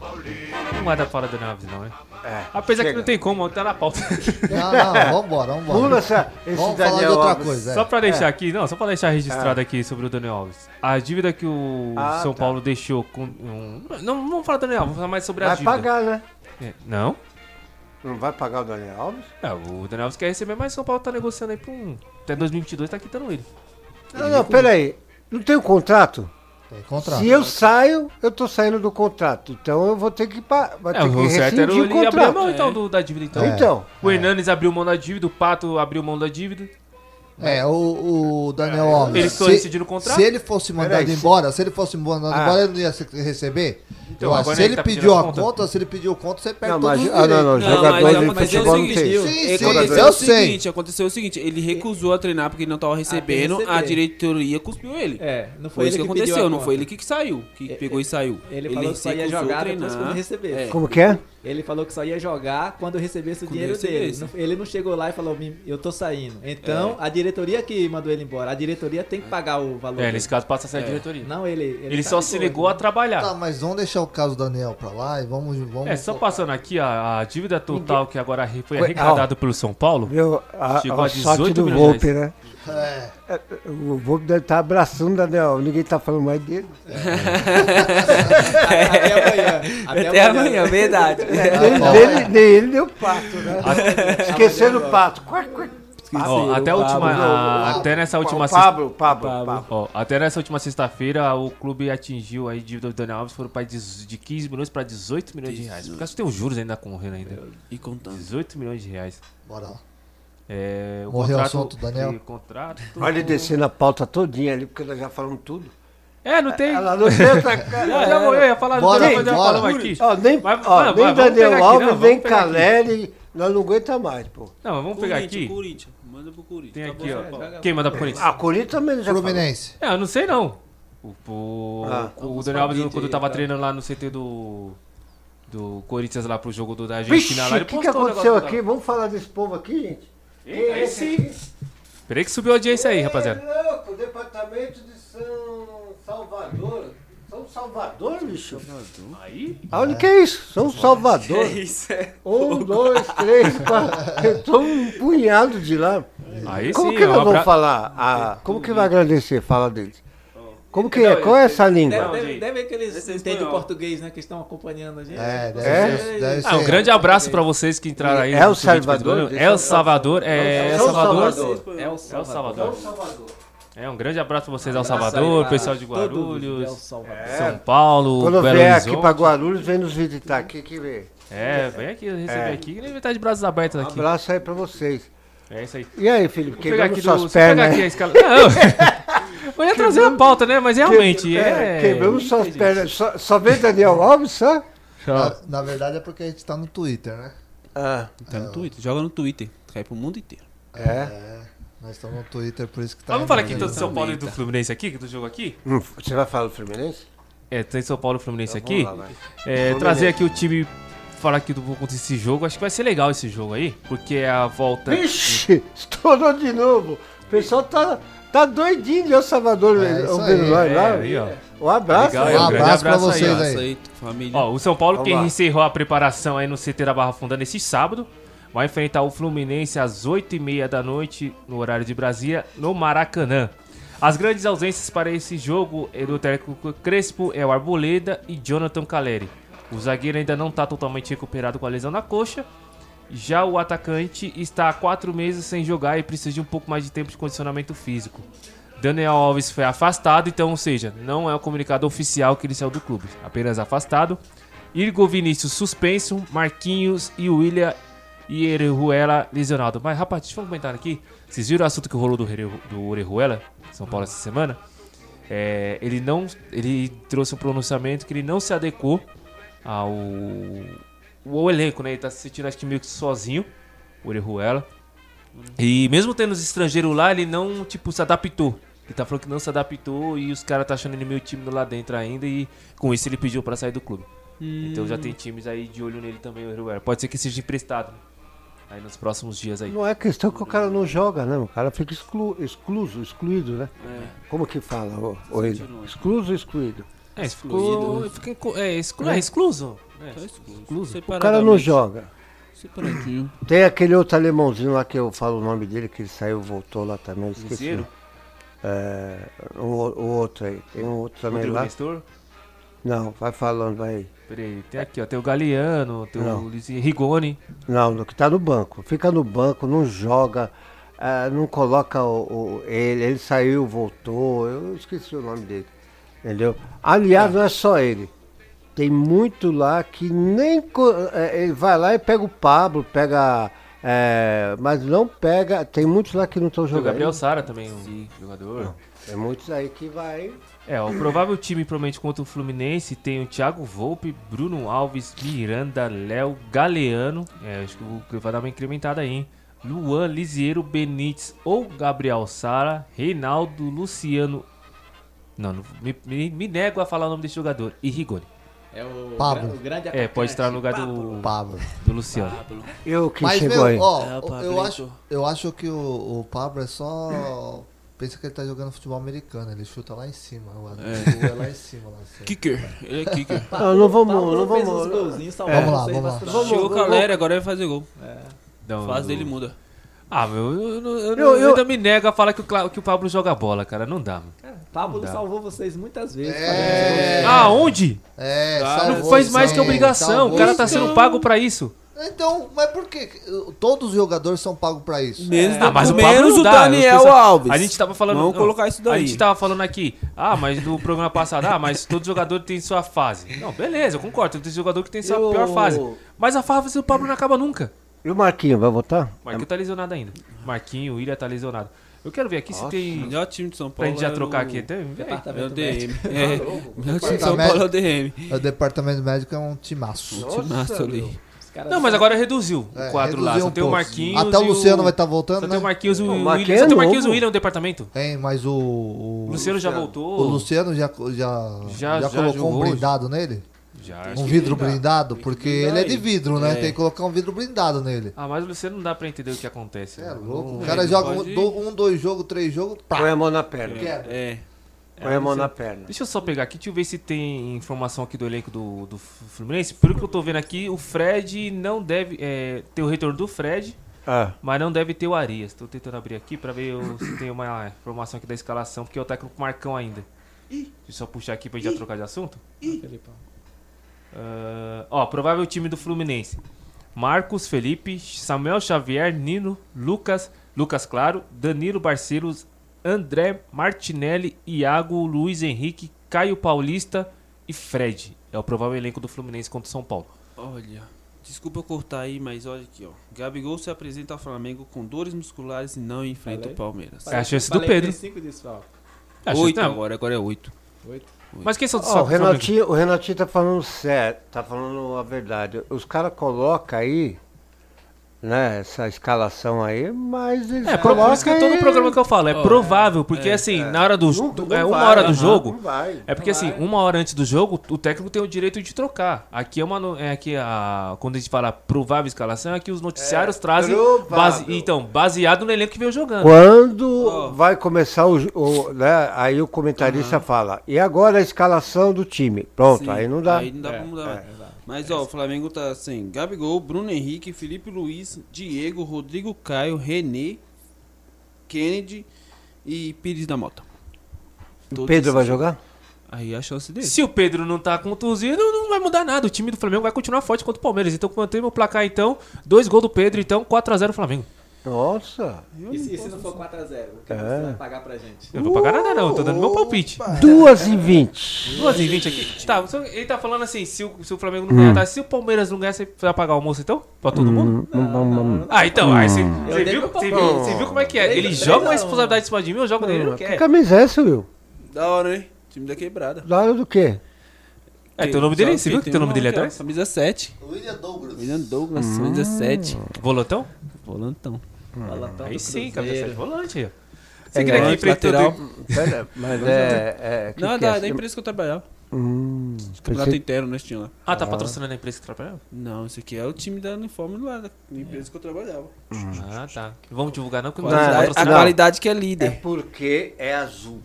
Não vai dar pra falar do Daniel Alves não, né? Apesar que não tem como, tá na pauta. Não, vambora. Pula esse vamos Daniel falar de outra Alves. coisa. Só pra deixar aqui, só pra deixar registrado aqui sobre o Daniel Alves. A dívida que o São Paulo deixou com... Não vamos falar do Daniel, vamos falar mais sobre a dívida. Vai pagar, né? Não. Não vai pagar o Daniel Alves? O Daniel Alves quer receber, mas o São Paulo tá negociando aí pra até 2022 tá quitando ele. Não, peraí. Não tem um contrato? Tem contrato. Se eu saio, eu tô saindo do contrato. Então eu vou ter que o certo era ele abrir a mão então da dívida então. O Hernanes abriu mão da dívida, o Pato abriu mão da dívida. O Daniel Alves. Eles estão decidindo o contrato? Se ele fosse mandado embora, ele não ia receber? Então, se ele pediu a conta, você perde todos os direitos. Não, jogador de futebol não tem. Aconteceu o seguinte, ele recusou a treinar porque ele não tava recebendo, a diretoria cuspiu ele. Não foi isso que aconteceu, não foi ele que saiu, que pegou e saiu. Ele falou que só ia jogar depois quando recebesse. Como que é? Ele falou que só ia jogar quando recebesse o dinheiro dele. Ele não chegou lá e falou, eu tô saindo. Então, a diretoria que mandou ele embora, a diretoria tem que pagar o valor dele. Nesse caso passa a ser a diretoria. Não, ele só se negou a trabalhar. Tá, mas vamos deixar o caso do Daniel pra lá e vamos só passando aqui, a dívida total que agora foi arrecadada pelo São Paulo, chegou a 18 milhões. Né? O Volpe deve estar abraçando o Daniel, ninguém tá falando mais dele. Até amanhã, verdade. Nem ele deu pato, né? Esquecendo o pato. Até nessa última Pablo. Até nessa última sexta-feira, o clube atingiu a dívida do Daniel Alves, foram de 15 milhões para 18 milhões de reais. Porque acho que tem os juros ainda correndo ainda. E contando. 18 milhões de reais. Bora lá. Morreu o assunto, Daniel. Olha ele descendo a pauta todinha ali, porque nós já falamos tudo. Não tem. Ela não tem outra cara. Já morreu, ia falar bora, mas já falamos aqui. Nem Daniel Alves, nem Caleri, nós não aguenta mais, pô. Não, vamos pegar aqui. Corinthians. Manda pro Corinthians. Tem aqui, ó. Quem manda pro Corinthians? Ah, Corinthians também já Fluminense. Eu não sei não. O Daniel Alves, quando tava treinando lá no CT do Corinthians lá pro jogo da Argentina lá, ele postou. O que aconteceu aqui? Vamos falar desse povo aqui, gente? Aí sim. Peraí que subiu a audiência aí, rapaziada. O departamento de São Salvador. São Salvador, bicho? Aí? Olha o que é isso? São Salvador. Que isso? 1, 2, 3, 4. Eu tô um punhado de lá. Aí como sim, que nós vamos falar? Como que vai agradecer? Fala deles. Como que é? Qual é essa língua? Deve que eles entendem português, né? Que estão acompanhando a gente. Deve ser. Um grande abraço pra vocês que entraram aí. El Salvador? El Salvador. El Salvador. Um grande abraço pra vocês, El Salvador, pessoal de Guarulhos, São Paulo, Quando Belo vier Horizonte. aqui pra Guarulhos, vem nos visitar aqui que vê. Vem aqui receber aqui, que nem estar de braços abertos aqui. Um abraço aí pra vocês. É isso aí. E aí, Felipe, quebramos suas pegar pernas. aqui a escala. Eu ia trazer a pauta, né? Mas realmente quebramos suas pernas. Só vem Daniel Alves, só? Na verdade é porque a gente tá no Twitter, né? Tá no Twitter. Joga no Twitter. Cai pro mundo inteiro. Nós estamos no Twitter, por isso que tá. Vamos falar aqui do São Paulo e do Fluminense aqui, do jogo aqui? Você vai falar do Fluminense? Tem São Paulo e Fluminense então, aqui. Lá, trazer aqui o time, falar aqui do contra esse jogo. Acho que vai ser legal esse jogo aí, porque é a volta. Vixe, estourou de novo. O pessoal tá doidinho de El Salvador. Um abraço. Legal, um abraço pra vocês aí. Família. O São Paulo que encerrou a preparação aí no CT da Barra Funda nesse sábado. Vai enfrentar o Fluminense às 8h30 da noite, no horário de Brasília, no Maracanã. As grandes ausências para esse jogo do técnico Crespo é o Arboleda e Jonathan Caleri. O zagueiro ainda não está totalmente recuperado com a lesão na coxa. Já o atacante está há 4 meses sem jogar e precisa de um pouco mais de tempo de condicionamento físico. Daniel Alves foi afastado, então, ou seja, não é o comunicado oficial que ele saiu do clube, apenas afastado. Igor Vinícius suspenso, Marquinhos e William e Orejuela lesionado. Mas, rapaz, deixa eu comentar aqui. Vocês viram o assunto que rolou do Orejuela, São Paulo, essa semana? Ele trouxe um pronunciamento que ele não se adequou ao elenco, né? Ele tá se sentindo, acho que meio que sozinho, o Orejuela. E mesmo tendo os estrangeiros lá, ele não, se adaptou. Ele tá falando que não se adaptou e os caras tá achando ele meio tímido lá dentro ainda. E com isso ele pediu pra sair do clube. Então já tem times aí de olho nele também, o Orejuela. Pode ser que seja emprestado aí nos próximos dias aí. Não é questão que o cara não joga, né? O cara fica excluído, né? Como que fala? Excluso ou excluído? Excluído. Excluso. O cara não joga. Tem aquele outro alemãozinho lá que eu falo o nome dele, que ele saiu, voltou lá também, esqueci. O outro aí. Tem um outro também lá. Não, vai falando, vai. Peraí, tem aqui, ó, tem o Galeano, tem o Rigoni. Não, que tá no banco. Fica no banco, não joga, não coloca ele saiu, voltou, eu esqueci o nome dele. Entendeu? Aliás, não é só ele. Tem muito lá que nem. Ele vai lá e pega o Pablo, mas não pega. Tem muitos lá que não estão jogando. O Gabriel Sara também, jogador. Não, tem muitos aí que vai. O provável time promete contra o Fluminense tem o Thiago Volpe, Bruno Alves, Miranda, Léo, Galeano. Acho que vai dar uma incrementada aí, hein? Luan, Lisiero, Benítez ou Gabriel Sara, Reinaldo, Luciano. Não, me nego a falar o nome desse jogador. E Rigoni. É o Pablo. O grande atacante. Pode estar no lugar do Pablo. Do Luciano. Mas, chegou aí. Eu acho que o Pablo é só. Pensa que ele tá jogando futebol americano, ele chuta lá em cima. É lá em cima. Kicker, ele é kicker. Não vamos. Vamos lá. Chegou o Caleri, agora ele vai fazer gol. A fase dele muda. Eu ainda me nego a falar que o Pablo joga bola, cara. Não dá, mano. Pablo salvou vocês muitas vezes. Aonde? Salvou, não faz mais que obrigação. O cara tá sendo pago pra isso. Então, mas por que todos os jogadores são pagos pra isso? Mas o Pablo menos não o dá, Daniel Alves. A gente tava falando... Vamos colocar isso daí. A gente tava falando aqui, mas do programa passado, mas todo jogador tem sua fase. Não, beleza, eu concordo, tem jogador que tem sua pior fase. Mas a fase do Pablo não acaba nunca. E o Marquinhos, vai votar? Marquinhos tá lesionado ainda. Marquinhos, o William tá lesionado. Eu quero ver aqui se tem... Melhor time de São Paulo. Pra gente já trocar aqui até. É o DM. Melhor time de São Paulo é o DM. O departamento médico é um timaço. Timaço ali. Não, mas agora reduziu o quadro lá. Só tem o Marquinhos. Até o Luciano vai estar voltando, Só né? tem o Marquinhos e o William. Só tem o Marquinhos e o William no departamento. Tem, mas o Luciano já voltou. O Luciano já colocou jogou, um blindado nele? Já. Um vidro blindado? Porque ele é de vidro, né? Tem que colocar um vidro blindado nele. Mas o Luciano não dá pra entender o que acontece. É louco. O cara joga 2 jogos, 3 jogos. Põe a mão na perna. Põe a mão na perna. Deixa eu só pegar aqui, deixa eu ver se tem informação aqui do elenco do Fluminense. Pelo que eu tô vendo aqui, o Fred não deve ter o retorno do Fred, mas não deve ter o Arias. Tô tentando abrir aqui pra ver se tem uma informação aqui da escalação, porque eu tô com o Marcão ainda. Deixa eu só puxar aqui pra gente já trocar de assunto. Provável time do Fluminense: Marcos, Felipe, Samuel Xavier, Nino, Lucas Claro, Danilo Barcelos, André Martinelli, Iago, Luiz Henrique, Caio Paulista e Fred. É o provável elenco do Fluminense contra o São Paulo. Olha, desculpa eu cortar aí, mas olha aqui, ó. Gabigol se apresenta ao Flamengo com dores musculares e não enfrenta o Palmeiras. É a chance do Pedro. 8 agora é 8. Mas quem são os o Renatinho tá falando sério, tá falando a verdade. Os caras colocam aí, né, essa escalação aí, mas eles por isso que todo o programa que eu falo, é provável, porque na hora do jogo, uma hora do jogo, uma hora antes do jogo, o técnico tem o direito de trocar. Aqui quando a gente fala provável escalação, aqui os noticiários trazem baseado no elenco que veio jogando. Quando vai começar né, aí o comentarista fala, e agora a escalação do time? Pronto, aí não dá. Aí não dá pra mudar. Mas o Flamengo tá assim: Gabigol, Bruno Henrique, Felipe Luiz, Diego, Rodrigo Caio, René, Kennedy e Pires da Mota. O Pedro vai jogar? Aí a chance dele. Se o Pedro não tá contusido, não vai mudar nada. O time do Flamengo vai continuar forte contra o Palmeiras. Então, mantém o placar, 2 gols do Pedro, 4-0 Flamengo. Nossa! E se não for 4-0? O que você vai pagar pra gente? Eu não vou pagar nada, não. Eu tô dando meu palpite. 2h20. 2h20 aqui. Tá, ele tá falando assim: se o Flamengo não ganhar, se o Palmeiras não ganhar, você vai pagar o almoço então? Pra todo mundo? Então, aí você viu como é que é? Ele joga uma responsabilidade em cima de mim, eu jogo nele, ele não quer. Que camisa é essa, Will? Da hora, hein? Time da quebrada. Da hora do quê? Tem o nome dele aí, você viu que tem o nome dele atrás? Camisa 7. William Douglas, camisa 7. Volantão? Volantão. Aí sim, camisa 7 volante aí. Você queria aqui lateral. Mas não, da empresa que eu trabalhava. Campeonato inteiro, nós tínhamos lá. Tá patrocinando a empresa que trabalhava? Não, esse aqui é o time da uniforme lá, da empresa que eu trabalhava. Tá. Vamos divulgar não? A qualidade que é líder. É porque é azul.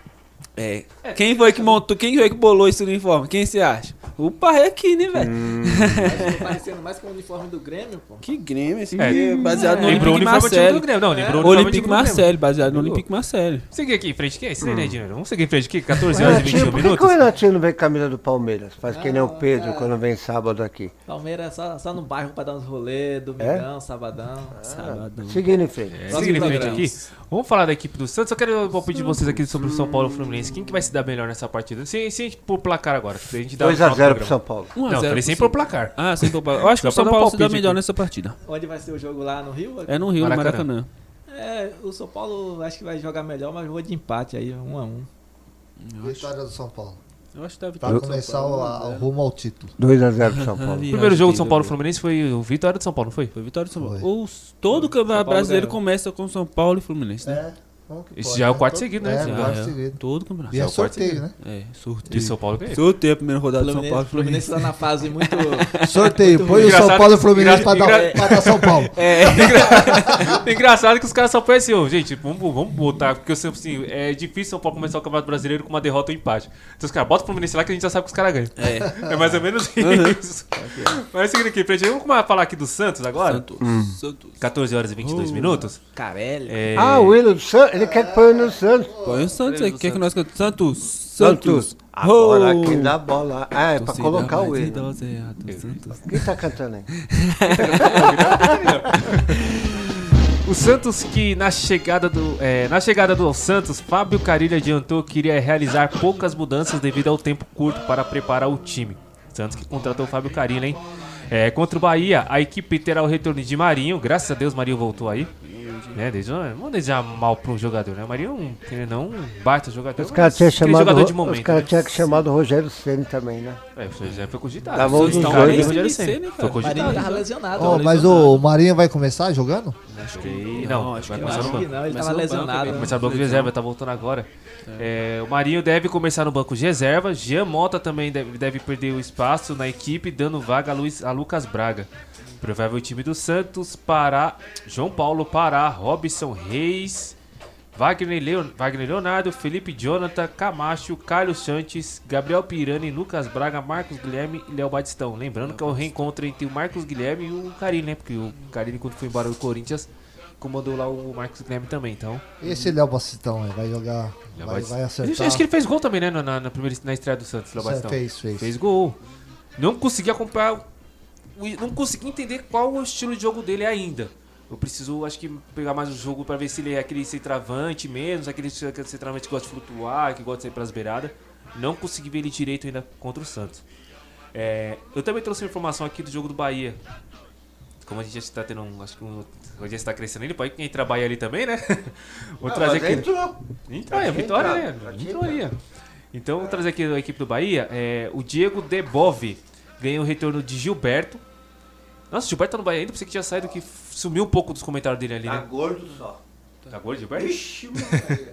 Quem foi que montou, quem foi que bolou esse uniforme? Quem você acha? O Parre aqui, né, velho? Tá parecendo mais com o uniforme do Grêmio, pô. Que Grêmio? Esse aqui é baseado no Olympique Marseille. Não, Olympique Marseille, baseado no Olympique Marseille. Seguir aqui em frente, que é isso aí, né, Dinheiro? Vamos seguir em frente aqui, 14 horas e 21 minutos. Por que o Renatinho não vem com a camisa do Palmeiras? Faz que nem o Pedro quando vem sábado aqui. Palmeiras só no bairro pra dar uns rolês, domingão, sabadão. Seguindo em frente. Seguindo em frente aqui, vamos falar da equipe do Santos. Eu quero pedir de vocês aqui sobre o São Paulo e o Fluminense. Quem que vai se dar melhor nessa partida? Sem a gente pôr placar agora. 2x0 pro São Paulo. Não, falei sem pôr placar. Sem pôr placar. Eu acho que o São Paulo se dá melhor nessa partida. Onde vai ser o jogo lá no Rio? É no Rio, no Maracanã. O São Paulo acho que vai jogar melhor, mas vou de empate aí, 1x1. Vitória do São Paulo. Eu acho que deve Pra começar o rumo ao título. 2x0 pro São Paulo. O primeiro jogo do São Paulo e Fluminense foi o Vitória do São Paulo, não foi? Foi Vitória do São Paulo. Todo o campeonato brasileiro começa com São Paulo e Fluminense, né? Esse já é o quarto seguido, né? Todo campeonato. E é sorteio, né? Sorteio. E São Paulo ganhou. Sorteio a primeira rodada do São Paulo. O Fluminense tá na fase muito... Sorteio. Põe o São Paulo e o Fluminense pra dar São Paulo. Engraçado que os caras só põem assim, gente, vamos botar, porque assim, é difícil São Paulo começar o Campeonato Brasileiro com uma derrota ou empate. Então os caras botam o Fluminense lá que a gente já sabe que os caras ganham. É mais ou menos isso. Mas seguindo aqui, vamos falar aqui do Santos agora? Santos. 14 horas e 22 minutos. Carelli. O William do Santos, ele quer que põe no Santos. Põe o Santos aí, quer que nós cantemos? Santos. Agora aqui da bola. É pra colocar o E. Quem tá cantando aí? O Santos que na chegada do Santos, Fábio Carille adiantou que iria realizar poucas mudanças devido ao tempo curto para preparar o time. Santos que contratou o Fábio Carille, hein? Contra o Bahia, a equipe terá o retorno de Marinho. Graças a Deus, Marinho voltou aí. Não desejar mal para um jogador, né? Marinho não baita jogador. Os caras tinham chamado, tinha chamado o Rogério Ceni também, né? O Rogério foi cogitado. Tava um dos dois. Rogério Ceni. Foi cogitado. Marinho tava lesionado. Mas o Marinho vai começar jogando? Acho que não. Vai começar no banco. Não, ele tava lesionado. Vai começar no banco de reserva, tá voltando agora. O Marinho deve começar no banco de reserva. Jean Mota também deve perder o espaço na equipe, dando vaga a Lucas Braga. Provável time do Santos: Pará, João Paulo Pará, Robson Reis, Wagner Leonardo, Felipe Jonathan, Camacho, Carlos Sanches, Gabriel Pirani, Lucas Braga, Marcos Guilherme e Léo Batistão. Lembrando que é o reencontro entre o Marcos Guilherme e o Carille, né? Porque o Carille, quando foi embora do Corinthians, comandou lá o Marcos Guilherme também, então... Esse Léo Batistão vai jogar, vai acertar. Acho que ele fez gol também, né? Na estreia do Santos, Léo Batistão. Fez gol. Não consegui acompanhar... Não consegui entender qual o estilo de jogo dele ainda. Eu preciso, acho que, pegar mais o jogo pra ver se ele é aquele centroavante mesmo, aquele centroavante que gosta de flutuar, que gosta de sair pras beiradas. Não consegui ver ele direito ainda contra o Santos. Eu também trouxe uma informação aqui do jogo do Bahia. Como a gente já está tendo acho que o dia está crescendo, ele pode entrar Bahia ali também, né? Vou trazer aqui. Entrou, é vitória, né? Entrou ali. Então, vou trazer aqui a equipe do Bahia. O Diego Debove ganhou o retorno de Gilberto. Nossa, o Gilberto tá no Bahia ainda, pensei que tinha saído, que sumiu um pouco dos comentários dele ali, né? Tá gordo só. Tá gordo, Gilberto? Ixi, mano.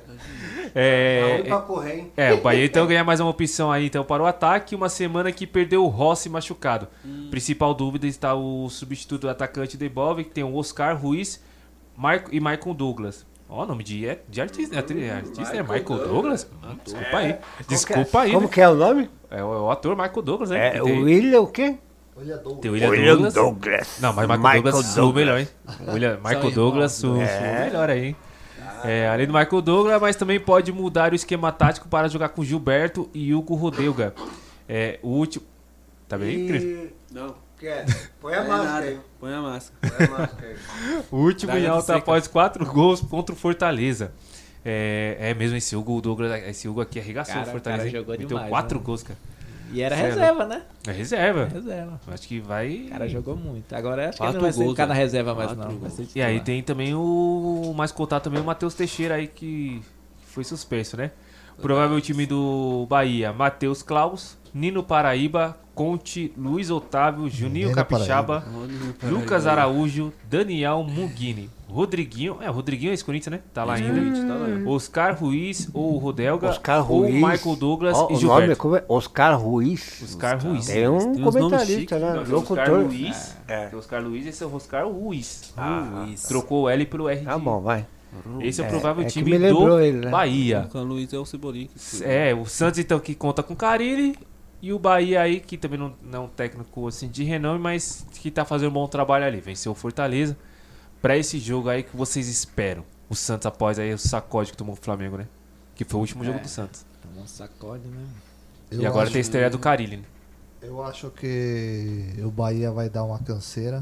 Pra correr, hein? O Bahia então ganha mais uma opção aí então para o ataque. Uma semana que perdeu o Rossi machucado. Principal dúvida está o substituto do atacante Debove, que tem o Oscar Ruiz e Michael Douglas. Ó, nome de artista, né? Artista é Michael Douglas? Desculpa aí. Desculpa aí. Como que é o nome? É o ator Michael Douglas, né? O William o quê? Tem o William Douglas. Não, mas Michael Douglas sou melhor, hein? Michael Douglas sou melhor aí, hein? Além do Michael Douglas, mas também pode mudar o esquema tático para jogar com Gilberto e Hugo Rodelga. O último... Tá bem, Cris? Não. Põe a máscara aí. Põe a máscara aí. O último em alta após 4 gols contra o Fortaleza. Mesmo esse Hugo Douglas, esse Hugo aqui arregaçou o Fortaleza. Cara jogou meteu demais, 4 né? gols, cara. E era reserva, né? É reserva. Acho que vai... O cara jogou muito. Agora acho que ele não vai ficar na reserva mais não. E aí tem também o mais cotado também o Matheus Teixeira aí que foi suspenso, né? Provável time do Bahia: Matheus Klaus, Nino Paraíba, Conte, Luiz Otávio, Juninho Capixaba, Lucas Araújo, Daniel Mugini, Rodriguinho é ex-Corinthians, né? Tá lá ainda. Oscar Ruiz ou Rodelga, ou Michael Douglas e Gilberto. O nome como é? Oscar Ruiz. Oscar Ruiz. Tem um comentarista, né? Locutor. Oscar Luiz, esse é o Oscar Ruiz. Trocou o L pelo R. Tá bom, vai. Esse é o provável time do ele, né? Bahia. O Luiz é o Cebolinha. O Santos então que conta com Carille. E o Bahia aí, que também não é um técnico assim, de renome, mas que tá fazendo um bom trabalho ali. Venceu o Fortaleza. Pra esse jogo aí, que vocês esperam? O Santos após aí o sacode que tomou o Flamengo, né? Que foi o último jogo do Santos. Tomou um sacode, né? E agora tem a estreia do Carille, né? Eu acho que o Bahia vai dar uma canseira.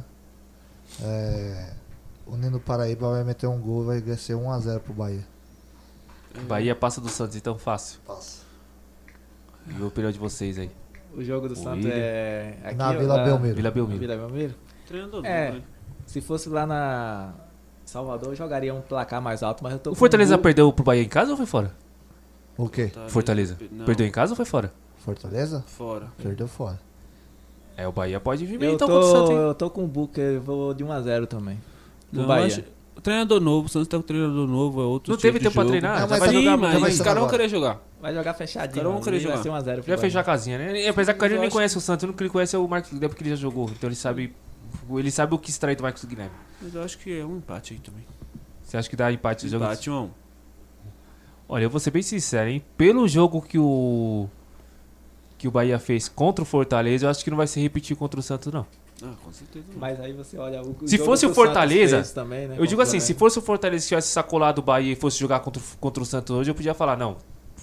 O Nino Paraíba vai meter um gol e vai ser 1-0 pro Bahia. Bahia passa do Santos então fácil. Passa. E a opinião de vocês aí? O jogo do Santos é aqui na Vila Belmiro. Vila Belmiro. Vila Belmiro? Treinador né? Se fosse lá na Salvador, eu jogaria um placar mais alto, mas eu tô... O Fortaleza perdeu pro Bahia em casa ou foi fora? O quê? Fortaleza. Perdeu em casa ou foi fora? Fortaleza? Fora. Perdeu fora. O Bahia pode vir então contra o Santos, hein? Eu tô com o Booker, eu vou de 1-0 também. Do Bahia. Treinador novo, o Santos tá com treinador novo, é outro não teve tempo pra treinar? Mas os caras vão querer jogar. Vai jogar fechadinho. Os caras vão querer jogar. Vai ser 1-0. Já fechar a casinha, né? Apesar que o Carille nem conhece o Santos, o único que ele conhece é o Marcos Guilherme, porque ele já jogou. Então ele sabe o que extrair do Marcos Guilherme. Mas eu acho que é um empate aí também. Você acha que dá empate no jogo? Empate 1-1. Olha, eu vou ser bem sincero, hein? Pelo jogo que o Bahia fez contra o Fortaleza, eu acho que não vai se repetir contra o Santos, não. Com certeza. Mas aí você olha... Se fosse o Fortaleza... Também, né, eu digo assim, se fosse o Fortaleza que tivesse sacolado o Bahia e fosse jogar contra o Santos hoje, eu podia falar, não,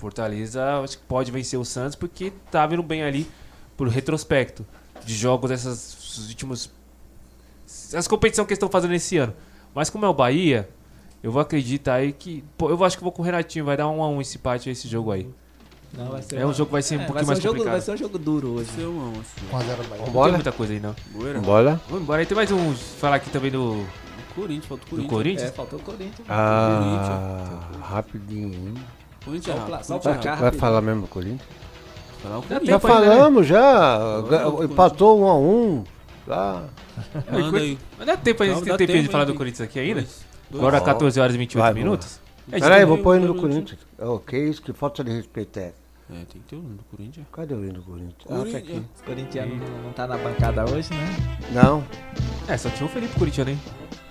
Fortaleza acho que pode vencer o Santos porque tá vindo bem ali por retrospecto de jogos dessas últimas... As competições que eles estão fazendo esse ano. Mas como é o Bahia, eu vou acreditar aí que... Pô, eu acho que vou com o Renatinho, vai dar 1-1 esse empate esse jogo aí. Não, vai ser um jogo que vai ser um pouquinho mais complicado. Vai ser um jogo duro hoje. Vai ser 1-1. Não tem muita coisa aí, não. Bora. Vamos embora. Aí tem mais um... Falar aqui também do... Corinthians, falta o Corinthians. Do Corinthians? Faltou o Corinthians. Rapidinho. Corinthians só pra cá, vai falar mesmo do Corinthians? Já falamos, já. Empatou 1-1. Tá. Mas dá tempo, a gente tem tempo de falar do Corinthians aqui ainda? Agora 14 horas e 28 minutos? Peraí, vou pôr o hino do Corinthians. Que isso, que falta de respeito é. Tem que ter o hino do Corinthians. Cadê o hino do Corinthians? Tá aqui. O Corinthians não tá na bancada hoje, né? Não. Só tinha o Felipe Corinthians, hein?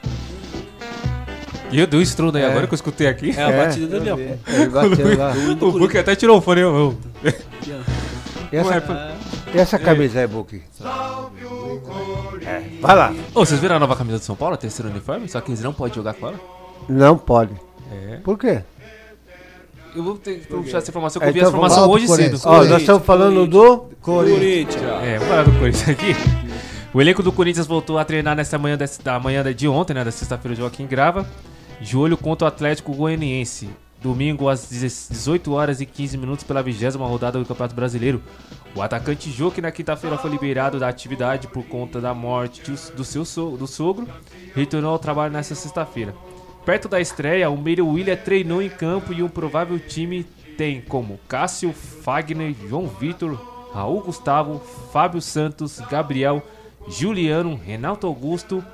E eu dei um estrundo aí agora que eu escutei aqui. A batida dele, ó. Ele bateu lá. O Book até tirou o fone, meu. E essa camisa aí, Book? Vai lá. Vocês viram a nova camisa do São Paulo, a terceira uniforme? Só que eles não podem jogar com ela? Não pode. Por quê? Eu vou puxar essa informação, que eu vi essa informação hoje cedo. Nós estamos falando do Corinthians. Vamos falar do Corinthians aqui. O elenco do Corinthians voltou a treinar nesta manhã de ontem, né, da sexta-feira, o Joaquim grava, de olho contra o Atlético Goianiense. Domingo às 18 horas e 15 minutos pela 20ª rodada do Campeonato Brasileiro. O atacante Jô, que na quinta-feira foi liberado da atividade por conta da morte do sogro, retornou ao trabalho nesta sexta-feira. Perto da estreia, o meio William treinou em campo e um provável time tem como Cássio, Fagner, João Vitor, Raul Gustavo, Fábio Santos, Gabriel, Juliano, Renato Augusto...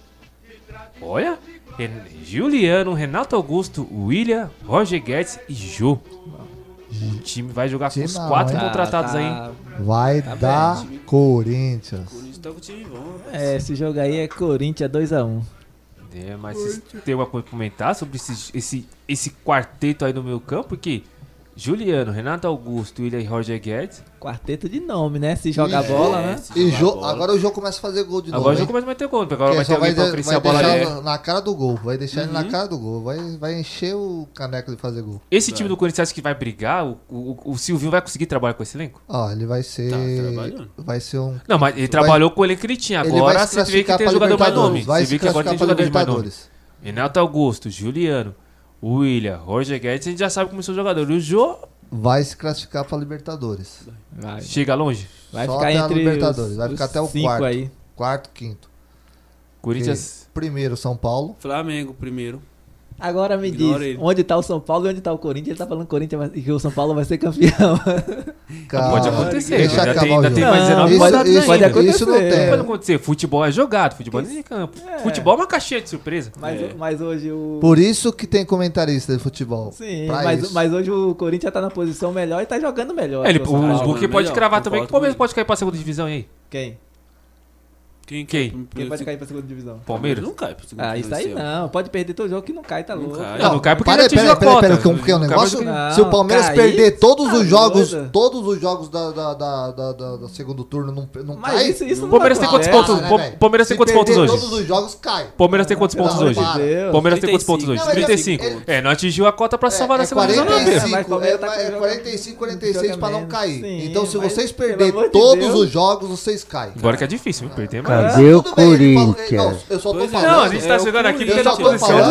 Juliano, Renato Augusto, William, Roger Guedes e Jô. O time vai jogar com os 4 contratados aí. Vai dar Corinthians. Corinthians tá com o time bom. Esse jogo aí é Corinthians 2-1. Mas vocês têm alguma coisa pra comentar sobre esse quarteto aí no meio campo? Porque Juliano, Renato Augusto, William e Roger Guedes. Quarteto de nome, né? Se joga bola, né? Agora o jogo começa a fazer gol de novo. Agora o jogo começa a meter gol, porque agora vai ter alguém pra oferecer a bola ali. Na cara do gol, vai deixar ele na cara do gol. Vai encher o caneco de fazer gol. Esse time do Corinthians acha que vai brigar? O Silvinho vai conseguir trabalhar com esse elenco? Ele vai ser... vai ser um... Não, mas ele trabalhou com o elenco que ele tinha. Agora você vê que tem jogador mais nome. Você vê que agora tem jogador mais nome. Renato Augusto, Juliano, William, Roger Guedes, a gente já sabe como são os jogadores. O Jô... vai se classificar para Libertadores. Chega longe? Vai ficar entre Libertadores. Vai ficar até o quarto. Aí. Quarto, quinto. Corinthians. Primeiro, São Paulo. Flamengo, primeiro. Agora me diz, onde tá o São Paulo e onde tá o Corinthians? Ele tá falando que o São Paulo vai ser campeão. Cara, pode acontecer. Deixa acabar o tem mais 19 rodadas pode acontecer. Isso não tem. Pode acontecer. Futebol é jogado, futebol é em campo. Futebol é uma caixinha de surpresa. Mas hoje o... Por isso que tem comentarista de futebol. Sim, mas hoje o Corinthians tá na posição melhor e tá jogando melhor. O Book pode cravar também que o Palmeiras pode cair pra segunda divisão aí. Quem? Quem pode cair pra segunda divisão? Palmeiras? Não cai pra segunda divisão. Isso aí não. Pode perder todo jogo que não cai, tá louco. Não cai porque ele atingiu a cota. Pera, como que é o negócio? Se o Palmeiras perder todos os jogos da segundo turno, não cai? Isso não Palmeiras tem quantos pontos? Palmeiras tem quantos pontos hoje? Todos os jogos cai. Palmeiras tem quantos pontos hoje? Palmeiras tem quantos pontos hoje? 35. Não atingiu a cota pra salvar na segunda divisão. 45, 46 pra não cair. Então se vocês perderem todos os jogos, vocês caem. Agora que é difícil, perder mais. Cadê o Corinthians? Eu só tô falando. Não, a gente tá chegando aqui porque eu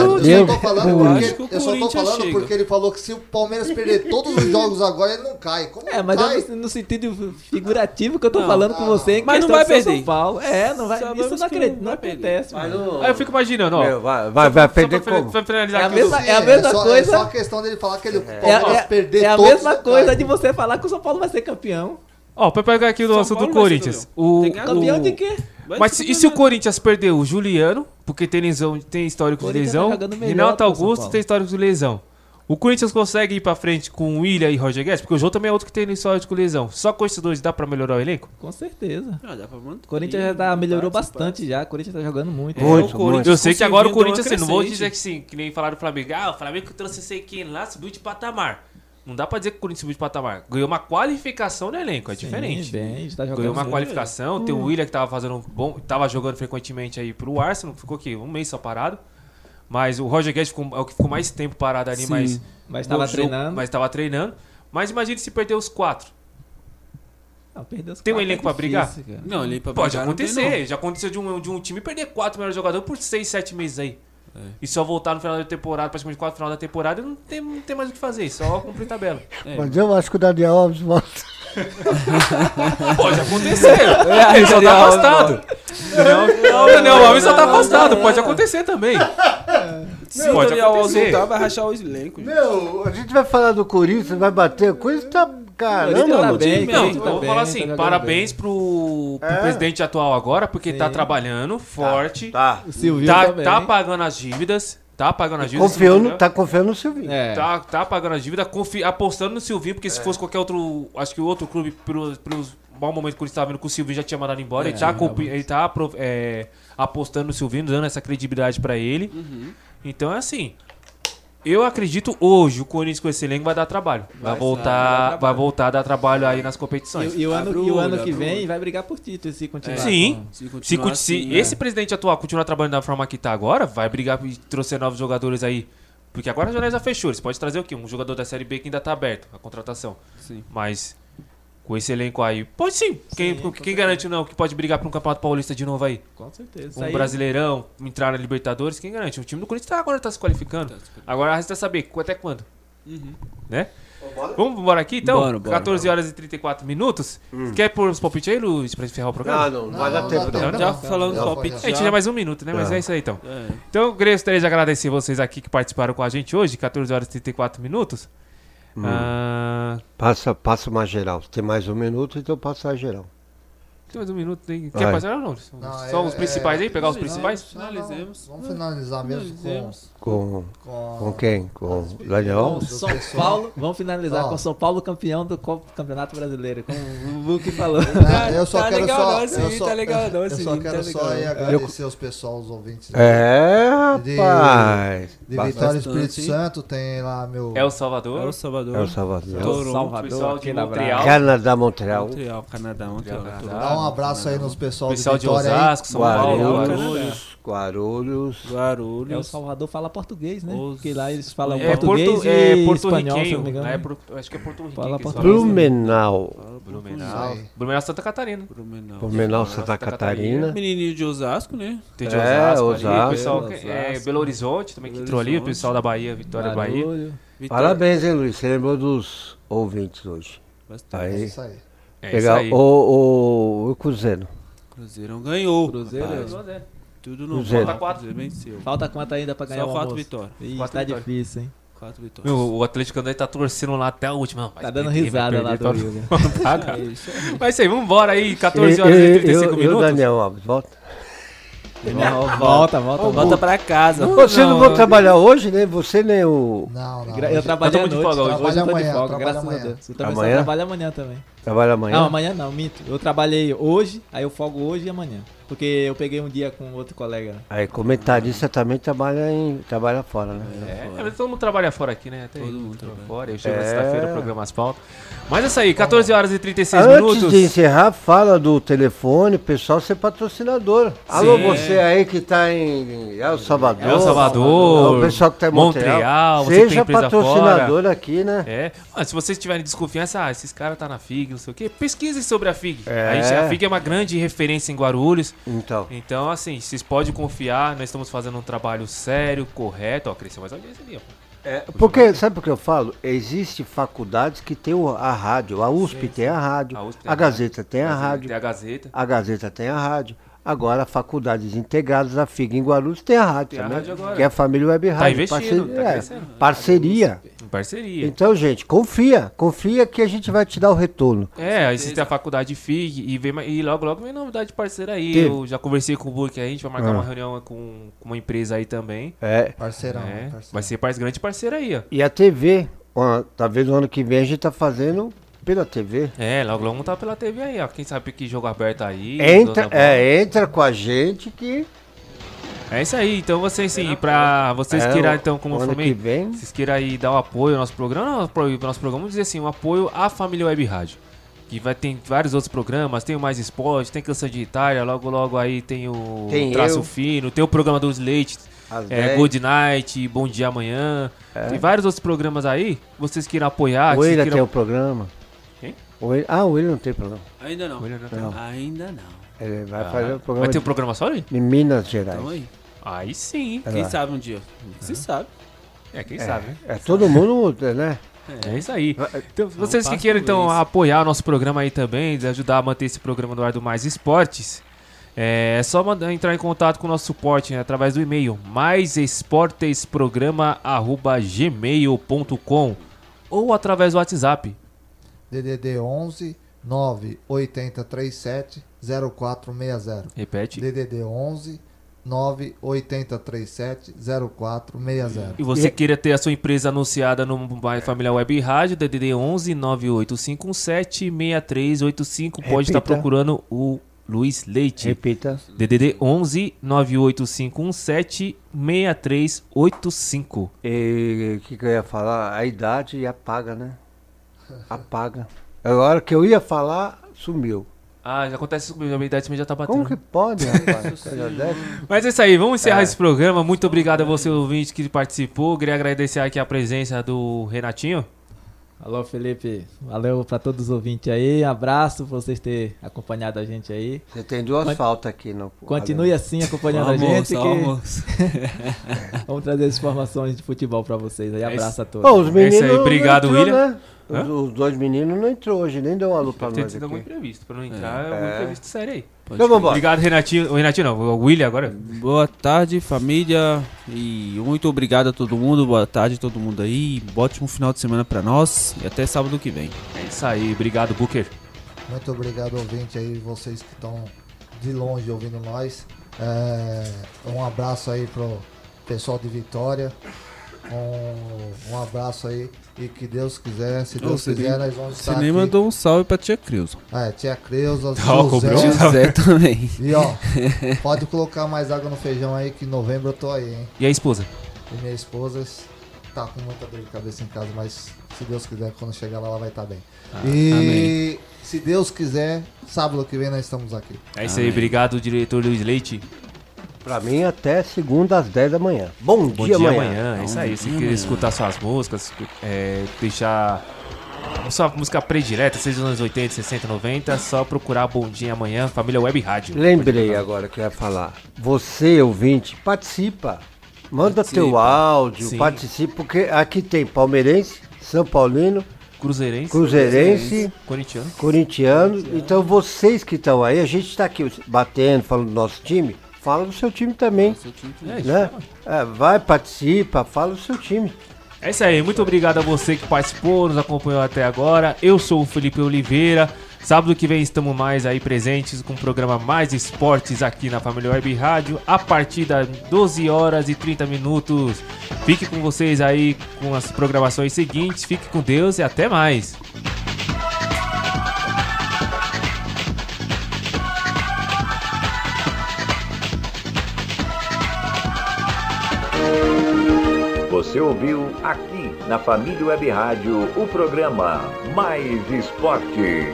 só tô falando porque ele falou que se o Palmeiras perder todos os jogos agora, ele não cai. Como mas cai? no sentido figurativo que eu tô falando com você, mas não vai perder. São Paulo. Não vai. Isso não acontece. Aí eu fico imaginando, ó. Vai perder como? É a mesma coisa. É só a questão dele falar que ele Palmeiras perder todos. É a mesma coisa de você falar que o São Paulo vai ser campeão. Ó, pra pegar aqui o assunto do Corinthians. Campeão de quê? Mas e se o Corinthians perder o Juliano, porque tem histórico de lesão, Renato Augusto tem histórico de lesão. O Corinthians consegue ir pra frente com o William e Roger Guedes? Porque o João também é outro que tem histórico de lesão. Só com esses dois dá pra melhorar o elenco? Com certeza. Dá pra manter. O Corinthians já melhorou bastante já. O Corinthians tá jogando muito. Eu sei que agora o Corinthians, assim, não vou dizer que sim, que nem falaram do Flamengo. O Flamengo que trouxe sei quem lá, subiu de patamar. Não dá pra dizer que o Corinthians subiu de patamar. Ganhou uma qualificação no elenco, é diferente. Tá ganhou uma qualificação. Tem o William que tava fazendo tava jogando frequentemente aí pro Arsenal, ficou aqui um mês só parado. Mas o Roger Guedes é o que ficou mais tempo parado ali, mas tava treinando. Mas tava treinando. Mas imagine se perder os 4. Não, perder os Tem um 4 elenco é pra brigar? difícil, cara. Não, elenco pra Pode brigar não tem, acontecer. não. Já aconteceu de um time perder 4 melhores jogadores por 6, 7 meses aí. E só voltar no final da temporada, praticamente 4 final da temporada, não tem mais o que fazer, só cumprir tabela. Mas eu acho que o Daniel Alves volta. Pode acontecer. Ele só tá afastado. O Daniel Alves só tá afastado. Pode acontecer também. Se o Daniel Alves voltar, vai rachar o elenco. Meu, a gente vai falar do Corinthians, vai bater. A coisa tá. Caramba, tá mano. bem, Não, tá vou bem, falar tá assim, jogando parabéns bem. pro presidente atual agora, porque tá trabalhando forte. Tá. O Silvio Tá também. pagando as dívidas. Tá pagando as dívidas. Tá confiando no Silvinho. É. Tá pagando as dívidas, apostando no Silvinho, porque se fosse qualquer outro. Acho que o outro clube, pelos mau momento que ele estava vendo que o Silvinho já tinha mandado embora, ele tá apostando no Silvinho, dando essa credibilidade pra ele. Então é assim. Eu acredito hoje o Corinthians com esse elenco vai dar trabalho. Vai voltar a dar trabalho aí nas competições. E o ano que vem vai brigar por título se continuar. Sim. Se Esse presidente atual continuar trabalhando da forma que tá agora, vai brigar e trouxer novos jogadores aí. Porque agora a janela já fechou. Eles podem trazer o quê? Um jogador da Série B que ainda tá aberto, a contratação. Sim. Mas com esse elenco aí, pode sim. Quem garante não que pode brigar pra um Campeonato Paulista de novo aí? Com certeza. Um Brasileirão, entrar na Libertadores, quem garante? O time do Corinthians agora tá se qualificando. Agora resta saber até quando. Né? Vamos embora aqui então? Bora. 14 horas e 34 minutos. Quer pôr os palpites aí, Luiz, pra encerrar o programa? Não vai dar tempo. Então, Já falando do palpite. A gente tinha mais um minuto, né? Mas é isso aí então. Então, eu gostaria de agradecer vocês aqui que participaram com a gente hoje, 14 horas e 34 minutos. Passa uma geral. Tem mais um minuto, então passa a geral. Tem mais um minuto. Quer passar ou não? Só os principais aí? Pegar os principais? Finalizemos. Vamos finalizar mesmo Com quem? Com o Daniel? Com São Paulo. Vamos finalizar com São Paulo campeão do Campeonato Brasileiro. Como o Luke falou. Eu só quero só agradecer os pessoal, os ouvintes. Rapaz. De Vitória Espírito Santo, tem lá meu... El Salvador. Pessoal de Montreal. Montreal. Canadá. Dá um abraço aí nos pessoal de Vitória Osasco, São Paulo, Guarulhos. El Salvador fala português, né? Porque lá eles falam É português e espanhol, se não me engano. Acho que é porto-riquenho. Fala Blumenau. Blumenau, Santa Catarina. Blumenau, Santa Catarina. Menininho de Osasco, né? Tem de Osasco. Osasco. O pessoal, Belo Horizonte também que entrou ali. O pessoal da Bahia, Vitória da Bahia. Parabéns, hein, Luiz? Você lembrou dos ouvintes hoje. É isso aí. Pegar o Cruzeiro. Cruzeiro ganhou. Tudo no Cruzeiro. Falta 4. Falta quanto ainda pra ganhar o almoço? 4 vitórias. Tá difícil, hein? 4 vitórias. O Atlético Canadense tá torcendo lá até a última. Tá dando risada lá do Rio. Mas isso aí, vamos embora aí. 14 horas e 35 minutos. E o Daniel Alves, volta. Volta pra casa. Vocês não vão trabalhar hoje, nem você, nem o... Não. Eu trabalhei à noite. Hoje eu tô de amanhã, folga, graças a Deus. Eu também só Amanhã? trabalho amanhã também. Trabalha amanhã? Não, amanhã não, minto. Eu trabalhei hoje, aí eu folgo hoje e amanhã. Porque eu peguei um dia com outro colega. Aí comentarista também trabalha fora, né? Mas todo mundo trabalha fora aqui, né? Até Todo mundo trabalha fora. Eu chego na sexta-feira, o programa As Pautas. Mas é isso aí, 14 horas e 36 minutos. Antes de encerrar, fala do telefone, pessoal, ser patrocinador. Alô, você aí que tá em El Salvador. El Salvador. O pessoal que tá em Montreal. Seja você tem empresa patrocinador fora. aqui, né? Mas se vocês tiverem desconfiança, esses caras tá na FIG, não sei o quê, pesquisem sobre a FIG. É. A FIG é uma grande referência em Guarulhos. Então, assim, vocês podem confiar, nós estamos fazendo um trabalho sério, correto. Ó, cresceu mais audiência ali, ó. Porque, sabe por que eu falo? Existem faculdades que tem a rádio. A USP tem a rádio. A Gazeta tem a rádio. Tem a Gazeta. A Gazeta tem a rádio. Agora, faculdades integradas, a FIG em Guarulhos tem a rádio também. Que é a Família Web Rádio. Tá investindo, tá crescendo. Parceria. Parceria. Então, gente, confia que a gente vai te dar o retorno. Aí você tem a faculdade FIG e logo vem novidade de parceiro aí. Eu já conversei com o Burke aí, a gente vai marcar uma reunião com uma empresa aí também. Parceirão. Vai ser grande parceiro aí, ó. E a TV, talvez no ano que vem a gente tá fazendo pela TV. Logo vamos tá pela TV aí, ó. Quem sabe que jogo aberto aí. Entra com a gente que... É isso aí, então vocês sim, pra vocês queiram, então, como eu falei, vocês queiram aí dar o apoio ao nosso programa, vamos dizer assim, um apoio à Família Web Rádio. Que ter vários outros programas, tem o Mais Esporte, tem Canção de Itália, logo aí tem o Traço Fino, tem o programa dos Leite. Good Night, Bom Dia Amanhã. Tem vários outros programas aí. Vocês queiram apoiar. O William tem o programa. Quem? O William não tem programa. Ainda não. Ainda não. Ele vai fazer o programa. Vai ter um programa só aí? Em Minas Gerais. Então aí sim. Quem sabe um dia? Você sabe. Quem sabe, né? Todo mundo, né? É isso aí. Então, vocês que queiram então apoiar o nosso programa aí também, ajudar a manter esse programa no ar do Mais Esportes, é só entrar em contato com o nosso suporte, né, através do e-mail maisesportesprograma@gmail.com ou através do WhatsApp. DDD 11 98037 0460. Repete. DDD 11 98037 0460. E você queira ter a sua empresa anunciada no Família Web Rádio, DDD 11 98517 6385. Pode estar procurando o Luiz Leite. Repita. DDD 11 98517 6385. E o que eu ia falar? A idade apaga, né? Apaga. Agora que eu ia falar, sumiu. Já acontece isso comigo, a minha idade também já tá batendo. Como que pode, rapaz? Mas é isso aí, vamos encerrar esse programa. Muito obrigado a você, ouvinte, que participou. Queria agradecer aqui a presença do Renatinho. Alô, Felipe. Valeu pra todos os ouvintes aí. Abraço por vocês terem acompanhado a gente aí. Você tem duas faltas aqui. Continue assim acompanhando a gente. Vamos trazer as informações de futebol pra vocês aí. Abraço a todos. Os meninos aí, obrigado, William. Né? Os dois meninos não entrou hoje, nem deu uma luta pra nós aqui. Tem sido algum imprevisto, pra não entrar, algum imprevisto sério aí. Então vamos embora. Obrigado, Renatinho. O Renatinho não, o William agora. Boa tarde, família. E muito obrigado a todo mundo. Boa tarde a todo mundo aí. Ótimo final de semana pra nós. E até sábado que vem. É isso aí. Obrigado, Booker. Muito obrigado, ouvinte aí, vocês que estão de longe ouvindo nós. Um abraço aí pro pessoal de Vitória. Um abraço aí e que Deus quiser, se Deus quiser, nós vamos estar aqui. Você nem mandou um salve pra tia Creuza. Tia Creuza, José também. E ó, pode colocar mais água no feijão aí que em novembro eu tô aí, hein. E a esposa? E minha esposa tá com muita dor de cabeça em casa, mas se Deus quiser, quando chegar lá, ela vai estar bem. Amém. Se Deus quiser, sábado que vem nós estamos aqui. É isso aí, obrigado, diretor Luiz Leite. Pra mim, até segunda às 10 da manhã. Bom dia amanhã. É isso aí. Se quiser escutar suas músicas, deixar sua música predileta, seja nos anos 80, 60, 90, só procurar Bom Dia Amanhã, Família Web Rádio. Lembrei agora que eu ia falar. Você, ouvinte, participa. Manda teu áudio, participa, porque aqui tem palmeirense, São Paulino, Cruzeirense, Corintiano. Então vocês que estão aí, a gente está aqui batendo, falando do nosso time. Fala do seu time também, né? Vai, participa, fala do seu time. É isso aí, muito obrigado a você que participou, nos acompanhou até agora. Eu sou o Felipe Oliveira. Sábado que vem estamos mais aí presentes com o programa Mais Esportes aqui na Família Web Rádio, a partir das 12 horas e 30 minutos. Fique com vocês aí com as programações seguintes. Fique com Deus e até mais. Você ouviu aqui na Família Web Rádio o programa Mais Esporte.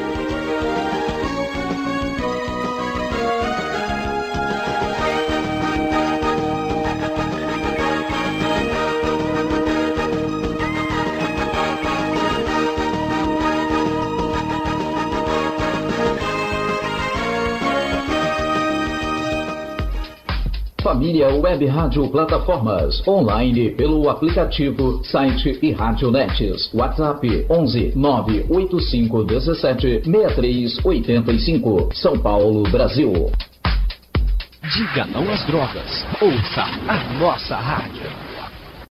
Família Web Rádio Plataformas. Online pelo aplicativo, site e Radionetes. WhatsApp 11 98517 6385. São Paulo, Brasil. Diga não às drogas. Ouça a nossa rádio.